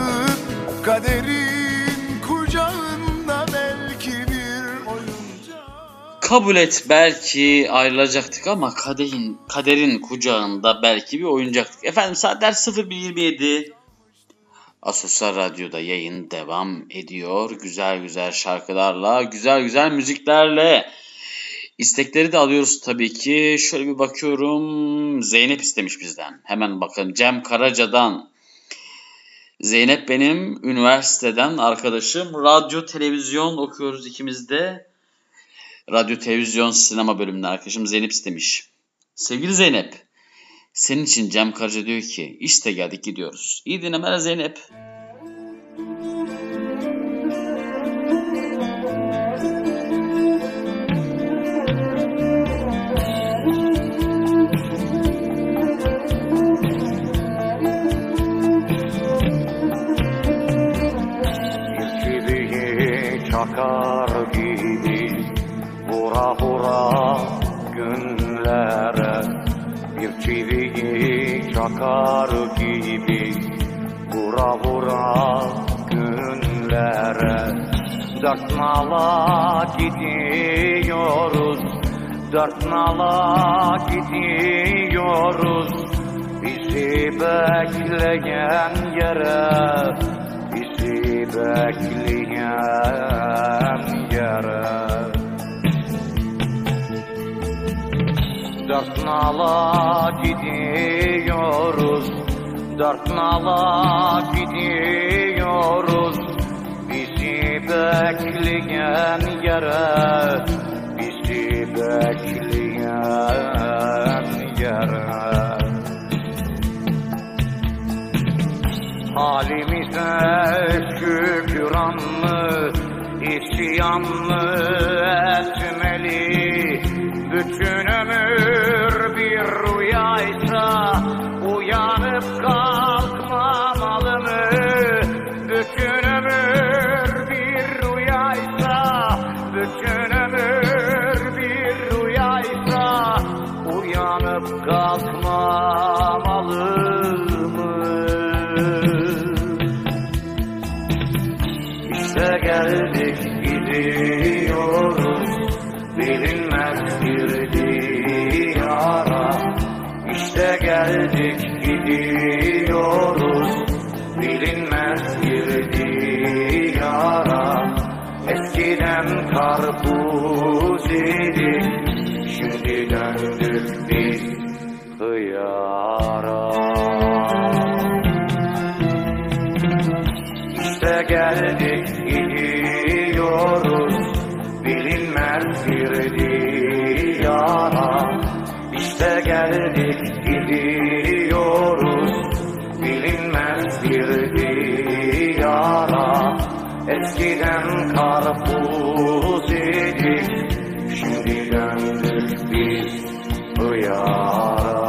Kaderin kucağında belki bir oyuncak. Kabul et, belki ayrılacaktık ama kaderin kucağında belki bir oyuncaktık. Efendim saatler 01.27. Asosyal Radyo'da yayın devam ediyor. Güzel güzel şarkılarla, güzel güzel müziklerle. İstekleri de alıyoruz tabii ki. Şöyle bir bakıyorum. Zeynep istemiş bizden. Hemen bakalım. Cem Karaca'dan. Zeynep benim üniversiteden arkadaşım. Radyo, televizyon okuyoruz ikimiz de. Radyo, televizyon, sinema bölümünde arkadaşım Zeynep istemiş. Sevgili Zeynep, senin için Cem Karaca diyor ki işte geldik gidiyoruz. İyi dinlemeler Zeynep. Çakar gibi vura vura günlere, bir çiviyi çakar gibi vura vura günlere. Dört nala gidiyoruz, dört nala gidiyoruz, bizi bekleyen yere, bizi bekleyen yere. Dört nala gidiyoruz, dört nala gidiyoruz, bizi bekleyen yere, bizi bekleyen yere. Halimize şükran mı, isyan mı etmeli? Bütün ömür bir rüyaysa uyanıp kalkmamalı mı? Bütün ömür bir rüyaysa, bütün ömür bir rüyaysa uyanıp kalkmamalı mı? İşte geldik gidiyoruz, bilinmez bir diyara. İşte geldik gidiyoruz, bilinmez bir diyara. Eskiden karpuz idik, şimdi döndük biz hıyara. İşte geldik gidiyoruz, bilinmez bir diyara. İşte geldik gidiyoruz, bilinmez bir diyara. Eskiden karpuz idik, şimdi döndük biz hıyara.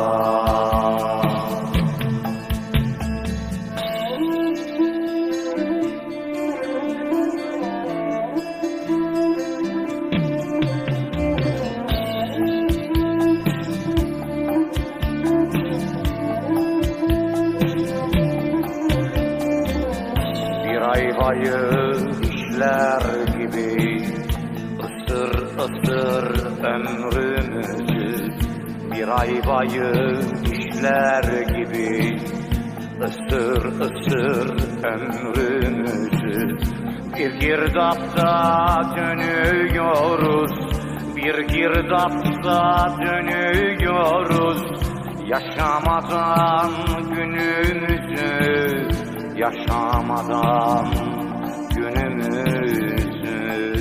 ayvayı işler gibi. Isır ısır ömrümüzü, bir ayvayı işler gibi. Isır ısır ömrümüzü, bir girdapta dönüyoruz, bir girdapta dönüyoruz. Yaşamadan günümüzü, yaşamadan günümüzü.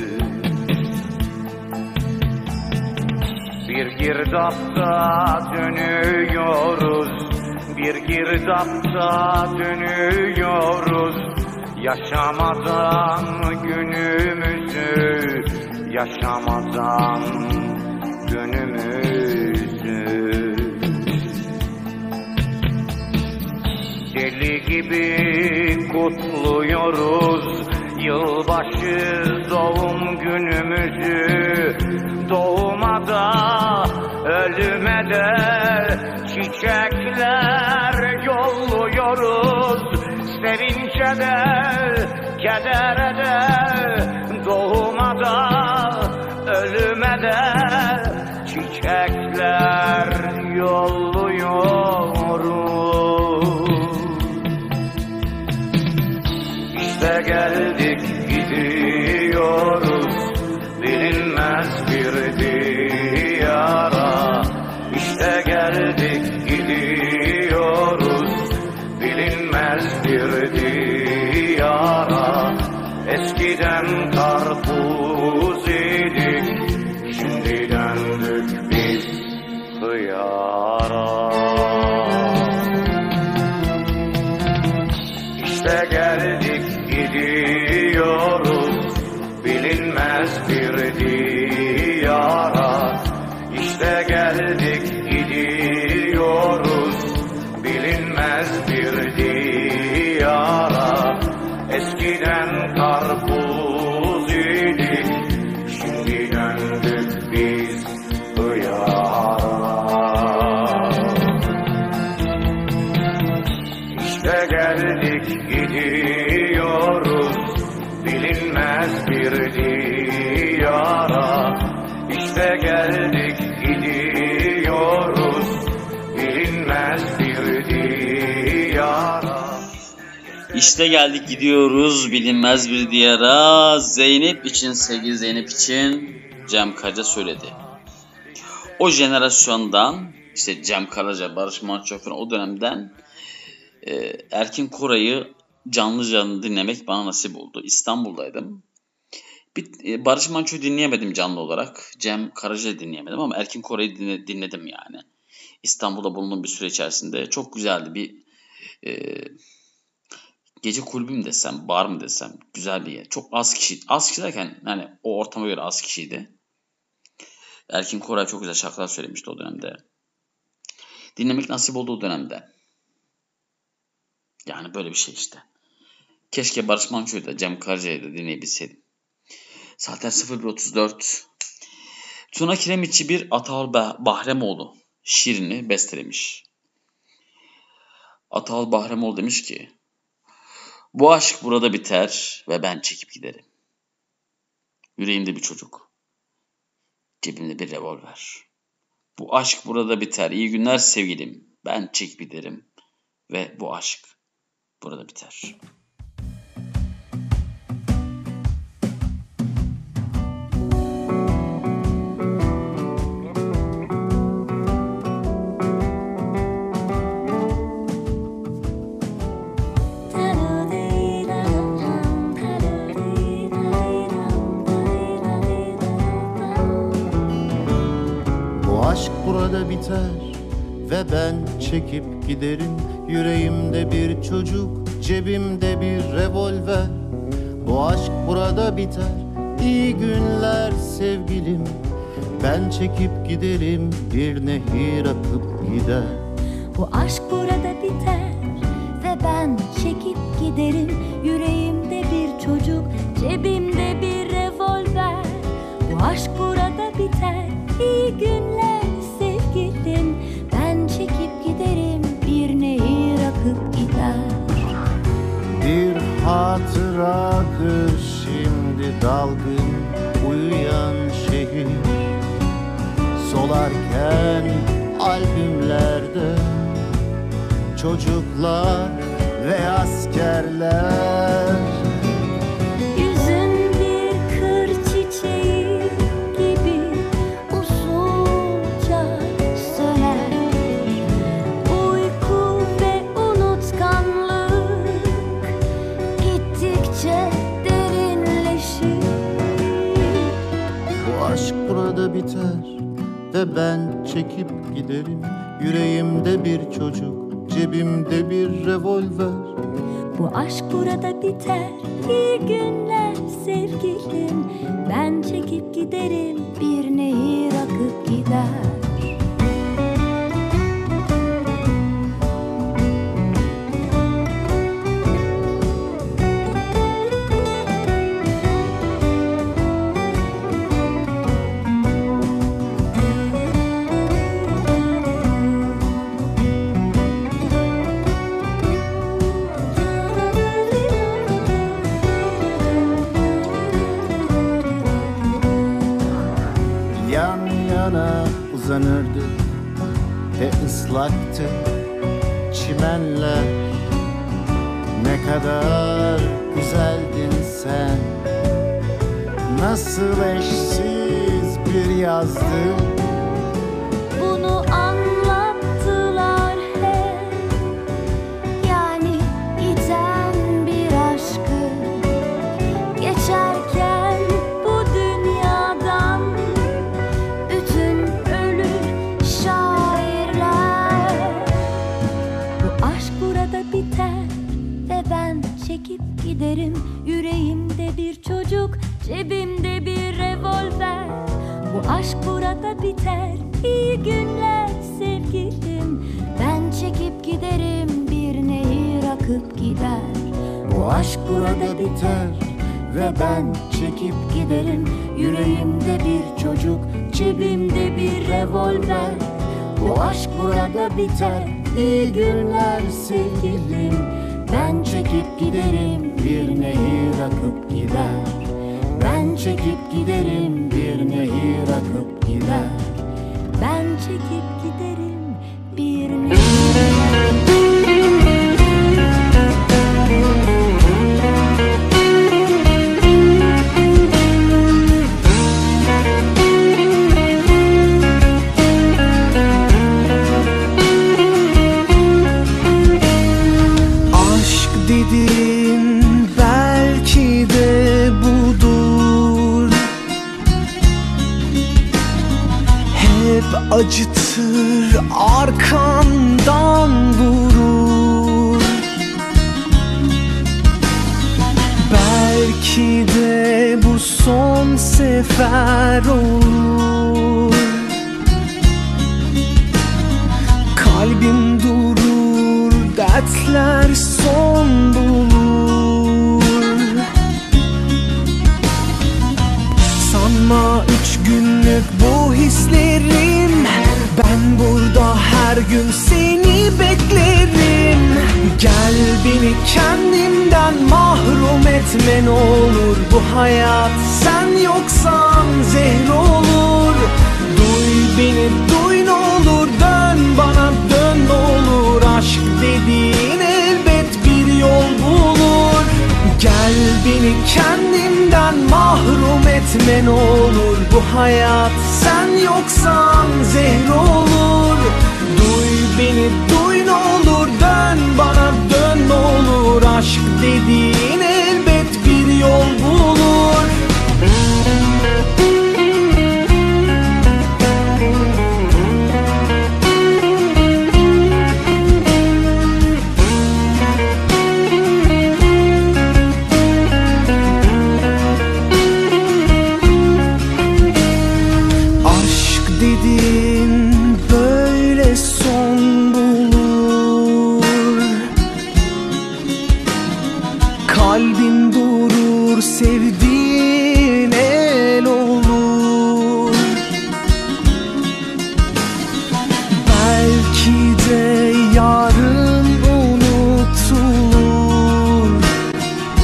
Bir girdapta dönüyoruz, bir girdapta dönüyoruz. Yaşamadan günümüzü, yaşamadan günümüzü. Deli gibi kutluyoruz yılbaşı doğum günümüzü. Doğuma da ölüme de çiçekler yolluyoruz. Sevince de kedere de, doğuma da ölüme de çiçekler yolluyoruz. İşte geldik gidiyoruz bilinmez bir diyara. İşte geldik gidiyoruz bilinmez bir diyara. Eskiden karpuz idik, şimdi döndük biz hıyara. İşte geldik gidiyoruz bilinmez bir diyara. İşte geldik gidiyoruz bilinmez bir diyara. Eskiden karpuz idik, şimdi döndük biz hıyara. İşte geldik gidiyoruz bilinmez bir diyara. İşte geldik gidiyoruz bilinmez bir diyara. İşte geldik gidiyoruz bilinmez bir diyara. Zeynep için, sevgili Zeynep için Cem Karaca söyledi. O jenerasyondan işte Cem Karaca, Barış Manço falan, o dönemden Erkin Koray'ı canlı dinlemek bana nasip oldu. İstanbul'daydım. Barış Manço'yu dinleyemedim canlı olarak. Cem Karaca'yı dinleyemedim ama Erkin Koray'ı dinledim yani. İstanbul'da bulunduğum bir süre içerisinde. Çok güzeldi bir gece kulübü mü desem, bar mı desem, güzel bir yer. Çok az kişi. Az kişi derken yani o ortama göre az kişiydi. Erkin Koray çok güzel şarkılar söylemişti o dönemde. Dinlemek nasip oldu o dönemde. Yani böyle bir şey işte. Keşke Barış Manço'yu da Cem Karaca'yı da dinleyebilseydim. Saatler 01.34. Tuna Kiremitçi bir Ataol Bahremoğlu şiirini bestelemiş. Ataol Bahremoğlu demiş ki: bu aşk burada biter ve ben çekip giderim. Yüreğimde bir çocuk, cebimde bir revolver. Bu aşk burada biter. İyi günler sevgilim. Ben çekip giderim ve bu aşk burada biter. Aşk burada biter ve ben çekip giderim. Yüreğimde bir çocuk, cebimde bir revolver. Bu aşk burada biter. İyi günler sevgilim. Ben çekip giderim, bir nehir akıp gider. Bu aşk burada biter ve ben çekip giderim. Yüreğimde bir çocuk, cebimde bir revolver. Bu aşk burada biter. İyi günler sevgilim. Ben çekip giderim, bir nehir akıp gider. Bir hatıradır şimdi dalgın uyuyan şehir. Solarken albümlerde çocuklar ve askerler. Yüzün bir kır çiçeği gibi usulca söner. Uyku ve unutkanlık gittikçe derinleşir. Bu aşk burada biter ve ben çekip giderim. Yüreğimde bir çocuk, cebimde bir revolver. Bu aşk burada biter. İyi günler sevgilim. Ben çekip giderim. Bir nehir akıp gider. Yan yana uzanırdık ve ıslaktı çimenler. Ne kadar güzeldin sen, nasıl eşsiz bir yazdı. Bunu anlattılar hep. Yani iten bir aşkı geçerken bu dünyadan bütün ölür şairler. Bu aşk burada biter ve ben çekip giderim. Yüreğimde bir çocuk, cebimde bir revolver. Bu aşk burada biter. İyi günler sevgilim. Ben çekip giderim. Bir nehir akıp gider. Bu aşk burada biter ve ben çekip giderim. Yüreğimde bir çocuk, cebimde bir revolver. Bu aşk burada biter. İyi günler sevgilim. Ben çekip giderim. Bir nehir akıp gider. Ben çekip giderim. Bir nehir akıp gider. Ben çekip giderim. Bir nehir Aşk dediğin belki de budur. Hep acıtır, arkandan vurur. Belki de bu son sefer olur. Kalbim durur, dertler son bulur. Sanma 3 günlük bu hislerim. Ben burada her gün seni beklerim. Gel beni kendimden mahrum etme ne olur. Bu hayat sen yoksan zehir olur. Duy beni duy ne olur. Dön bana dön ne olur. Aşk dediğin elbet bir yol bulur. Gel beni kendimden mahrum etme ne olur. Bu hayat sen yoksan zehir olur. Duy beni duy ne olur. Dön bana dön ne olur. Aşk dediğin elbet bir yol bulur. Aşk dediğin böyle son bulur. Kalbin durur, sevdiğin el olur. Belki de yarın unutulur.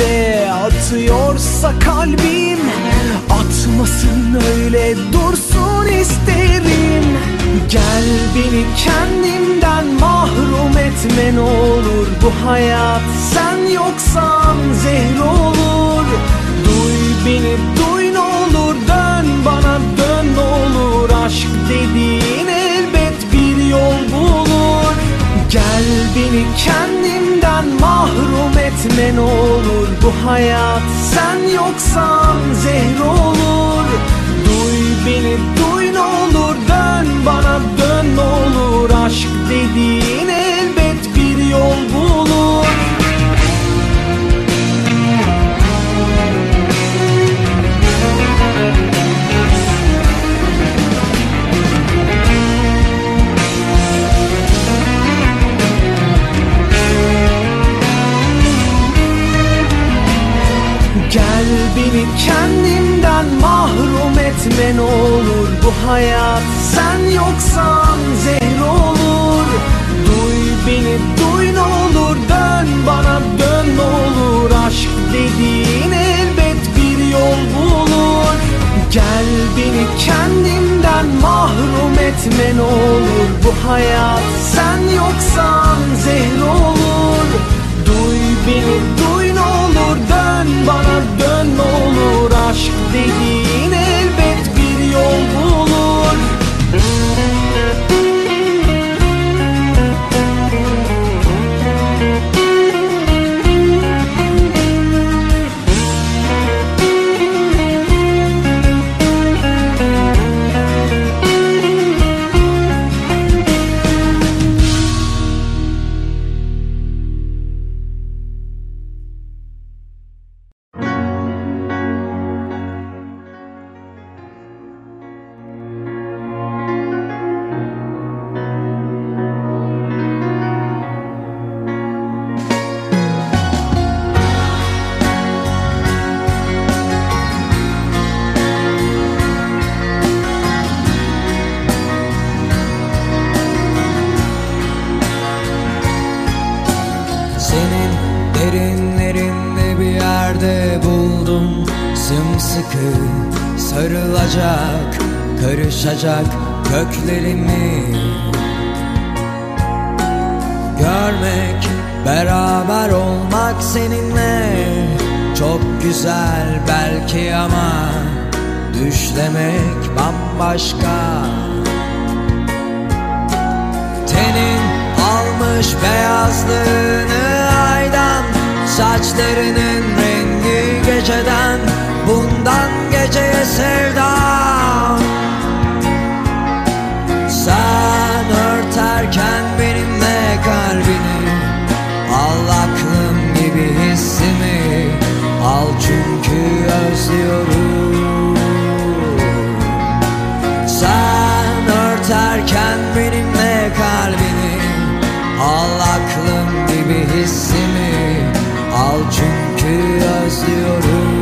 yere atıyorsa kalbim, atmasın öyle dursun isterim. Gel beni kendimden mahrum etme ne olur, bu hayat sen yoksan zehir olur. Duy beni duy ne olur, dön bana dön ne olur, aşk dediğin elbet bir yol bulur. Gel beni kendimden mahrum etme ne olur, bu hayat sen yoksan zehir olur. Duy beni duy ne olur, dön bana dön ne olur, aşk dediğin elbet bir yol bulur. Gel beni kendimden mahrum etme ne olur, bu hayat sen yoksan zehir olur. Duy beni duy ne olur, dön bana dön ne olur, aşk dediğin elbet bir yol bulur. Gel beni kendimden mahrum etme ne olur, bu hayat sen yoksan zehir olur. Duy beni duy ne olur, dön bana dön ne olur, aşk dediğin elbet bir yol bulur. Sımsıkı sarılacak, karışacak köklerimi görmek, beraber olmak seninle çok güzel belki ama düşlemek bambaşka. Tenin almış beyazlığını aydan, saçlarının rengi geceden, bundan geceye sevdam. Sen örterken benimle kalbini, al aklım gibi hissimi, al çünkü özlüyorum. Sen örterken benimle kalbini, al aklım gibi hissimi, al çünkü özlüyorum.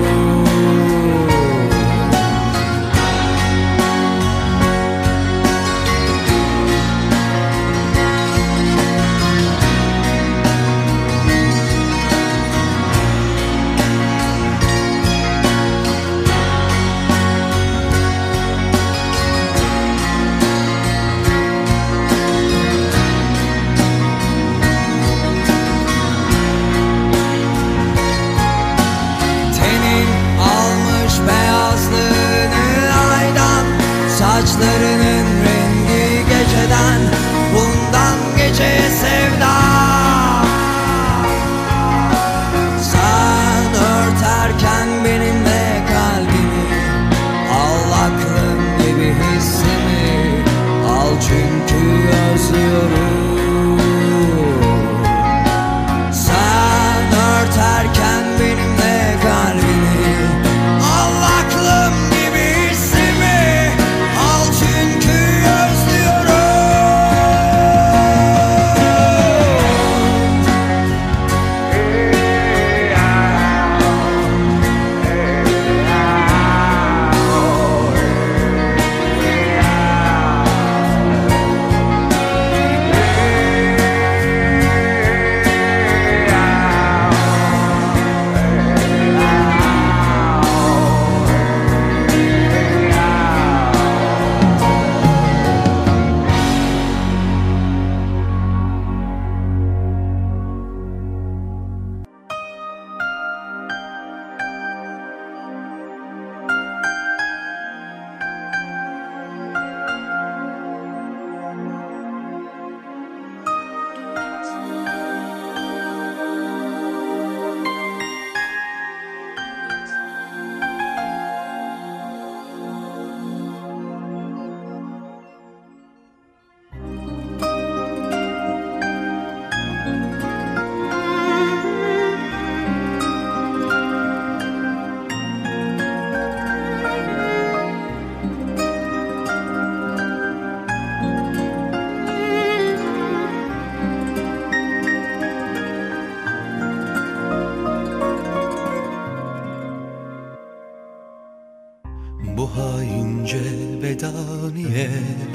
haince veda niye?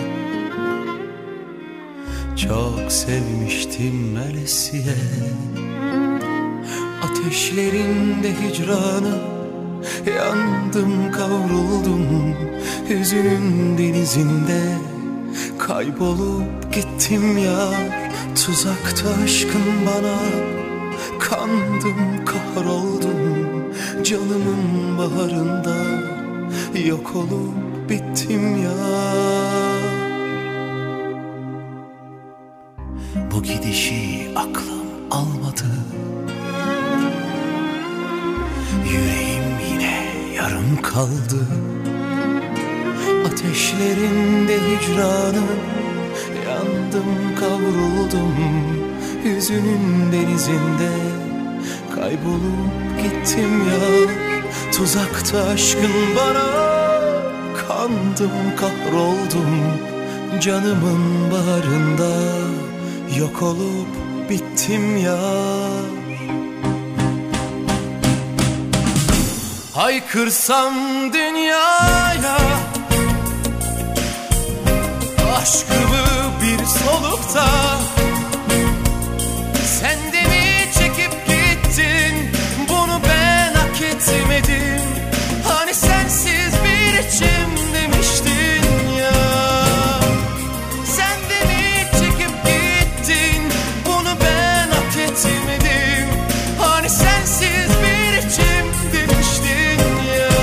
Çok sevmiştim öylesiye. Ateşlerinde hicranı, yandım kavruldum. Hüzünün denizinde kaybolup gittim yar. Tuzakta aşkın bana, kandım kahroldum. Canımın baharında yok olup bittim yar. Bu gidişi aklım almadı. Yüreğim yine yarım kaldı. Ateşlerinde hicranı, yandım kavruldum. Hüzünün denizinde kaybolup gittim ya. Tuzakta aşkın bana, kandım kahroldum. Canımın baharında yok olup bittim ya. Haykırsam dünyaya aşkımı bir solukta, sen de mi çekip gittin? Bunu ben hak etmedim. Hani sensiz bir içim demiştin ya. Sen de mi çekip gittin? Bunu ben hak etmedim. Hani sensiz bir içim demiştin ya.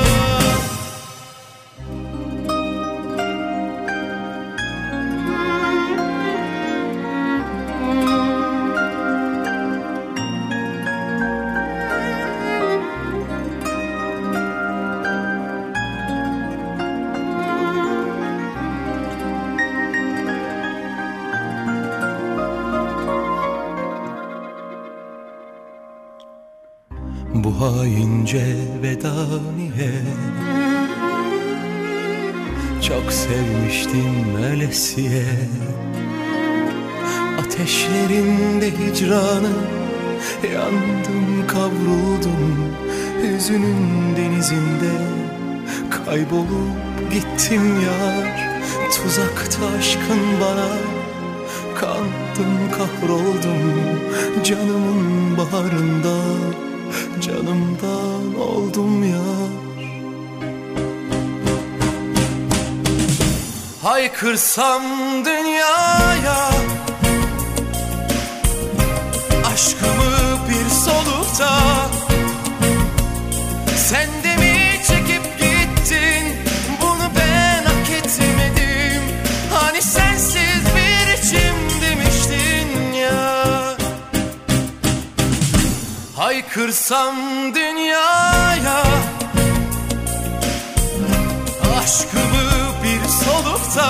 Bu haince veda niye? Çok sevmiştim öylesiye. Ateşlerinde hicranı, yandım kavruldum. Hüzünün denizinde kaybolup gittim yar. Tuzakta aşkın bana, kandım kahroldum. Canımın baharında canımdan oldum yar. Haykırsam dünyaya aşkımı bir solukta, sen de mi çekip gittin? Bunu ben hak etmedim. Hani sensiz bir içim demiştin ya. Haykırsam dünyaya aşkımı bir solukta,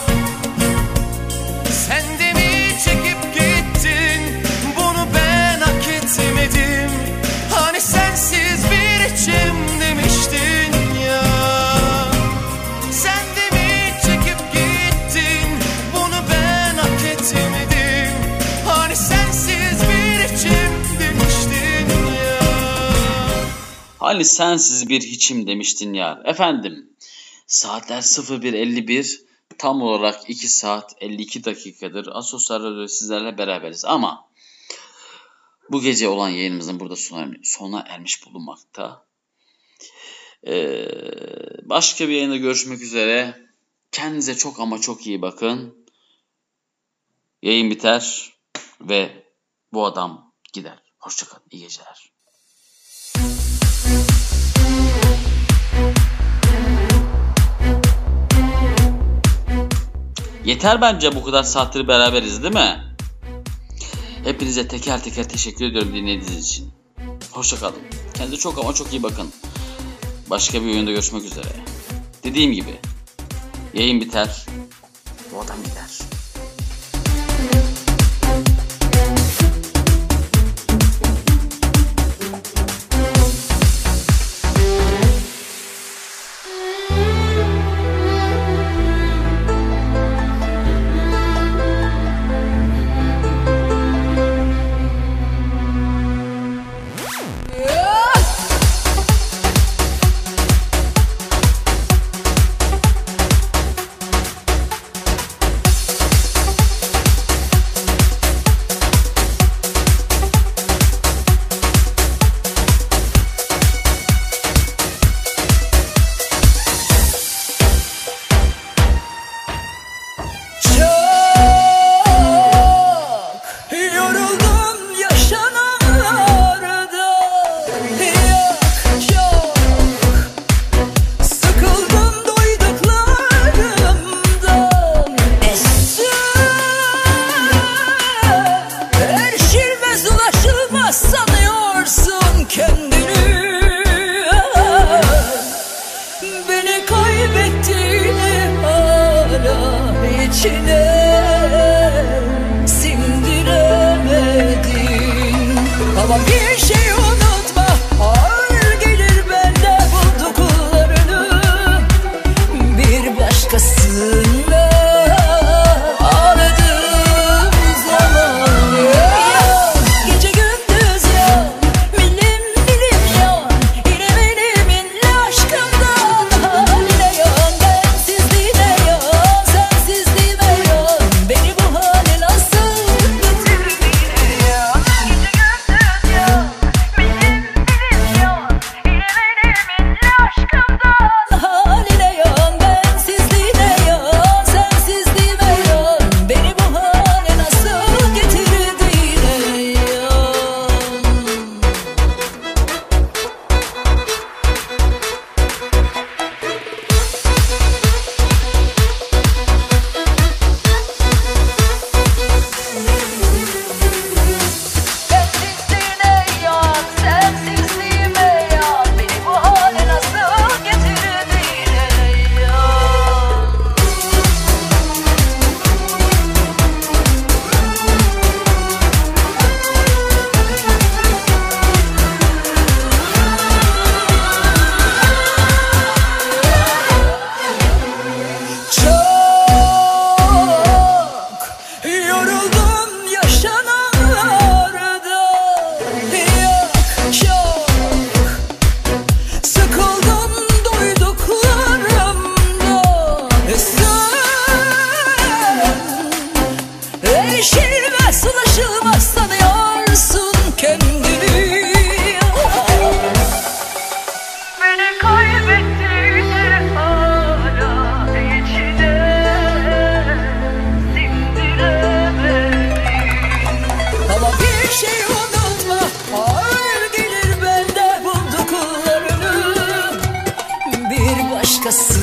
sen de mi çekip gittin? Bunu ben hak etmedim. Hani sensiz bir içim demiştin ya. Sen de mi çekip gittin? Bunu ben hak etmedim. Hani sensiz bir içim demiştin ya. Hani sensiz bir hiçim demiştin yar. Efendim, saatler 01.51, tam olarak 2 saat 52 dakikadır Asosyal Radyo'da sizlerle beraberiz. Ama bu gece olan yayınımızın burada sona ermiş bulunmakta. Başka bir yayında görüşmek üzere. Kendinize çok ama çok iyi bakın. Yayın biter ve bu adam gider. Hoşçakalın, iyi geceler. Yeter bence bu kadar saattir beraberiz, değil mi? Hepinize teker teker teşekkür ediyorum dinlediğiniz için. Hoşçakalın. Kendinize çok ama çok iyi bakın. Başka bir oyunda görüşmek üzere. Dediğim gibi yayın biter, bu adam gider.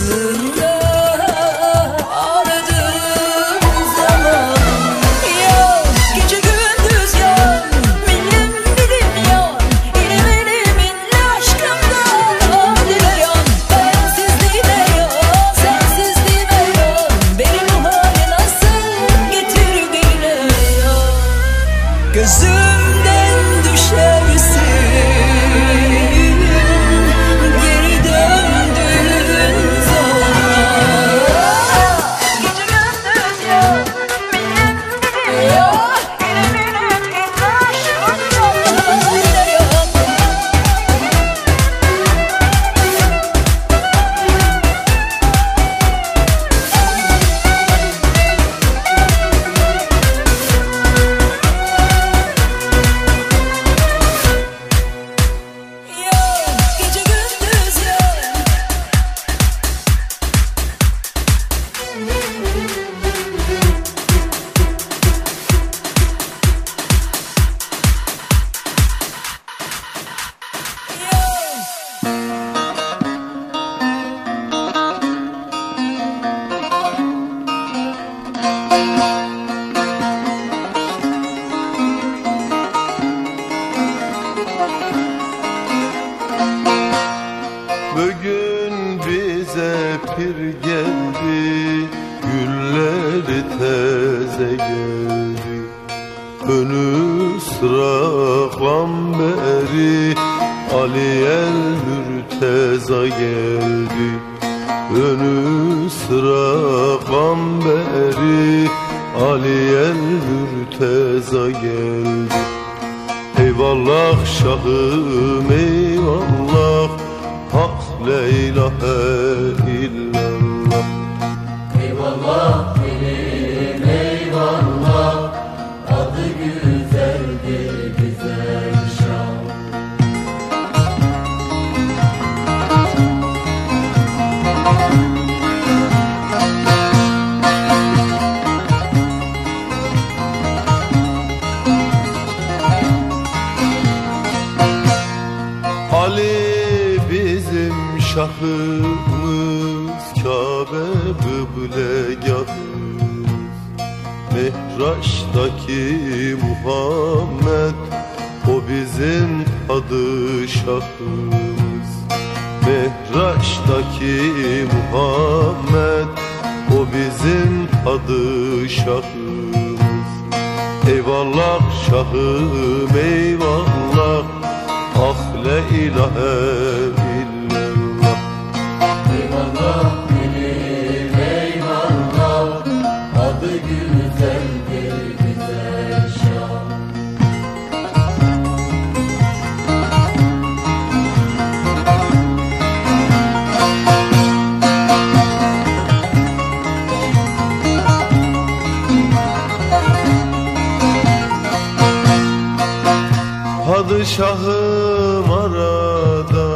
Padişahım arada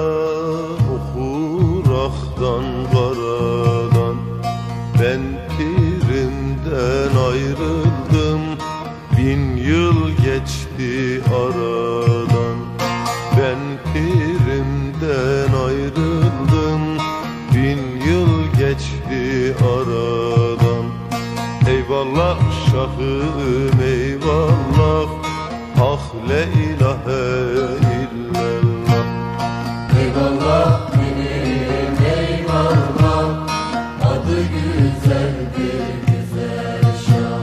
okur aktan karadan. Ben pirimden ayrıldım, 1000 yıl geçti aradan. Ben pirimden ayrıldım, 1000 yıl geçti aradan. Eyvallah şahım eyvallah, ah la ilahe illallah. Eyvallah benim eyvallah, adı güzeldir güzel şah.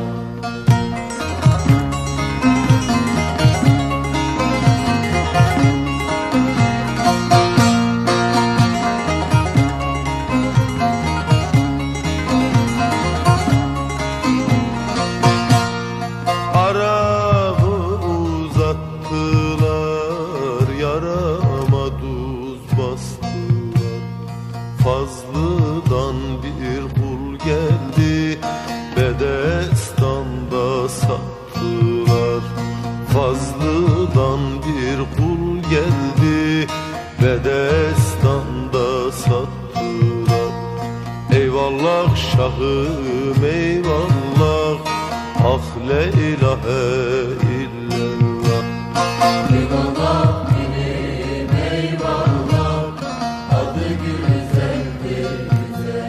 Fazlıdan bir kul geldi, Bedestan'da sattılar. Fazlıdan bir kul geldi, Bedestan'da sattılar. Eyvallah şahım eyvallah, ah la ilahe illallah. Eyvallah benim eyvallah, adı güzeldir güzel.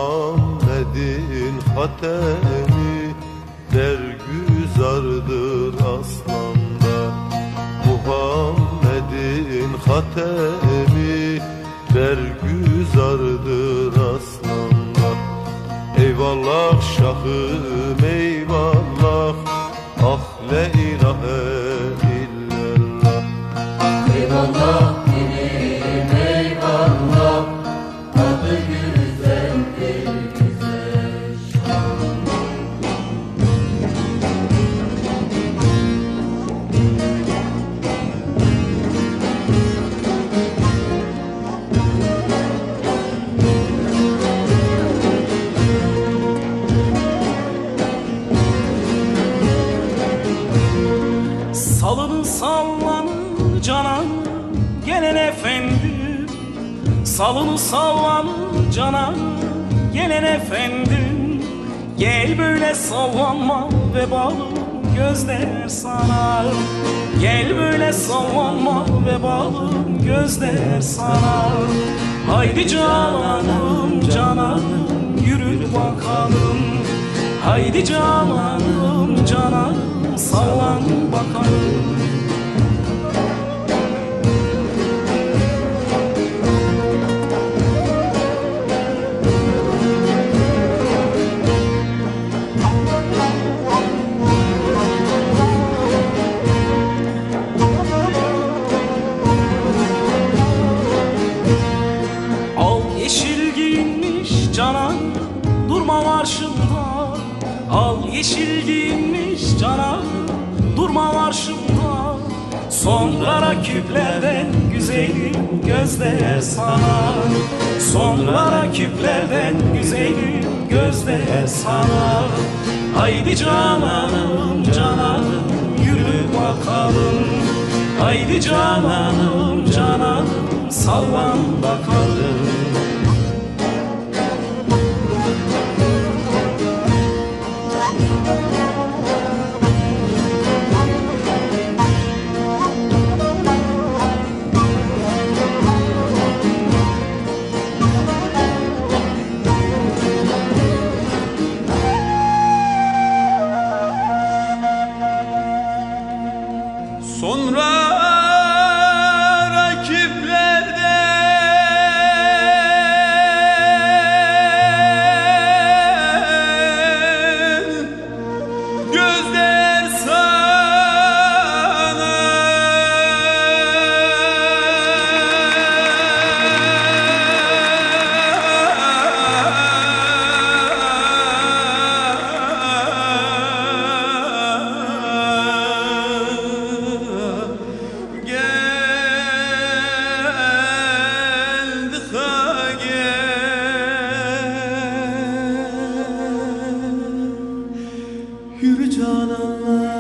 Muhammed'in hatemi dergüzardır aslanda. Muhammed'in hatemi dergüzardır aslanda. Eyvallah şahım eyvallah, ah la ilahe illallah. Eyvallah dilim eyvallah, adı güzel el güzel. Salını sallanı canan gelen efendim, salını sallanı canan gelen efendim. Gel böyle sallanma ve bağlı gözler sana. Gel böyle sallanma ve bağlı gözler sana. Haydi cananım cananım yürü bakalım. Haydi cananım cananım sallan bakalım. Al yeşil giyinmiş canan durma karşımda. Al yeşil giyinmiş canan durma karşımda. Sonra rakiplerden güzelim gözler sana. Sonra rakiplerden güzelim gözler sana. Haydi cananım cananım yürü bakalım. Haydi cananım cananım sallan bakalım. Sonra rakiplerden gözler sana. Yürü cananlar.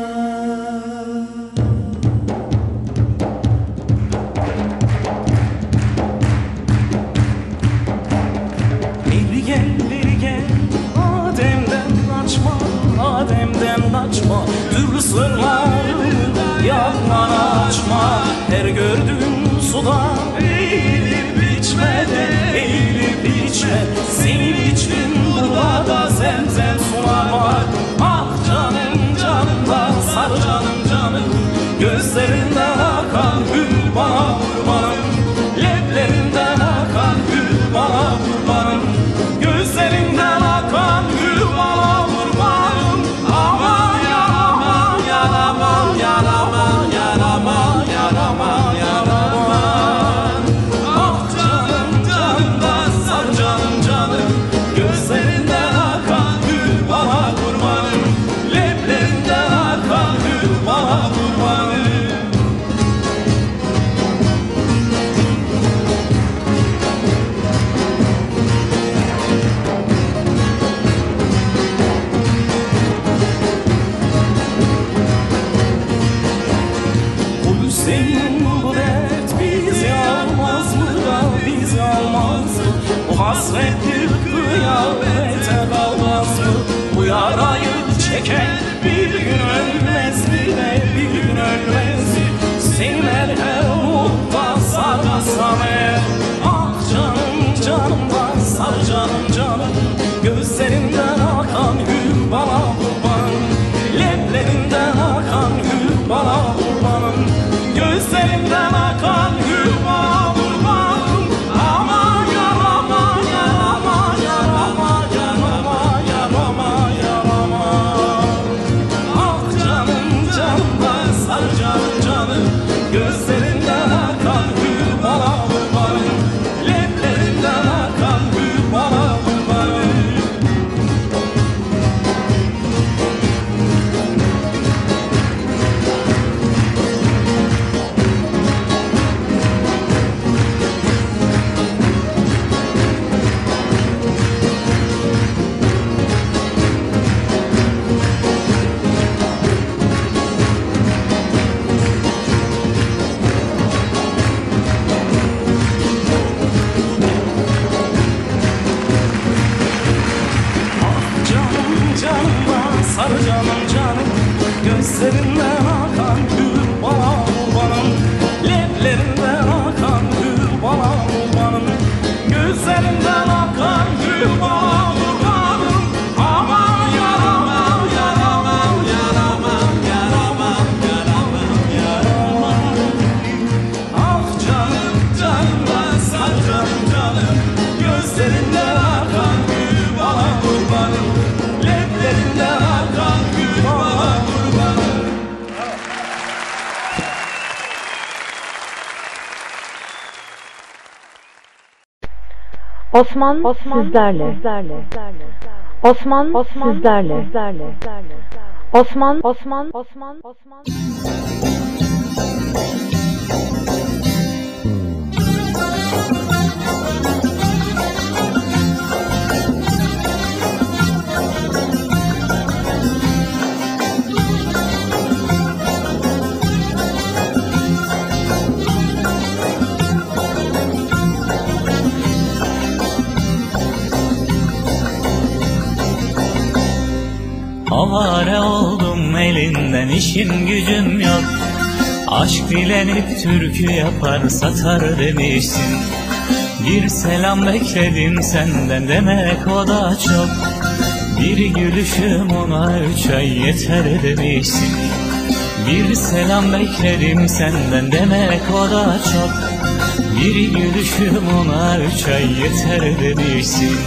Beri gel Adem'den kaçma, Adem'den kaçma. Türlü sırlarını yandan açma. Her gördüğün suda eğilip içme de, eğilip içme. Senin için burada da zemzem sular var. Ah canım canımdan sar canım canım. Gözlerinden akan gül bana kurbanım. Leblerinden akan gül bana kurbanım. Gözlerinden akan gül bana kurbanım. Aman ya aman ya. sarı canım canım, gözlerinden akan gül bana kurbanım, leblerinden akan gül bana kurbanım, gözlerinden akan gül bana kurbanım. Aman yaramam yaramam yaramam yaramam yaramam yaramam. Ah canım canım ben sarı canım canım, gözlerinden akan gül bana kurbanım, leblerinden akan gül bana kurbanım. Osman sizlerle. Osman sizlerle. Osman. Avare oldum elinden işim gücüm yok, aşk dilenip türkü yapar satar demişsin. Bir selam bekledim senden demek o da çok, bir gülüşüm ona 3 ay yeter demişsin. Bir selam bekledim senden demek o da çok, bir gülüşüm ona 3 ay yeter demişsin.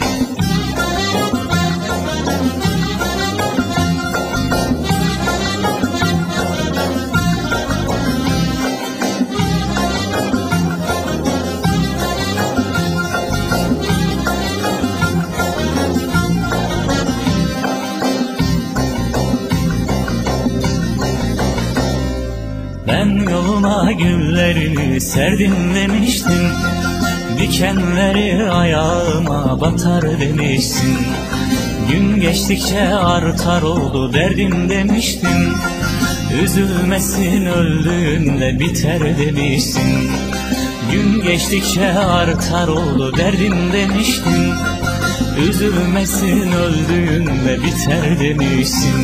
Ben yoluna güllerini serdim demiştin, dikenleri ayağıma batar demiştin. Gün geçtikçe artar oldu derdim demiştin, üzülmesin öldüğünde biter demiştin. Gün geçtikçe artar oldu derdim demiştin, üzülmesin öldüğünde biter demiştin.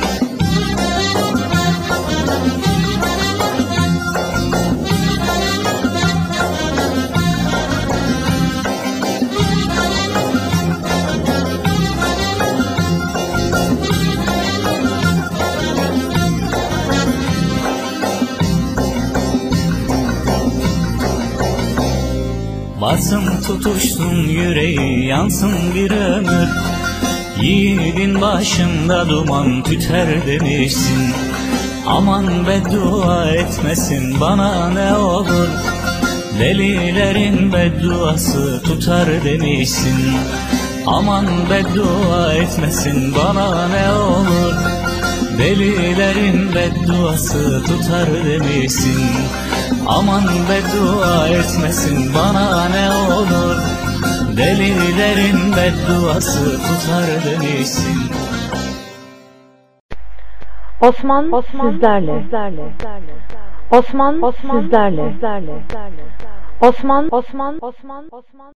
Basım tutuşsun yüreği yansın bir ömür, yiğidin başında duman tüter demişsin. Aman beddua etmesin bana ne olur, delilerin bedduası tutar demişsin. Aman beddua etmesin bana ne olur, delilerin bedduası tutar demişsin. Aman beddua etmesin bana ne olur, delilerin bedduası tutar demişsin. Osman sizlerle. Osman sizlerle. Osman